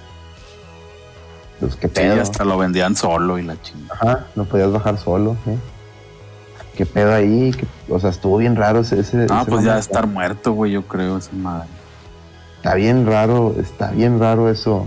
Pues qué Sí, pedo. hasta lo vendían solo y la chingada. Ajá, no podías bajar solo. ¿sí? Qué pedo ahí. qué- o sea, estuvo bien raro ese. ese Ah, ese pues ya momento. estar muerto, güey, yo creo, esa madre. Está bien raro, está bien raro eso.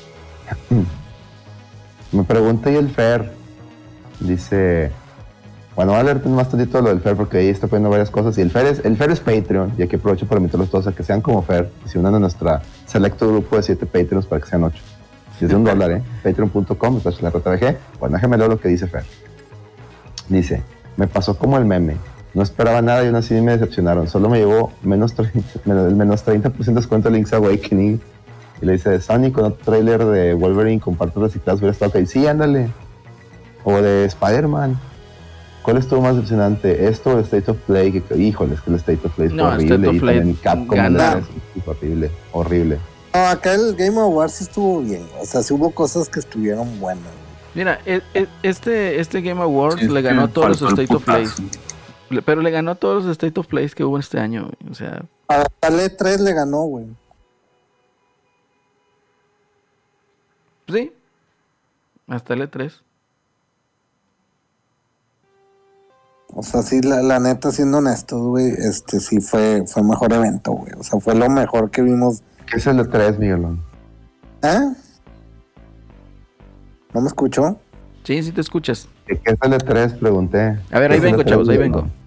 Me pregunta y el Fer. Dice, Bueno, voy a leerte más tantito lo del Fer porque ahí está poniendo varias cosas. Y el Fer es, el Fer es Patreon, y aquí aprovecho para invitarlos todos a que sean como Fer y se unan a nuestra selecto grupo de siete Patreons para que sean ocho. Desde un dólar, ¿eh? patreon punto com, entonces la reta V G. Bueno, déjame leer lo que dice Fer. Dice, me pasó como el meme. No esperaba nada y aún así me decepcionaron. Solo me llevó menos treinta, el menos treinta por ciento de descuento de Link's Awakening. Y le dice, de Sonic con otro trailer de Wolverine con partes recicladas hubiera estado ok. Sí, ándale. O de Spider-Man. ¿Cuál estuvo más decepcionante? ¿Esto o el State of Play? Que, híjole, es que el State of Play es No, horrible. State of Y Play también Capcom gana. es horrible, horrible. No, acá el Game Awards sí estuvo bien. O sea, sí hubo cosas que estuvieron buenas. Mira, e- e- este, este Game Awards Sí, le ganó a sí, todos los faltó el State of Plays. putazo. Le- Pero le ganó a todos los State of Plays que hubo este año, güey. O sea, Hasta el E tres le ganó, güey. sí. Hasta el E tres. O sea, sí, la, la neta, siendo honestos, güey, este sí fue, fue mejor evento, güey. O sea, fue lo mejor que vimos. ¿Qué es el E tres, Miguelón? ¿Eh? ¿No me escuchó? Sí, sí te escuchas. ¿Qué es el E tres? Pregunté. A ver, ¿Qué ahí es el vengo, E tres, chavos, ahí Miguelón? vengo.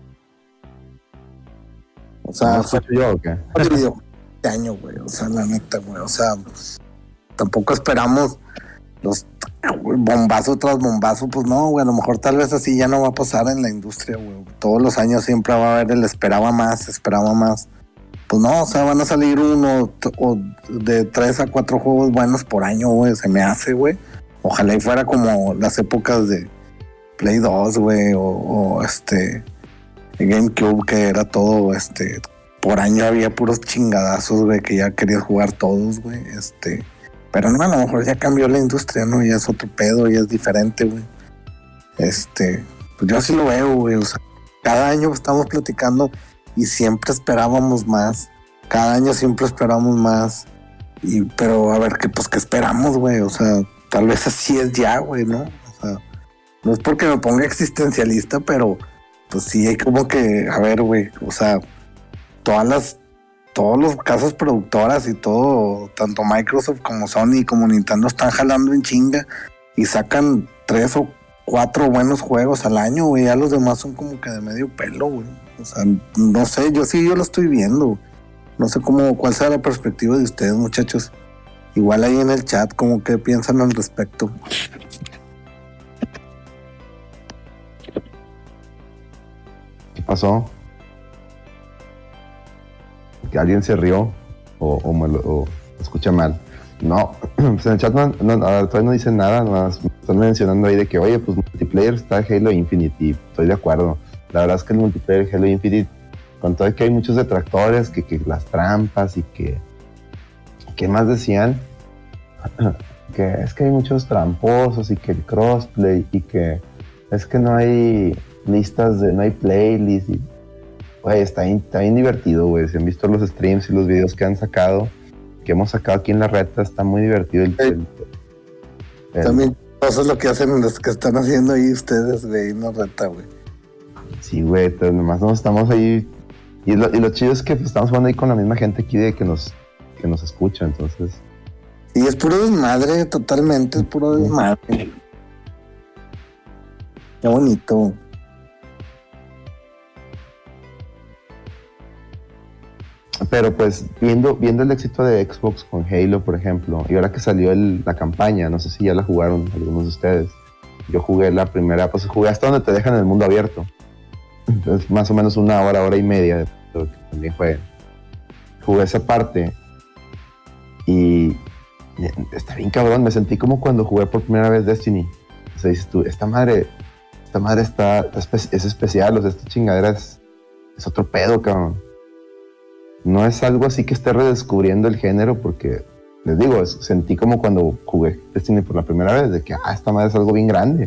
O sea, ¿No fue escucho yo o qué? el video de año, güey. O sea, la neta, güey. O sea, tampoco esperamos los bombazo tras bombazo. Pues no, güey. A lo mejor tal vez así ya no va a pasar en la industria, güey. Todos los años siempre va a haber el esperaba más, esperaba más. Pues no, o sea, van a salir uno t- o de tres a cuatro juegos buenos por año, güey. Se me hace, güey. Ojalá y fuera como las épocas de Play dos, güey. O, o este GameCube, que era todo, este, por año había puros chingadazos, güey, que ya querías jugar todos, güey, este, pero no, a lo mejor ya cambió la industria, ¿no? Ya es otro pedo, ya es diferente, güey. Este, pues yo así lo veo, güey, o sea, cada año estamos platicando y siempre esperábamos más, cada año siempre esperamos más, y, pero a ver, ¿qué, pues, qué esperamos, güey? O sea, tal vez así es ya, güey, ¿no? O sea, no es porque me ponga existencialista, pero pues sí, hay como que, a ver, güey, o sea, todas las, todos los casas productoras y todo, tanto Microsoft como Sony como Nintendo están jalando en chinga y sacan tres o cuatro buenos juegos al año, güey, ya los demás son como que de medio pelo, güey. O sea, no sé, yo sí, yo lo estoy viendo. No sé cómo, cuál sea la perspectiva de ustedes, muchachos. Igual ahí en el chat, como que piensan al respecto. ¿Qué pasó? ¿Que alguien se rió? ¿O, o, me lo, o escucha mal? No, pues en el chat no, no, todavía no dicen nada, nada más están mencionando ahí de que, oye, pues multiplayer está Halo Infinite, y estoy de acuerdo. La verdad es que el multiplayer de Halo Infinite, con todo que hay muchos detractores, que, que las trampas y que... ¿Qué más decían? Que es que hay muchos tramposos y que el crossplay y que es que no hay listas de, no hay playlists y, güey, está bien, está bien divertido, güey. Si han visto los streams y los videos que han sacado, que hemos sacado aquí en la reta, está muy divertido el, el, el, También eso es lo que hacen los que están haciendo ahí ustedes, güey, en la reta, güey. Sí, güey, entonces nomás nos estamos ahí y lo, y lo chido es que pues, estamos jugando ahí con la misma gente aquí de que nos, que nos escucha, entonces... Y es puro desmadre, totalmente, es puro desmadre. Qué bonito. Pero pues viendo, viendo el éxito de Xbox con Halo, por ejemplo, y ahora que salió el, la campaña, no sé si ya la jugaron algunos de ustedes. Yo jugué la primera, pues jugué hasta donde te dejan el mundo abierto. Entonces más o menos una hora, hora y media de lo que también juegué. Jugué esa parte y está bien cabrón, me sentí como cuando jugué por primera vez Destiny. O sea, dices tú, esta madre, esta madre está, es especial, o sea, esta chingadera es, es otro pedo, cabrón. No es algo así que esté redescubriendo el género, porque, les digo, es, sentí como cuando jugué Destiny por la primera vez, de que, ah, esta madre es algo bien grande.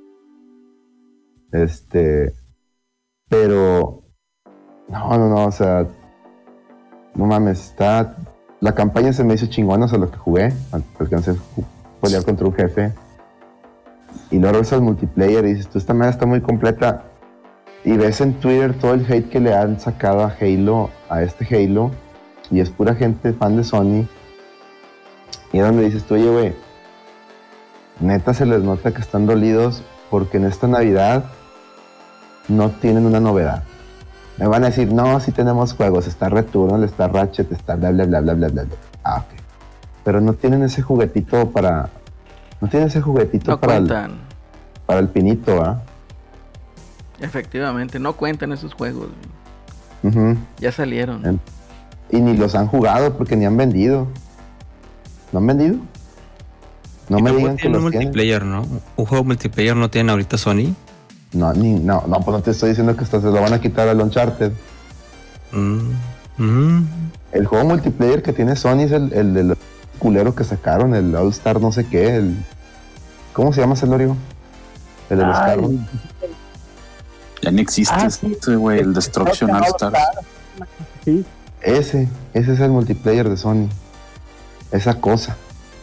Este, pero, no, no, no, o sea, no mames, está... La campaña se me hizo chingona, o sea, lo que jugué, alcancé a pelear contra un jefe. Y luego ves al multiplayer y dices, tú, esta madre está muy completa. Y ves en Twitter todo el hate que le han sacado a Halo, a este Halo. Y es pura gente fan de Sony. Y es donde dices tú, oye, güey, neta se les nota que están dolidos porque en esta Navidad no tienen una novedad. Me van a decir, no, sí tenemos juegos, está Returnal, está Ratchet, está bla bla bla bla bla bla. Ah, ok. Pero no tienen ese juguetito para... No tienen ese juguetito No para, el, cuentan. para el pinito, ¿ah? Efectivamente, no cuentan esos juegos. Uh-huh. Ya salieron. Y ni los han jugado porque ni han vendido. ¿No han vendido? No me digan que un los multiplayer, tienen. ¿no? Un juego multiplayer no tiene ahorita Sony. No, ni, no, no, pues no te estoy diciendo que hasta se lo van a quitar al Uncharted. Mm. Mm. El juego multiplayer que tiene Sony es el, el del culero que sacaron, el All Star no sé qué, el... ¿Cómo se llama, Celorio? El de los Ay, carros. Ya ni existe Ah, sí. este, güey, el Destruction All Stars. Sí. Ese, ese es el multiplayer de Sony. Esa cosa.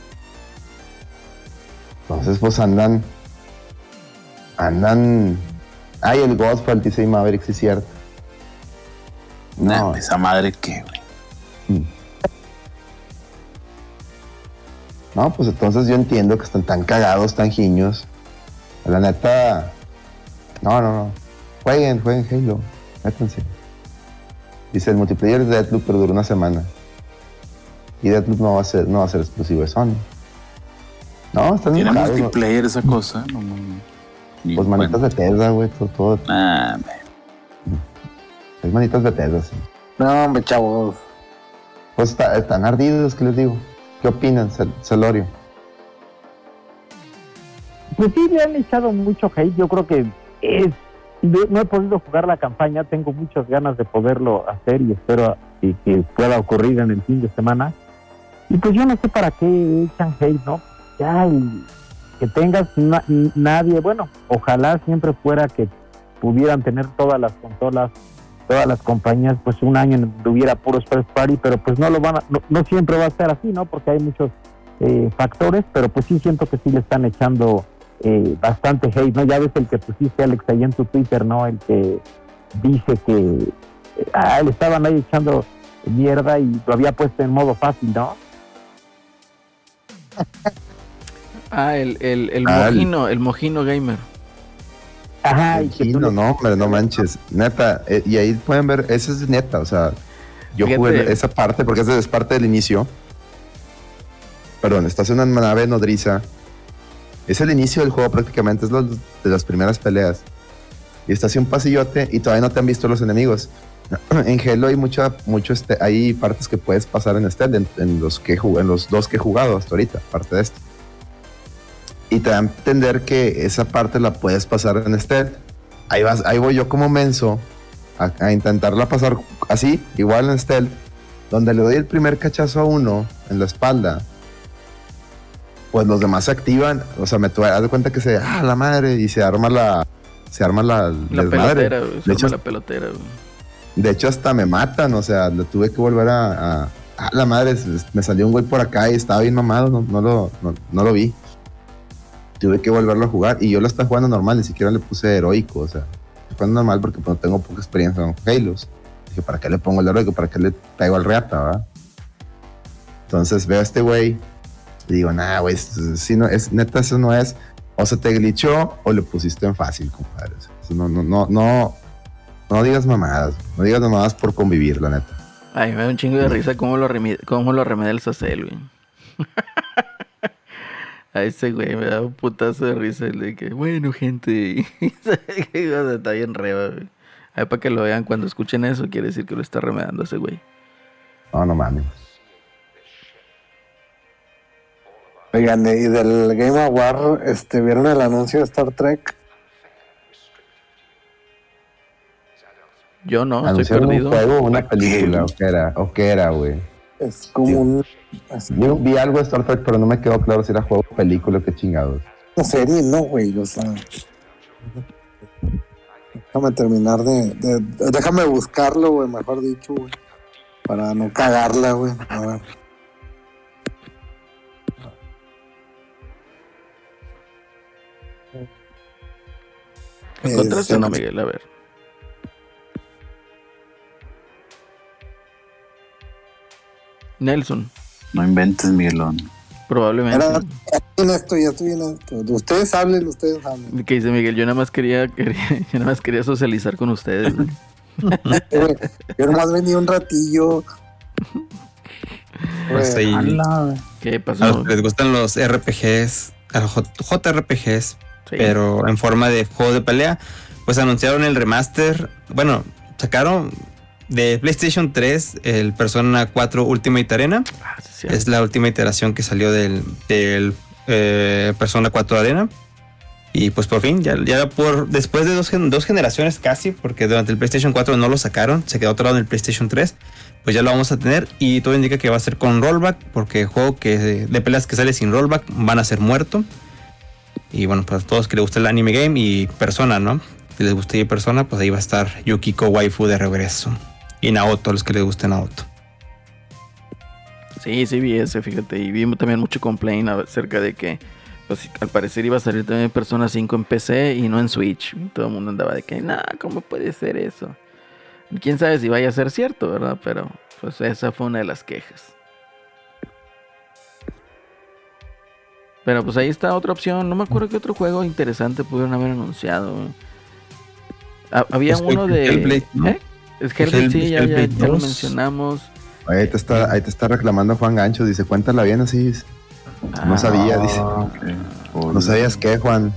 Entonces, pues andan... Andan... Ay, el Godfall, dice Maverick, sí es cierto. No, No. esa madre que, güey. No, pues entonces yo entiendo que están tan cagados, tan giños. La neta... No, no, no. Jueguen, jueguen Halo. Métanse. Dice, el multiplayer de Deathloop pero dura una semana. Y Deathloop no va a ser, no va a ser exclusivo de Sony. No, están Tiene enojados, ¿no? multiplayer esa cosa. No, no, no. Ni Pues manitas cuenta. de Tesla, güey, todo, todo. Ah, man. Es manitas de Tesla, sí. No, hombre, chavos. Pues está- están ardidos, ¿qué les digo? ¿Qué opinan, Cel- Celorio? Pues sí, le han echado mucho hate. Yo creo que es. No, no he podido jugar la campaña, tengo muchas ganas de poderlo hacer y espero que, que pueda ocurrir en el fin de semana. Y pues yo no sé para qué echan hate, ¿no? Ya, y que tengas na- nadie, bueno, ojalá siempre fuera que pudieran tener todas las consolas, todas las compañías, pues un año en donde hubiera puros first party, pero pues no lo van a, no, no siempre va a ser así, ¿no? Porque hay muchos eh, factores, pero pues sí siento que sí le están echando eh, bastante hate, ¿no? Ya ves el que pusiste, Alex, ahí en tu Twitter, ¿no? El que dice que eh, ah, le estaban ahí echando mierda y lo había puesto en modo fácil, ¿no? Ah, el, el, el Ah, el- mojino, el mojino gamer. Ajá, y que tú no, le- no, hombre, no manches. Neta, eh, y ahí pueden ver, eso es neta, o sea, yo Fíjate. jugué esa parte porque esa es parte del inicio. Perdón, estás en una nave nodriza. Es el inicio del juego prácticamente, es lo de las primeras peleas. Y estás en un pasillote y todavía no te han visto los enemigos. En Halo hay mucha, mucho este, hay partes que puedes pasar en stealth, en, en los que jugué, en los dos que he jugado hasta ahorita, parte de esto. Y te da a entender que esa parte la puedes pasar en stealth. Ahí vas, ahí voy yo como menso a, a intentarla pasar así, igual en stealth, donde le doy el primer cachazo a uno en la espalda. Pues los demás se activan, o sea, me tu- haz de cuenta que se, ah, la madre, y se arma la, se arma la, La desmadre. pelotera, güey. Se De hecho, arma la pelotera, güey. de hecho, hasta me matan, o sea, le tuve que volver a, a, a la madre, s- me salió un güey por acá y estaba bien mamado, no, no lo, no, no lo vi. Tuve que volverlo a jugar y yo lo estaba jugando normal, ni siquiera le puse heroico, o sea, estoy jugando normal porque pues, no tengo poca experiencia con Halos. Dije, ¿para qué le pongo el heroico? ¿Para qué le pego al reata, va? Entonces veo a este güey y digo, nah, güey, si no, es, neta, eso no es, o se te glitchó o le pusiste en fácil, compadre. O sea, eso no, no, no, no, no digas mamadas, no digas mamadas por convivir, la neta. Ay, me da un chingo de risa cómo lo, remi- cómo lo remedia el Sacel, güey. A ese güey me da un putazo de risa. El de que, bueno, gente. Está bien reba, güey. Ahí para que lo vean cuando escuchen eso, quiere decir que lo está remedando ese güey. No, no mames. Oigan, y del Game Award, este, ¿vieron el anuncio de Star Trek? Yo no, estoy ¿Anunciaron un perdido. juego o una película? ¿O qué era? ¿O qué era, güey? Es como un... es Yo vi algo de Star Trek, pero no me quedó claro si era juego o película, qué chingados. una serie, no, güey, o sea... Déjame terminar de, de- de- Déjame buscarlo, güey, mejor dicho, güey. Para no cagarla, güey. A ver. ¿Lo encontraste o no, Este, Miguel? A ver. Nelson, No inventes, Miguelón. probablemente. Era, en esto, ya estoy en esto. Ustedes hablen, ustedes hablen. ¿Qué dice Miguel? Yo nada más quería, quería, yo nada más quería socializar con ustedes. güey. Yo nomás venía un ratillo. Pues ahí, ¿Qué a pasó? los que les gustan los R P Gs, a los J- JRPGs, Sí. pero en forma de juego de pelea, pues anunciaron el remaster. Bueno, sacaron de PlayStation tres el Persona cuatro Ultimate Arena. Ah, sí, sí. Es la última iteración que salió del, del eh, Persona cuatro Arena. Y pues por fin, ya, ya por después de dos, gen- dos generaciones casi, porque durante el PlayStation cuatro no lo sacaron, se quedó atorado en el PlayStation tres, pues ya lo vamos a tener. Y todo indica que va a ser con rollback, porque el juego que, de peleas que sale sin rollback van a ser muerto. Y bueno, pues a todos que les gusta el anime game y Persona, ¿no? Si les gusta Persona, pues ahí va a estar Yukiko Waifu de regreso. Y Naoto, a los que les guste Naoto. Sí, sí vi ese, fíjate. Y vi también mucho complaint acerca de que, pues, al parecer iba a salir también Persona cinco en P C y no en Switch. Y todo el mundo andaba de que, nah, ¿cómo puede ser eso? Y quién sabe si vaya a ser cierto, ¿verdad? Pero, pues, esa fue una de las quejas. Pero, pues, ahí está otra opción. No me acuerdo qué otro juego interesante pudieron haber anunciado. Ha- había Pues, uno el de... Hellblade, ¿no? ¿Eh? Es Hellblade, Hell- sí, ya, ya, Hellblade ya lo dos. mencionamos. Ahí te está, ahí te está reclamando Juan Gancho. Dice, cuéntala bien así. No sabía, dice. No sabías qué, Juan.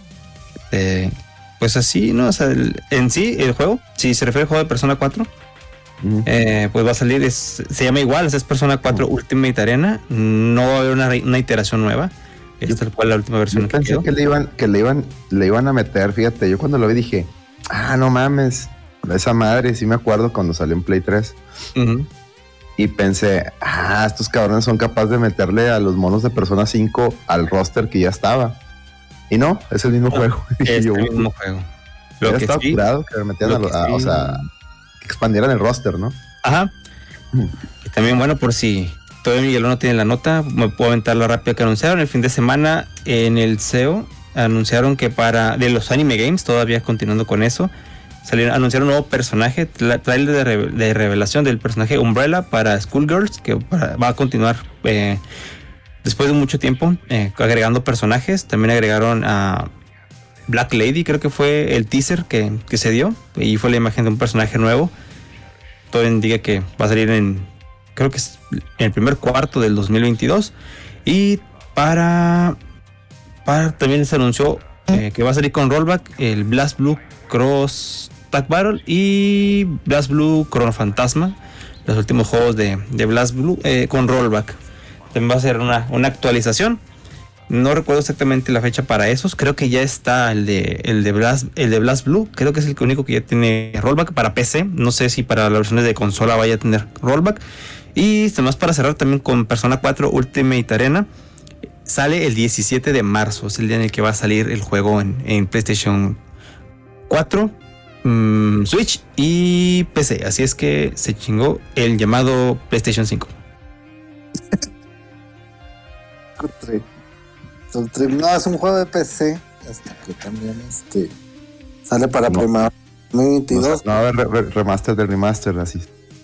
Eh, pues así, ¿no? O sea, el- en sí, el juego, si se refiere al juego de Persona cuatro, Mm. eh, pues va a salir, es- se llama igual, es Persona cuatro Ultimate Arena. No va a haber una, re- una iteración nueva. Es Yo- tal cual la última versión Yo que pensé quedó. que le iban, que le iban, le iban a meter, fíjate, yo cuando lo vi dije, ah, no mames, esa madre, sí me acuerdo cuando salió en Play tres. Ujú. Y pensé, ah, estos cabrones son capaces de meterle a los monos de Persona cinco al roster que ya estaba. Y no, es el mismo juego. Dije Es yo, el mismo juego. Lo hubiera que estado sí, curado que le metieran lo a, que lo- a- sí- o sea, que expandieran el roster, ¿no? Ajá. Y también, bueno, por si todavía Miguel no tiene la nota, me puedo aventar la rápida que anunciaron. El fin de semana en el C E O anunciaron que para de los anime games, todavía continuando con eso, salieron, anunciaron un nuevo personaje, tra- trailer de, re- de revelación del personaje Umbrella para Schoolgirls, que para- va a continuar eh, después de mucho tiempo eh, agregando personajes. También agregaron a Black Lady, creo que fue el teaser que, que se dio, y fue la imagen de un personaje nuevo. Todo indica que va a salir en, creo que es en el primer cuarto del dos mil veintidós. Y para, para también se anunció eh, que va a salir con rollback el Blast Blue Cross Tag Battle y Blast Blue Chrono Fantasma, los últimos juegos de, de Blast Blue eh, con rollback. También va a ser una, una actualización. No recuerdo exactamente la fecha para esos. Creo que ya está el de el de Blast, el de Blast Blue. Creo que es el único que ya tiene rollback para P C. No sé si para las versiones de consola vaya a tener rollback. Y además, para cerrar también con Persona cuatro Ultimate Arena, sale el diecisiete de marzo. Es el día en el que va a salir el juego en, en PlayStation cuatro, mmm, Switch y P C. Así es que se chingó el llamado PlayStation cinco. Encontré. Encontré- No, es un juego de P C. Este, que también este, sale para No. primavera dos mil veintidós. No, va a haber re- re- remaster del remaster, así,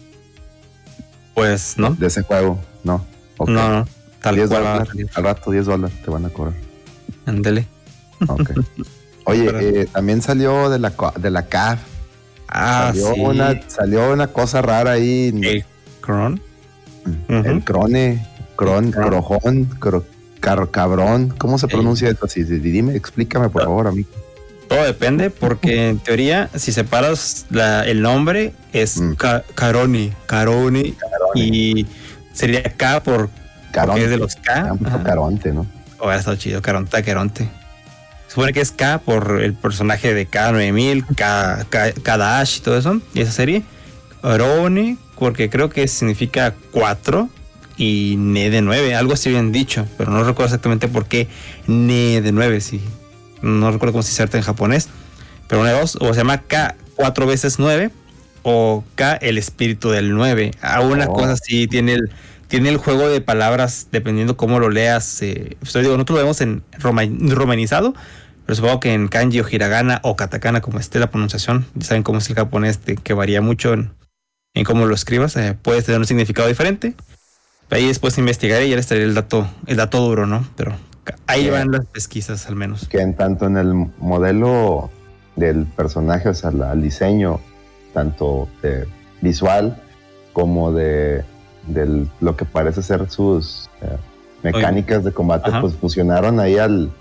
Pues no, de ese juego, no. Ok. no, no. Tal diez cual va a dólares, salir. al rato diez dólares te van a cobrar. Ándele. Ok. Oye, Pero- eh, también salió de la, co- de la C A F. Ah, salió, sí. una, salió una cosa rara ahí. El Cron. El Ujú. crone, cron, Cron. crojón, cro- car- cabrón. ¿Cómo se Ey. pronuncia esto? Así, dime, explícame por favor, amigo. Todo depende, porque en teoría, si separas la- el nombre, es Mm. Ca- Caroni, Caroni, y sería K por porque es de los K. Ajá. Caronte, ¿no? O hubiera estado chido, Caronta, Caronte. Se supone que es K por el personaje de K nueve mil, K, K, K Dash y todo eso, y esa serie. Caroni, porque creo que significa cuatro, y Ne de nueve, algo así bien dicho, pero no recuerdo exactamente por qué Ne de nueve, sí. No recuerdo cómo se dice en japonés, pero una de dos, o se llama K cuatro veces nueve, o K el espíritu del nueve. A una Oh. cosa así tiene el, tiene el juego de palabras, dependiendo cómo lo leas. Eh, pues, digo, nosotros lo vemos en roma- romanizado, pero supongo que en kanji o hiragana o katakana, como esté la pronunciación, ya saben cómo es el japonés, de que varía mucho en, en cómo lo escribas, eh, puede tener un significado diferente. Ahí después investigaré y ya les traeré el dato, el dato duro, ¿no? Pero Ahí que, van las pesquisas al menos. Que en tanto en el modelo del personaje, o sea, la, el diseño, tanto de visual como de, de lo que parece ser sus eh, mecánicas de combate, Ajá. pues fusionaron ahí al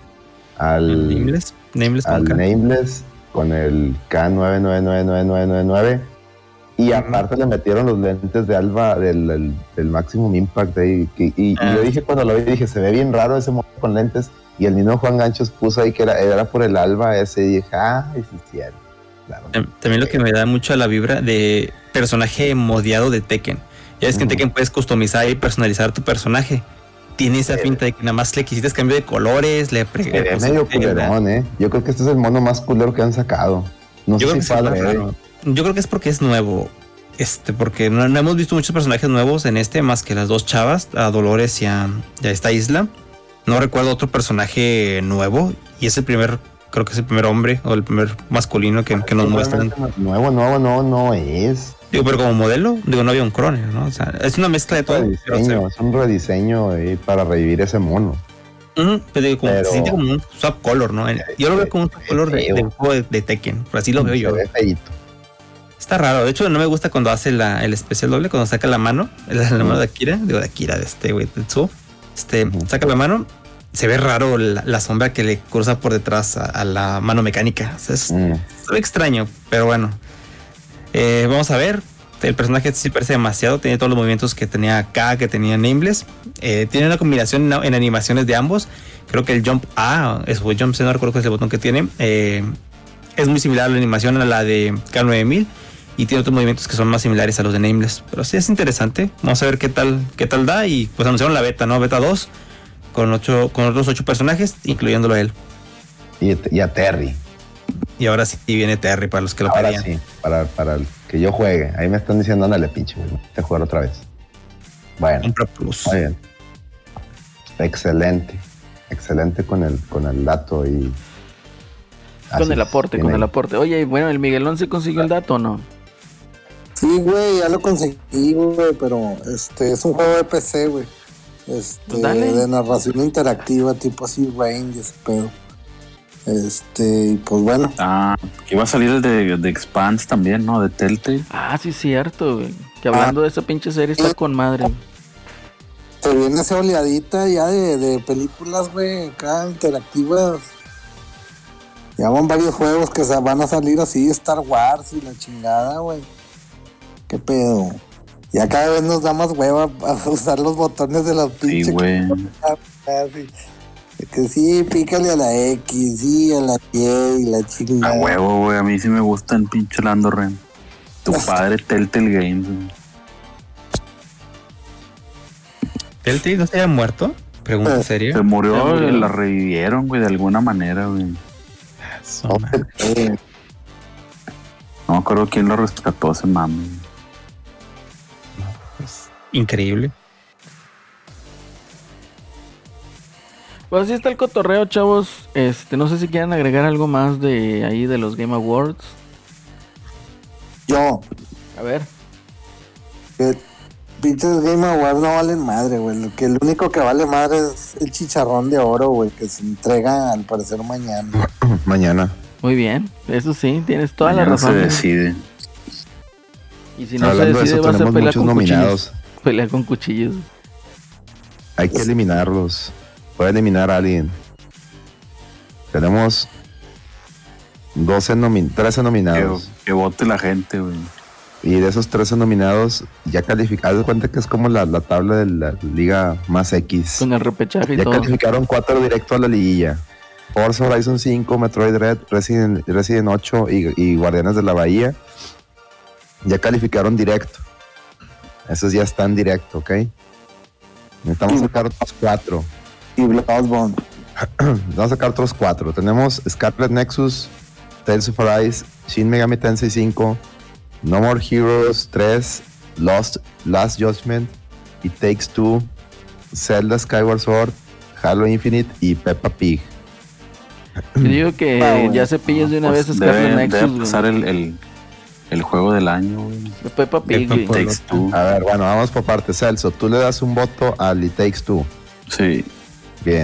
al Nameless, Nameless al con Nameless con el K nueve nueve nueve nueve nueve nueve nueve y uh-huh. aparte le metieron los lentes de Alba del, del, del Maximum Impact ahí, y, y, uh-huh. y yo dije cuando lo vi, dije, se ve bien raro ese mono con lentes, y el mismo Juan Ganchos puso ahí que era, era por el Alba ese, y dije, ah, es cierto. Claro. También lo que me da mucho a la vibra de personaje modeado de Tekken. Ya ves que uh-huh. en Tekken puedes customizar y personalizar tu personaje. Tiene esa pinta de que nada más le quisiste cambio de colores, le pre- Se ve medio culerón, eh. Yo creo que este es el mono más culero que han sacado. No yo sé creo si que padre, eh. Yo creo que es porque es nuevo. Este, porque no, no hemos visto muchos personajes nuevos en este, más que las dos chavas, a Dolores y a, y a esta isla. No recuerdo otro personaje nuevo. Y es el primer, creo que es el primer hombre o el primer masculino que, que nos muestran. Nuevo, nuevo, no, no es. Digo, pero como modelo, digo, no había un Croner, ¿no? O sea, es una mezcla de todo. Rediseño, es un rediseño eh, para revivir ese mono. Uh-huh, pero digo, como, pero se siente como un swap color, ¿no? Yo lo veo como un swap color de, de un juego de, de Tekken, pero así lo veo yo. Está raro, de hecho no me gusta cuando hace la, el especial doble, cuando saca la mano, la, la mano de Akira, digo de Akira, de este güey, de Tsuo, este, uh-huh. saca la mano, se ve raro la, la sombra que le cruza por detrás a, a la mano mecánica, o sea, es, uh-huh. es muy extraño, pero bueno. Eh, vamos a ver, el personaje sí parece demasiado, tiene todos los movimientos que tenía K, que tenía Nameless, eh, tiene una combinación en, en animaciones de ambos, creo que el Jump A, es el Jump C, no recuerdo cuál es el botón que tiene, eh, es muy similar a la animación a la de K nueve mil y tiene otros movimientos que son más similares a los de Nameless, pero sí es interesante, vamos a ver qué tal, qué tal da, y pues anunciaron la beta, ¿no? Beta dos, con, ocho, con otros ocho personajes, incluyéndolo a él. Y, y a Terry. Y ahora sí viene Terry para los que lo ahora querían. Sí, para, para el que yo juegue. Ahí me están diciendo, ándale, pinche, güey. Te jugar otra vez. Bueno. Compra Plus. Muy bien. Excelente. Excelente con el, con el dato y. Con el aporte, con el aporte. Oye, bueno, ¿el Miguelón se consiguió el dato o no? Sí, güey, ya lo conseguí, güey, pero este es un juego de P C, güey. Este, Dale. De narración interactiva, tipo así, Range y ese pedo. Este, pues bueno. Ah, que iba a salir el de, de Expanse también, ¿no? De Telltale. Ah, sí, cierto, güey. Que hablando ah, de esa pinche serie está con madre. Te viene esa oleadita ya de, de películas, güey, acá interactivas. Ya van varios juegos que van a salir así, Star Wars y la chingada, güey. ¿Qué pedo? Ya cada vez nos da más hueva a usar los botones de los pinches. Sí, güey. Que sí, pícale a la X, sí, a la Y y la chingada. A huevo, güey, a mí sí me gusta el pinche Lando Ren. Tu padre Telltale Games, güey. ¿Telltale no se había muerto? Pregunta seria. Se murió, güey, la revivieron, güey, de alguna manera, güey. No me acuerdo quién lo rescató ese mami. No, pues, increíble. Pues así está el cotorreo, chavos. Este, no sé si quieren agregar algo más de ahí de los Game Awards. Yo. A ver. Que pinches Game Awards no valen madre, güey. Lo que el único que vale madre es el chicharrón de oro, güey, que se entrega al parecer mañana. Mañana. Muy bien, eso sí, tienes toda mañana la razón. Se decide. Y si no Hablando se decide, eso, va a ser pelea con nominados. cuchillos. Pelea con cuchillos. Hay que eliminarlos. Puede eliminar a alguien. Tenemos doce nomin- trece nominados. Que, que vote la gente, güey. Y de esos trece nominados, ya calificados, cuenta que es como la, la tabla de la Liga Más X. Con el repechaje y ya todo. Ya calificaron cuatro directo a la liguilla. Forza Horizon cinco, Metroid Red, Resident, Resident ocho y, y Guardianes de la Bahía. Ya calificaron directo. Esos ya están directo, ¿ok? Necesitamos sacar otros cuatro. Y Bloodborne. Vamos a sacar otros cuatro. Tenemos Scarlet Nexus, Tales of Arise, Shin Megami Tensei cinco, No More Heroes tres, Lost, Last Judgment, It Takes Two, Zelda Skyward Sword, Halo Infinite y Peppa Pig. Yo digo que ah, ya se pillas de una pues vez Scarlet debe, Nexus. Debe pasar el, el, el juego del año, güey. De Peppa Pig. It Takes Two. A ver, bueno, vamos por partes. Celso, tú le das un voto al It Takes Two. Sí. Bien.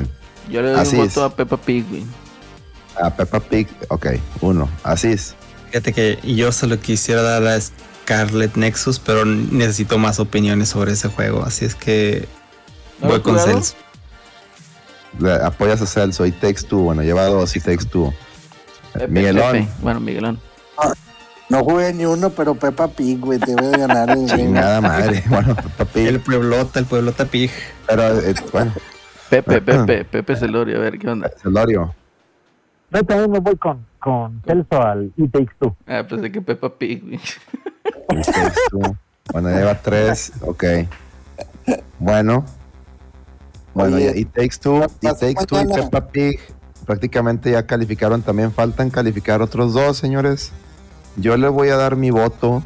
Yo le doy Así un es. voto a Peppa Pig, güey. A Peppa Pig, ok, uno. Así es. Fíjate que yo solo quisiera dar a Scarlet Nexus, pero necesito más opiniones sobre ese juego. Así es que ¿No voy lo has con jugado? Celso. Le apoyas a Celso y Takes Two. Bueno, lleva dos y Takes Two. Pepe, Miguelón. Pepe. Bueno, Miguelón. No jugué ni uno, pero Peppa Pig, güey, debe de ganar el game. Chingada madre. Bueno, Peppa Pig. El pueblota, el pueblota Pig. Pero, eh, bueno, Pepe, Pepe, Pepe Celorio, a ver, ¿qué onda? Celorio. Yo también me voy con, con Celso al It Takes Two. Ah, pensé que Peppa Pig, güey. Y Takes Two. Bueno, lleva tres. Ok. Bueno. Bueno, Oye, y y Takes Two, y pasó Takes Two y mañana. Peppa Pig prácticamente ya calificaron. También faltan calificar otros dos, señores. Yo le voy a dar mi voto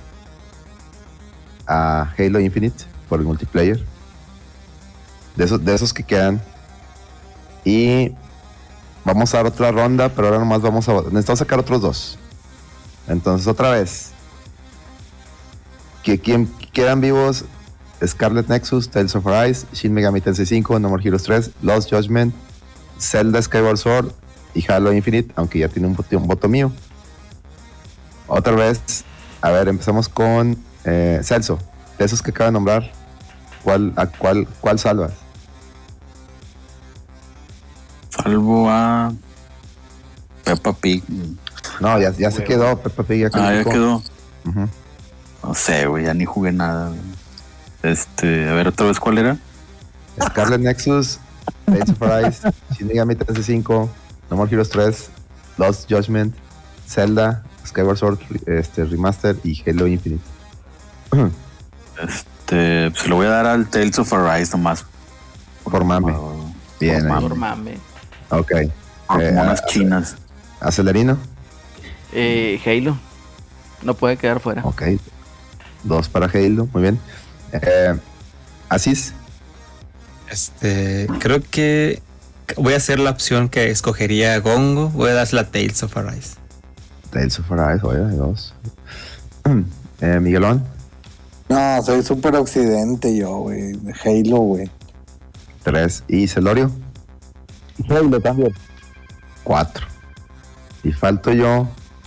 a Halo Infinite por el multiplayer. De esos, de esos que quedan. Y vamos a dar otra ronda, pero ahora nomás vamos a... Necesitamos sacar otros dos. Entonces, otra vez. Que quien quedan vivos: Scarlet Nexus, Tales of Arise, Shin Megami Tensei cinco, No More Heroes tres, Lost Judgment, Zelda Skyward Sword y Halo Infinite, aunque ya tiene un voto, un voto mío. Otra vez, a ver, empezamos con eh, Celso. De esos que acaba de nombrar, ¿cuál, a cuál, cuál salvas? Salvo a Peppa Pig. No, ya, ya se quedó, Peppa Pig ya Ah, ya calificó. quedó. Ujú. No sé, güey, ya ni jugué nada, güey. Este, a ver, otra vez, ¿cuál era? Scarlet Nexus, Tales of Arise, Shin Megami Tensei cinco, No More Heroes tres, Lost Judgment, Zelda, Skyward Sword este, Remaster y Halo Infinite. Este, se lo voy a dar al Tales of Arise nomás. Por mame. Por- Bien, por ahí. Por mame. Ok. por Eh, monas a- chinas. Acelerino. Eh, Halo. No puede quedar fuera. Ok. Dos para Halo, muy bien. Eh, Asís. Este, creo que voy a hacer la opción que escogería Gongo. Voy a dar la Tales of Arise. Tales of Arise, oye, hay dos. Eh, Miguelón. No, soy súper occidente yo, güey. De Halo, güey. Tres. Y Celorio. Y Halo también. Cuatro. Y falto yo.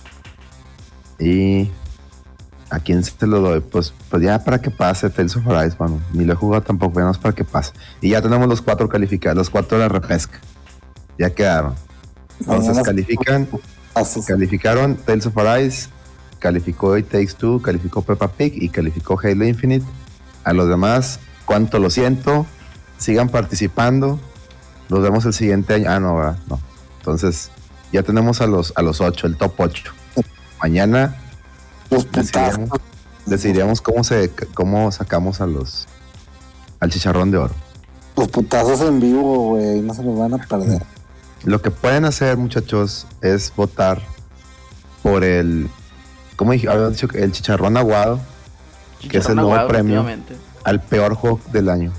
Y ¿a quién se lo doy? Pues, pues ya para que pase Tales of Arise, mano. Ni lo he jugado tampoco, ya no es para que pase. Y ya tenemos los cuatro calificados, los cuatro de la repesca. Ya quedaron. Entonces Mañana- califican, Pasos. calificaron Tales of Arise, calificó It Takes Two, calificó Peppa Pig y calificó Halo Infinite. A los demás, cuánto lo siento, sigan participando. Nos vemos el siguiente año. Ah, no, ¿verdad? No. Entonces, ya tenemos a los, a los ocho, el top ocho. Mañana Los putazos. decidiremos, decidiremos cómo se cómo sacamos a los al chicharrón de oro. Los putazos en vivo, güey. No se los van a perder. Lo que pueden hacer, muchachos, es votar por el, ¿cómo dije? Había dicho que el chicharrón aguado, que es el Chicharrón nuevo aguado, premio efectivamente. al peor juego del año.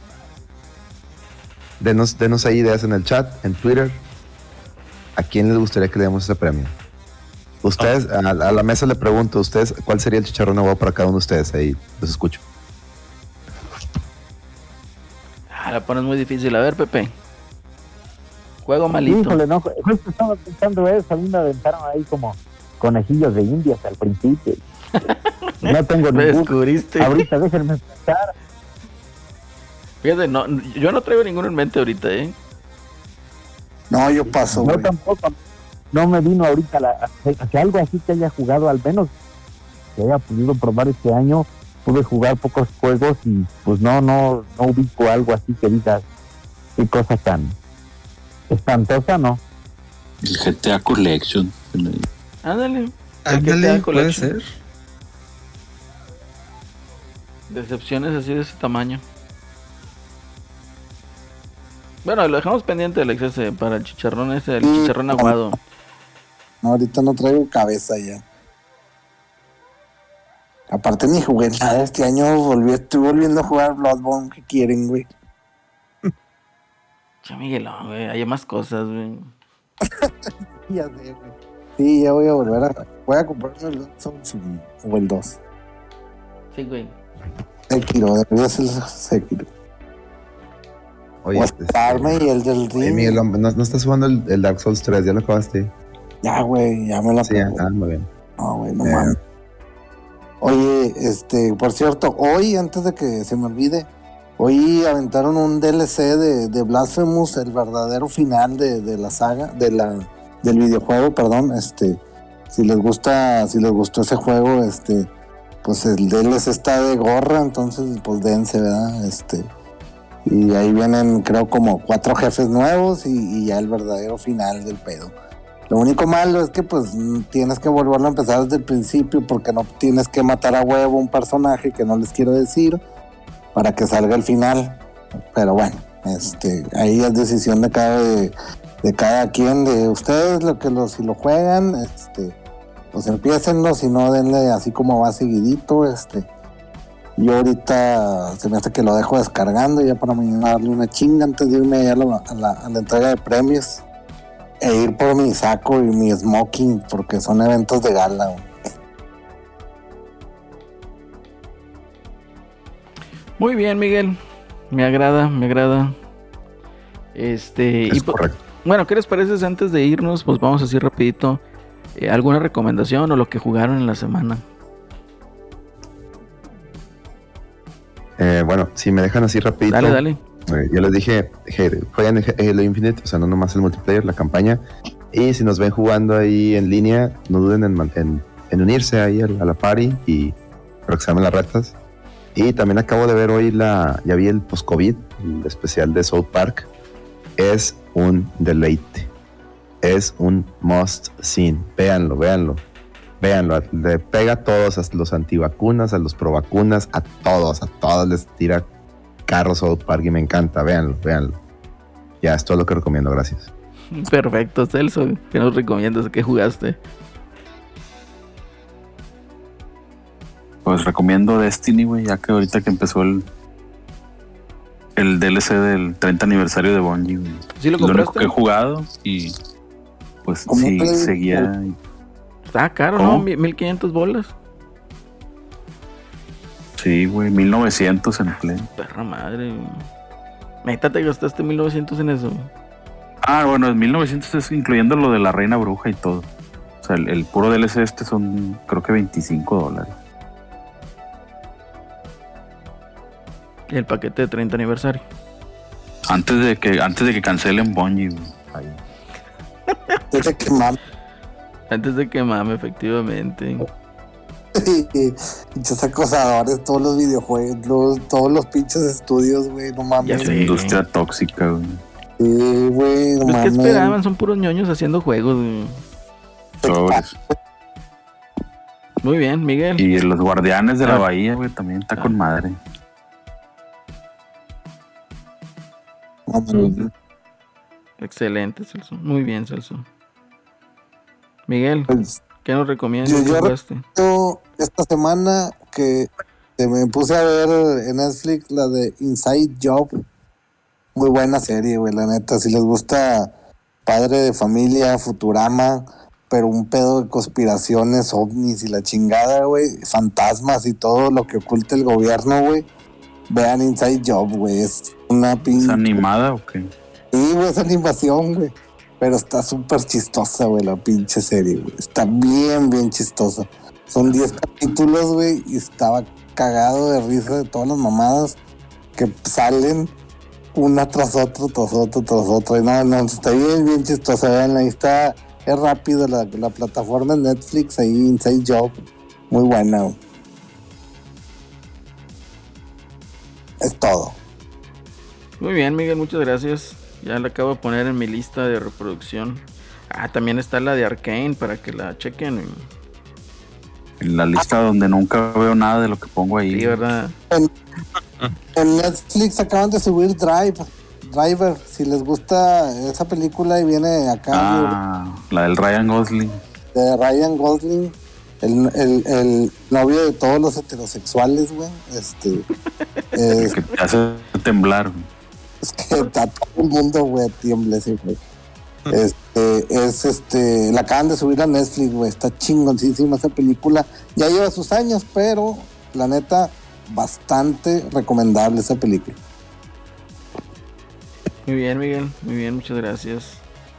Denos, denos ahí ideas en el chat, en Twitter. ¿A quién les gustaría que le demos ese premio? Ustedes, a, a la mesa le pregunto, ¿ustedes cuál sería el chicharrón aguado para cada uno de ustedes? Ahí los escucho. Ah, la pones muy difícil. A ver, Pepe. Juego malito. Híjole, no, justo estaba pensando eso. A mí me aventaron ahí como conejillos de indias al principio. No tengo Me ninguno. descubriste. Ahorita déjenme pensar. Fíjate, no, yo no traigo ninguno en mente ahorita, ¿eh? No, yo paso, No güey. tampoco. No me vino ahorita la, hacia algo así que haya jugado, al menos que haya podido probar este año. Pude jugar pocos juegos y pues no, no, no ubico algo así que digas qué cosa tan espantosa, ¿no? El G T A Collection. Ándale. El Ándale, G T A puede Collection. ser. Decepciones así de ese tamaño. Bueno, lo dejamos pendiente del X S para el chicharrón ese, el Mm, chicharrón aguado. No, ahorita no traigo cabeza ya. Aparte ni jugué nada este año, volví, estoy volviendo a jugar Bloodborne. ¿Qué quieren, güey? Ya, Miguelón, güey, hay más cosas, güey. Ya sé, güey. Sí, ya voy a volver a... Voy a comprarme el Dark Souls o el dos. Sí, güey. Sekiro, debería ser Sekiro. Oye, mostrarme y el del Oye, ring. Miguel, no, no estás jugando el, el Dark Souls tres, ¿ya lo acabaste? Ya, güey, ya me la Sí, ya, pegó. ah, muy bien. No, güey, no Eh. mames. Oye, este, por cierto, hoy, antes de que se me olvide, hoy aventaron un D L C de, de Blasphemous, el verdadero final de, de la saga, de la, del videojuego, perdón, este, si les gusta, si les gustó ese juego, este, pues el D L C está de gorra, entonces, pues dense, ¿verdad? Este, y ahí vienen, creo, como cuatro jefes nuevos y, y ya el verdadero final del pedo. Lo único malo es que pues tienes que volverlo a empezar desde el principio porque no tienes que matar a huevo un personaje que no les quiero decir para que salga el final. Pero bueno, este, ahí es decisión de cada de, de cada quien, de ustedes, lo que lo, si lo juegan, este, pues empiécenlo, si no denle así como va seguidito, este. Yo ahorita se me hace que lo dejo descargando ya para mañana darle una chinga antes de irme a la, a la, a la entrega de premios. E ir por mi saco y mi smoking, porque son eventos de gala. Güey. Muy bien, Miguel. Me agrada, me agrada. Este. Es y, correcto. Bueno, ¿qué les parece antes de irnos? Pues vamos así rapidito. Eh, ¿Alguna recomendación o lo que jugaron en la semana? Eh, bueno, si me dejan así rapidito. Dale, dale. Eh, yo les dije, je- jueguen Halo Infinite, o sea, no nomás el multiplayer, la campaña. Y si nos ven jugando ahí en línea, no duden en, man- en, en unirse ahí a, a la party y para que se llamen las retas. Y también acabo de ver hoy la, ya vi el post-COVID, el especial de South Park. Es un deleite. Es un must see. Véanlo, véanlo. Véanlo. Le pega a todos, a los antivacunas, a los provacunas, a todos, a todos les tira carros South Park y me encanta. Véanlo, véanlo. Ya, es todo lo que recomiendo, gracias. Perfecto, Celso. ¿Qué nos recomiendas? ¿Qué jugaste? Pues recomiendo Destiny, güey, ya que ahorita que empezó el el D L C del treinta aniversario de Bungie, güey. ¿Sí lo Es lo único compraste? que he jugado y pues ¿Cómo sí, te- seguía. Está caro, ¿Cómo? ¿no? Mi- mil quinientas bolas. Sí, güey, mil novecientos en Play. Perra madre. Neta, te gastaste mil novecientos en eso. Ah, bueno, en mil novecientos es incluyendo lo de la Reina Bruja y todo. O sea, el, el puro D L C este son creo que veinticinco dólares. Y el paquete de treinta aniversario. Antes de que antes de que cancelen Bungie, güey. Ahí. Desde que mames, Antes de que mame, efectivamente. pinches acosadores, todos los videojuegos, los- todos los pinches estudios, güey, no Ya mames. Es sé. industria tóxica, güey. Sí, güey, no Pues, ¿qué mames. esperaban? Son puros ñoños haciendo juegos, güey. Sobres. Muy bien, Miguel. Y los guardianes de la Ah. bahía, güey, también está Ah. con madre. No mames. Excelente, Celso. Muy bien, Celso. Miguel, Pues, ¿qué nos recomiendas? Yo- ¿Qué yo jugaste? yo esta semana que que me puse a ver en Netflix la de Inside Job. Muy buena serie, güey, la neta. Si les gusta Padre de Familia, Futurama, pero un pedo de conspiraciones, ovnis y la chingada, güey, fantasmas y todo lo que oculta el gobierno, güey. Vean Inside Job, güey. Es una ¿Es pinche... animada o qué? Sí, güey, es animación, güey. Pero está súper chistosa, güey, la pinche serie, güey. Está bien, bien chistosa. Son diez capítulos, güey, y estaba cagado de risa de todas las mamadas que salen una tras otra, tras otra, tras otra. Y no, no, está bien, bien chistosa. Vean, ahí está, es rápido la, la plataforma de Netflix, ahí Inside Job. Muy buena, güey. Es todo. Muy bien, Miguel, muchas gracias. Ya la acabo de poner en mi lista de reproducción. Ah, también está la de Arcane para que la chequen. En la lista donde nunca veo nada de lo que pongo ahí. Sí, ¿verdad? En Netflix acaban de subir Drive, Driver. Si les gusta esa película y viene acá Ah, la del Ryan Gosling. de Ryan Gosling, el, el, el novio de todos los heterosexuales, güey. Este, eh, Que te hace temblar, güey. es que está todo el mundo, güey, tiembla ese güey. Este, es este, la acaban de subir a Netflix, güey. Está chingoncísima esa película. Ya lleva sus años, pero la neta, bastante recomendable esa película. Muy bien, Miguel, muy bien, muchas gracias.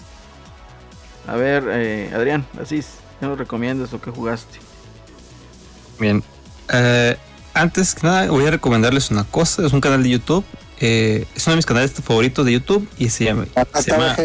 A ver, eh, Adrián, Asís, ¿qué nos recomiendas o qué jugaste? Bien, eh, antes que nada voy a recomendarles una cosa, es un canal de YouTube, eh, es uno de mis canales favoritos de YouTube y se llama... Se llama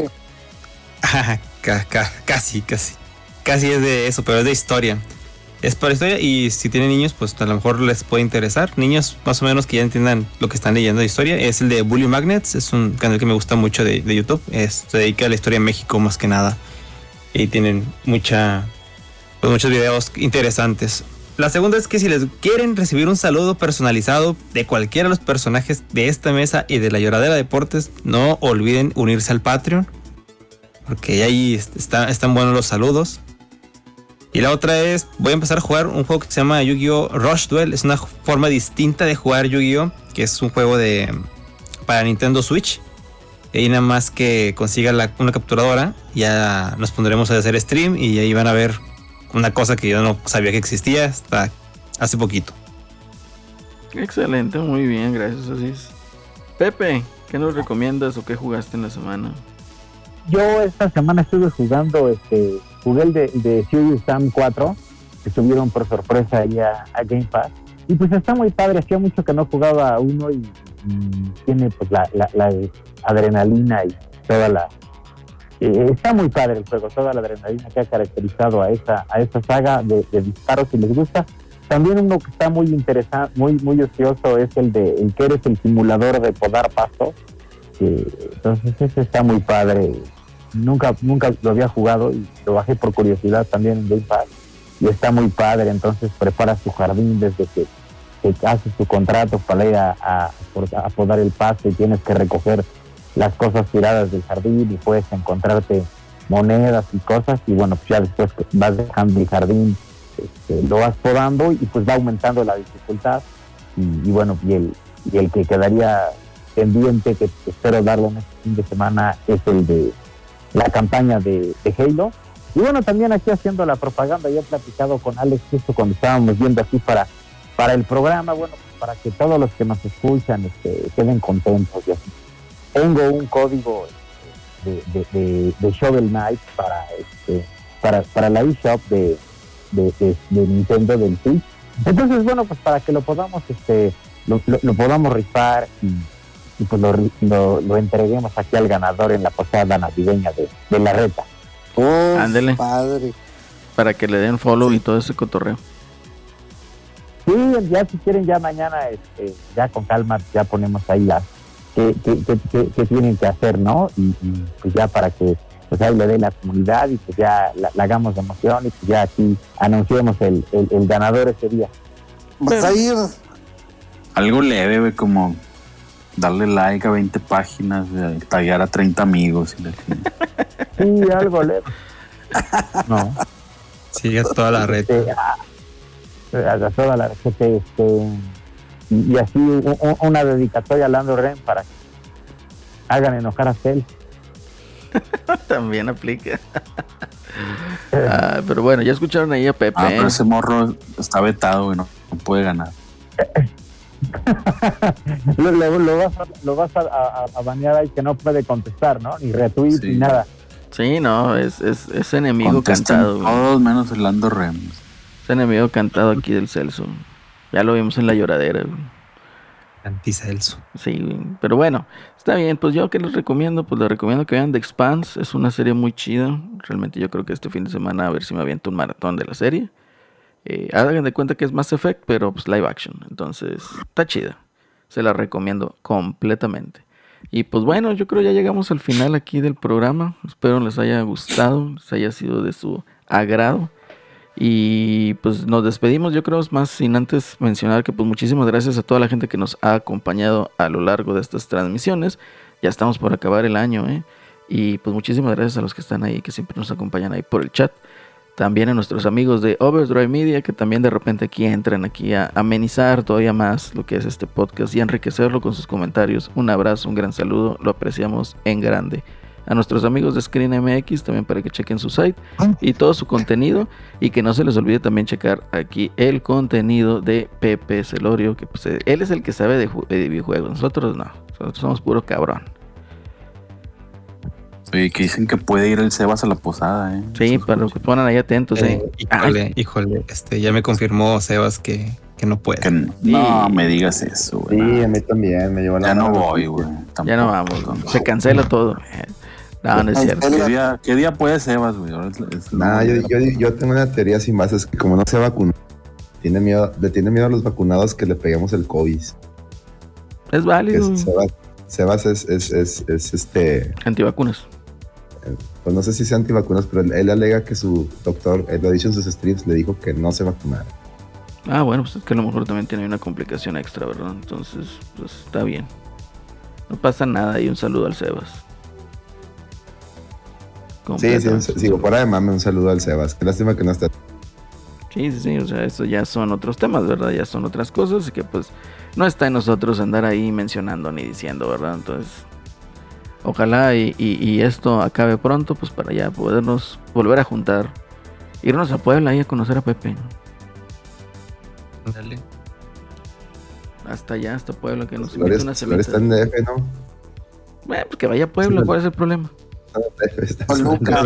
ca, ca, casi, casi, casi es de eso, pero es de historia. Es para historia y si tienen niños, pues a lo mejor les puede interesar. Niños más o menos que ya entiendan lo que están leyendo de historia. Es el de Bully Magnets, es un canal que me gusta mucho de, de YouTube. Es, se dedica a la historia de México más que nada. Y tienen mucha, pues, muchos videos interesantes. La segunda es que si les quieren recibir un saludo personalizado de cualquiera de los personajes de esta mesa y de la Lloradera Deportes, no olviden unirse al Patreon, porque ahí está, están buenos los saludos. Y la otra es, voy a empezar a jugar un juego que se llama Yu-Gi-Oh! Rush Duel. Es una forma distinta de jugar Yu-Gi-Oh! Que es un juego de para Nintendo Switch. Y nada más que consiga la, una capturadora, ya nos pondremos a hacer stream y ahí van a ver una cosa que yo no sabía que existía hasta hace poquito. Excelente, muy bien, gracias Asís. Pepe, ¿qué nos recomiendas o qué jugaste en la semana? Yo esta semana estuve jugando, este, jugué el de, de Serious Sam cuatro, que subieron por sorpresa ahí a, a Game Pass. Y pues está muy padre, hacía mucho que no jugaba a uno y, y tiene pues la, la, la adrenalina y toda la... Eh, está muy padre el juego, toda la adrenalina que ha caracterizado a esa, a esa saga de, de disparos, si les gusta. También uno que está muy interesante, muy, muy ocioso es el de el que eres el simulador de podar pasto. Eh, entonces ese está muy padre. Nunca, nunca lo había jugado y lo bajé por curiosidad también en Game Pass. Y está muy padre, entonces preparas tu jardín desde que, que haces tu contrato para ir a, a, a podar el pasto y tienes que recoger las cosas tiradas del jardín y puedes encontrarte monedas y cosas y bueno, pues ya después vas dejando el jardín, este, lo vas podando y pues va aumentando la dificultad y, y bueno, y el, y el que quedaría pendiente, que espero darlo en este fin de semana, es el de la campaña de, de Halo. Y bueno, también aquí haciendo la propaganda, ya he platicado con Alex justo cuando estábamos viendo aquí para, para el programa, bueno, para que todos los que nos escuchan este, queden contentos y así. Tengo un código de, de, de, de Shovel Knight para, este, para, para la eShop de, de, de, de Nintendo del Switch. Entonces, bueno, pues para que lo podamos, este, lo, lo, lo podamos rifar y, y pues lo, lo, lo entreguemos aquí al ganador en la posada navideña de, de la reta. Oh, ándele, padre. Para que le den follow y todo ese cotorreo. Sí, ya si quieren ya mañana, este, ya con calma, ya ponemos ahí las que, que, que, que, que tienen que hacer, ¿no? Y, y pues ya para que pues ahí le dé la comunidad y pues ya la, la hagamos de emoción y pues ya aquí anunciemos el, el, el ganador ese día. ¿Vas a ir? Algo leve, güey, como darle like a veinte páginas, eh, taggear a treinta amigos. Y la sí, algo leve. No. Sigue toda la red. Este, a, a toda la red. Este, y, y así un, un, una dedicatoria a Lando Ren para que hagan enojar a Cell. También aplica. Ah, pero bueno, ya escucharon ahí a Pepe. Ah, pero ese morro está vetado, güey, no, no puede ganar. lo, lo, lo vas, a, lo vas a, a, a banear ahí que no puede contestar, ¿no? Ni retweet Sí. ni nada. Sí, no, es, es, es enemigo Contestan cantado. güey. todos menos el Lando Rem. Es enemigo cantado aquí del Celso. Ya lo vimos en la lloradera. güey. Anti-Celso. Sí, güey. Pero bueno, está bien. Pues yo que les recomiendo, pues les recomiendo que vean The Expanse. Es una serie muy chida. Realmente yo creo que este fin de semana a ver si me aviento un maratón de la serie. Eh, hagan de cuenta que es Mass Effect, pero pues live action. Entonces, está chida. Se la recomiendo completamente. Y pues bueno, yo creo ya llegamos al final aquí del programa. Espero les haya gustado, les haya sido de su agrado. Y pues nos despedimos, yo creo, es más sin antes mencionar que pues muchísimas gracias a toda la gente que nos ha acompañado a lo largo de estas transmisiones. Ya estamos por acabar el año, ¿eh? Y pues muchísimas gracias a los que están ahí, que siempre nos acompañan ahí por el chat. También a nuestros amigos de Overdrive Media, que también de repente aquí entran aquí a amenizar todavía más lo que es este podcast y enriquecerlo con sus comentarios. Un abrazo, un gran saludo, lo apreciamos en grande. A nuestros amigos de Screen M X también para que chequen su site y todo su contenido, y que no se les olvide también checar aquí el contenido de Pepe Celorio, que pues él es el que sabe de, de videojuegos, nosotros no, nosotros somos puro cabrón. Oye, que dicen que puede ir el Sebas a la posada, ¿eh? Sí, para los que ponen ahí atentos, ¿eh? Eh, híjole, híjole, este, ya me confirmó Sebas que, que no puede. Que no me digas eso, güey. Sí, a mí también, me llevó la Ya no mano. voy, güey. Ya no vamos, se cancela todo. No, no es cierto. ¿Qué día, qué día puede Sebas, güey? Ahora es- es- Nah, yo, yo, yo tengo una teoría sin más, es que como no se vacunó, tiene miedo, le tiene miedo a los vacunados que le peguemos el COVID. Es válido. Es- Sebas, Sebas es, es, es, es este, Antivacunas. pues no sé si sea antivacunas, pero él, él alega que su doctor, él lo ha dicho en sus streams, le dijo que no se vacunara. Ah, bueno, pues es que a lo mejor también tiene una complicación extra, ¿verdad? Entonces, pues está bien. No pasa nada y un saludo al Sebas. Sí, sí, un- sigo fuera de mame, un saludo al Sebas. Qué lástima que no está. Sí, sí, sí, o sea, eso ya son otros temas, ¿verdad? Ya son otras cosas y que pues no está en nosotros andar ahí mencionando ni diciendo, ¿verdad? Entonces, ojalá y, y, y esto acabe pronto, pues para ya podernos volver a juntar, irnos a Puebla y a conocer a Pepe. Dale. Hasta allá, hasta Puebla, que nos Flores, invite una Flores semita. está en D F, ¿no? Bueno, pues que vaya a Puebla, Sí, ¿cuál es el problema? Está en D F, está- Toluca.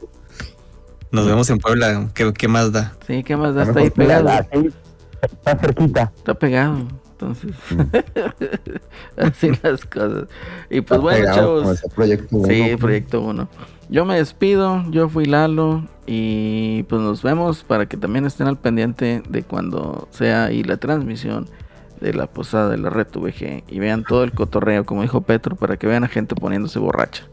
Nos vemos en Puebla. ¿Qué, qué más da? Sí, ¿qué más da? A lo Está ahí mejor pegado. Ahí está cerquita. Está pegado, entonces. Así las cosas. Y pues Está bueno, pegado como chavos. ese proyecto uno. Sí, proyecto uno. Yo me despido, yo fui Lalo y pues nos vemos para que también estén al pendiente de cuando sea y la transmisión de la posada de la Red V G y vean todo el cotorreo, como dijo Petro, para que vean a gente poniéndose borracha.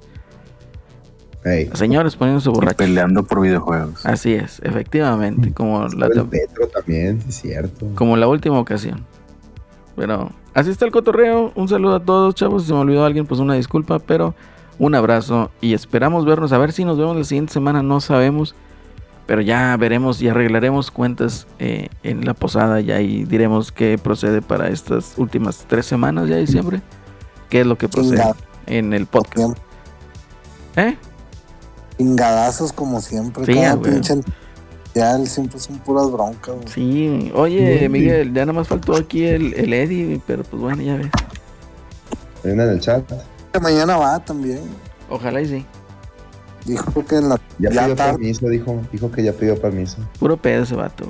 Ey, A señores poniéndose Y borrachos. peleando por videojuegos. Así es, efectivamente, como la, el Petro también, sí es cierto. como la última ocasión. Pero así está el cotorreo. Un saludo a todos, chavos. Si se me olvidó alguien, pues una disculpa, pero un abrazo y esperamos vernos. A ver si nos vemos la siguiente semana, no sabemos. Pero ya veremos y arreglaremos cuentas eh, en la posada. Ya y diremos qué procede para estas últimas tres semanas ya de diciembre. ¿Qué es lo que procede Chingado. en el podcast? ¿Eh? Chingadazos como siempre. Sí, cada güey. pinche ya siempre son puras broncas, güey. Sí, oye, Miguel, ya nada más faltó aquí el, el Eddie, pero pues bueno, ya ves. Hay una en el chat. Mañana va también. Ojalá y sí. Dijo que en la Ya, ya pidió tarde. permiso, dijo, dijo que ya pidió permiso. Puro pedo ese vato.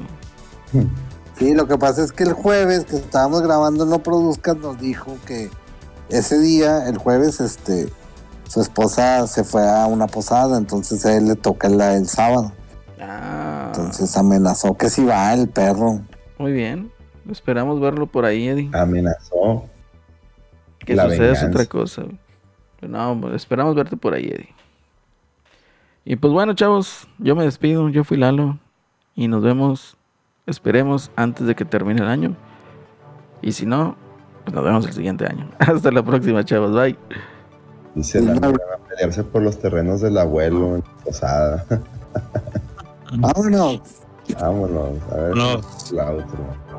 Sí, lo que pasa es que el jueves que estábamos grabando No Produzcas nos dijo que ese día, el jueves, este, su esposa se fue a una posada, entonces a él le toca la, el sábado. Ah, Entonces amenazó que si va el perro. muy bien. Esperamos verlo por ahí, Eddie. Amenazó. Que la suceda es venganza. otra cosa. No, pues, esperamos verte por ahí, Eddie. Y pues bueno, chavos, yo me despido. Yo fui Lalo. Y nos vemos, esperemos, antes de que termine el año. Y si no, pues nos vemos el siguiente año. Hasta la próxima, chavos. Bye. Dice la amiga, va a pelearse por los terrenos del abuelo en posada. Vámonos. Vámonos, a ver No. la otra.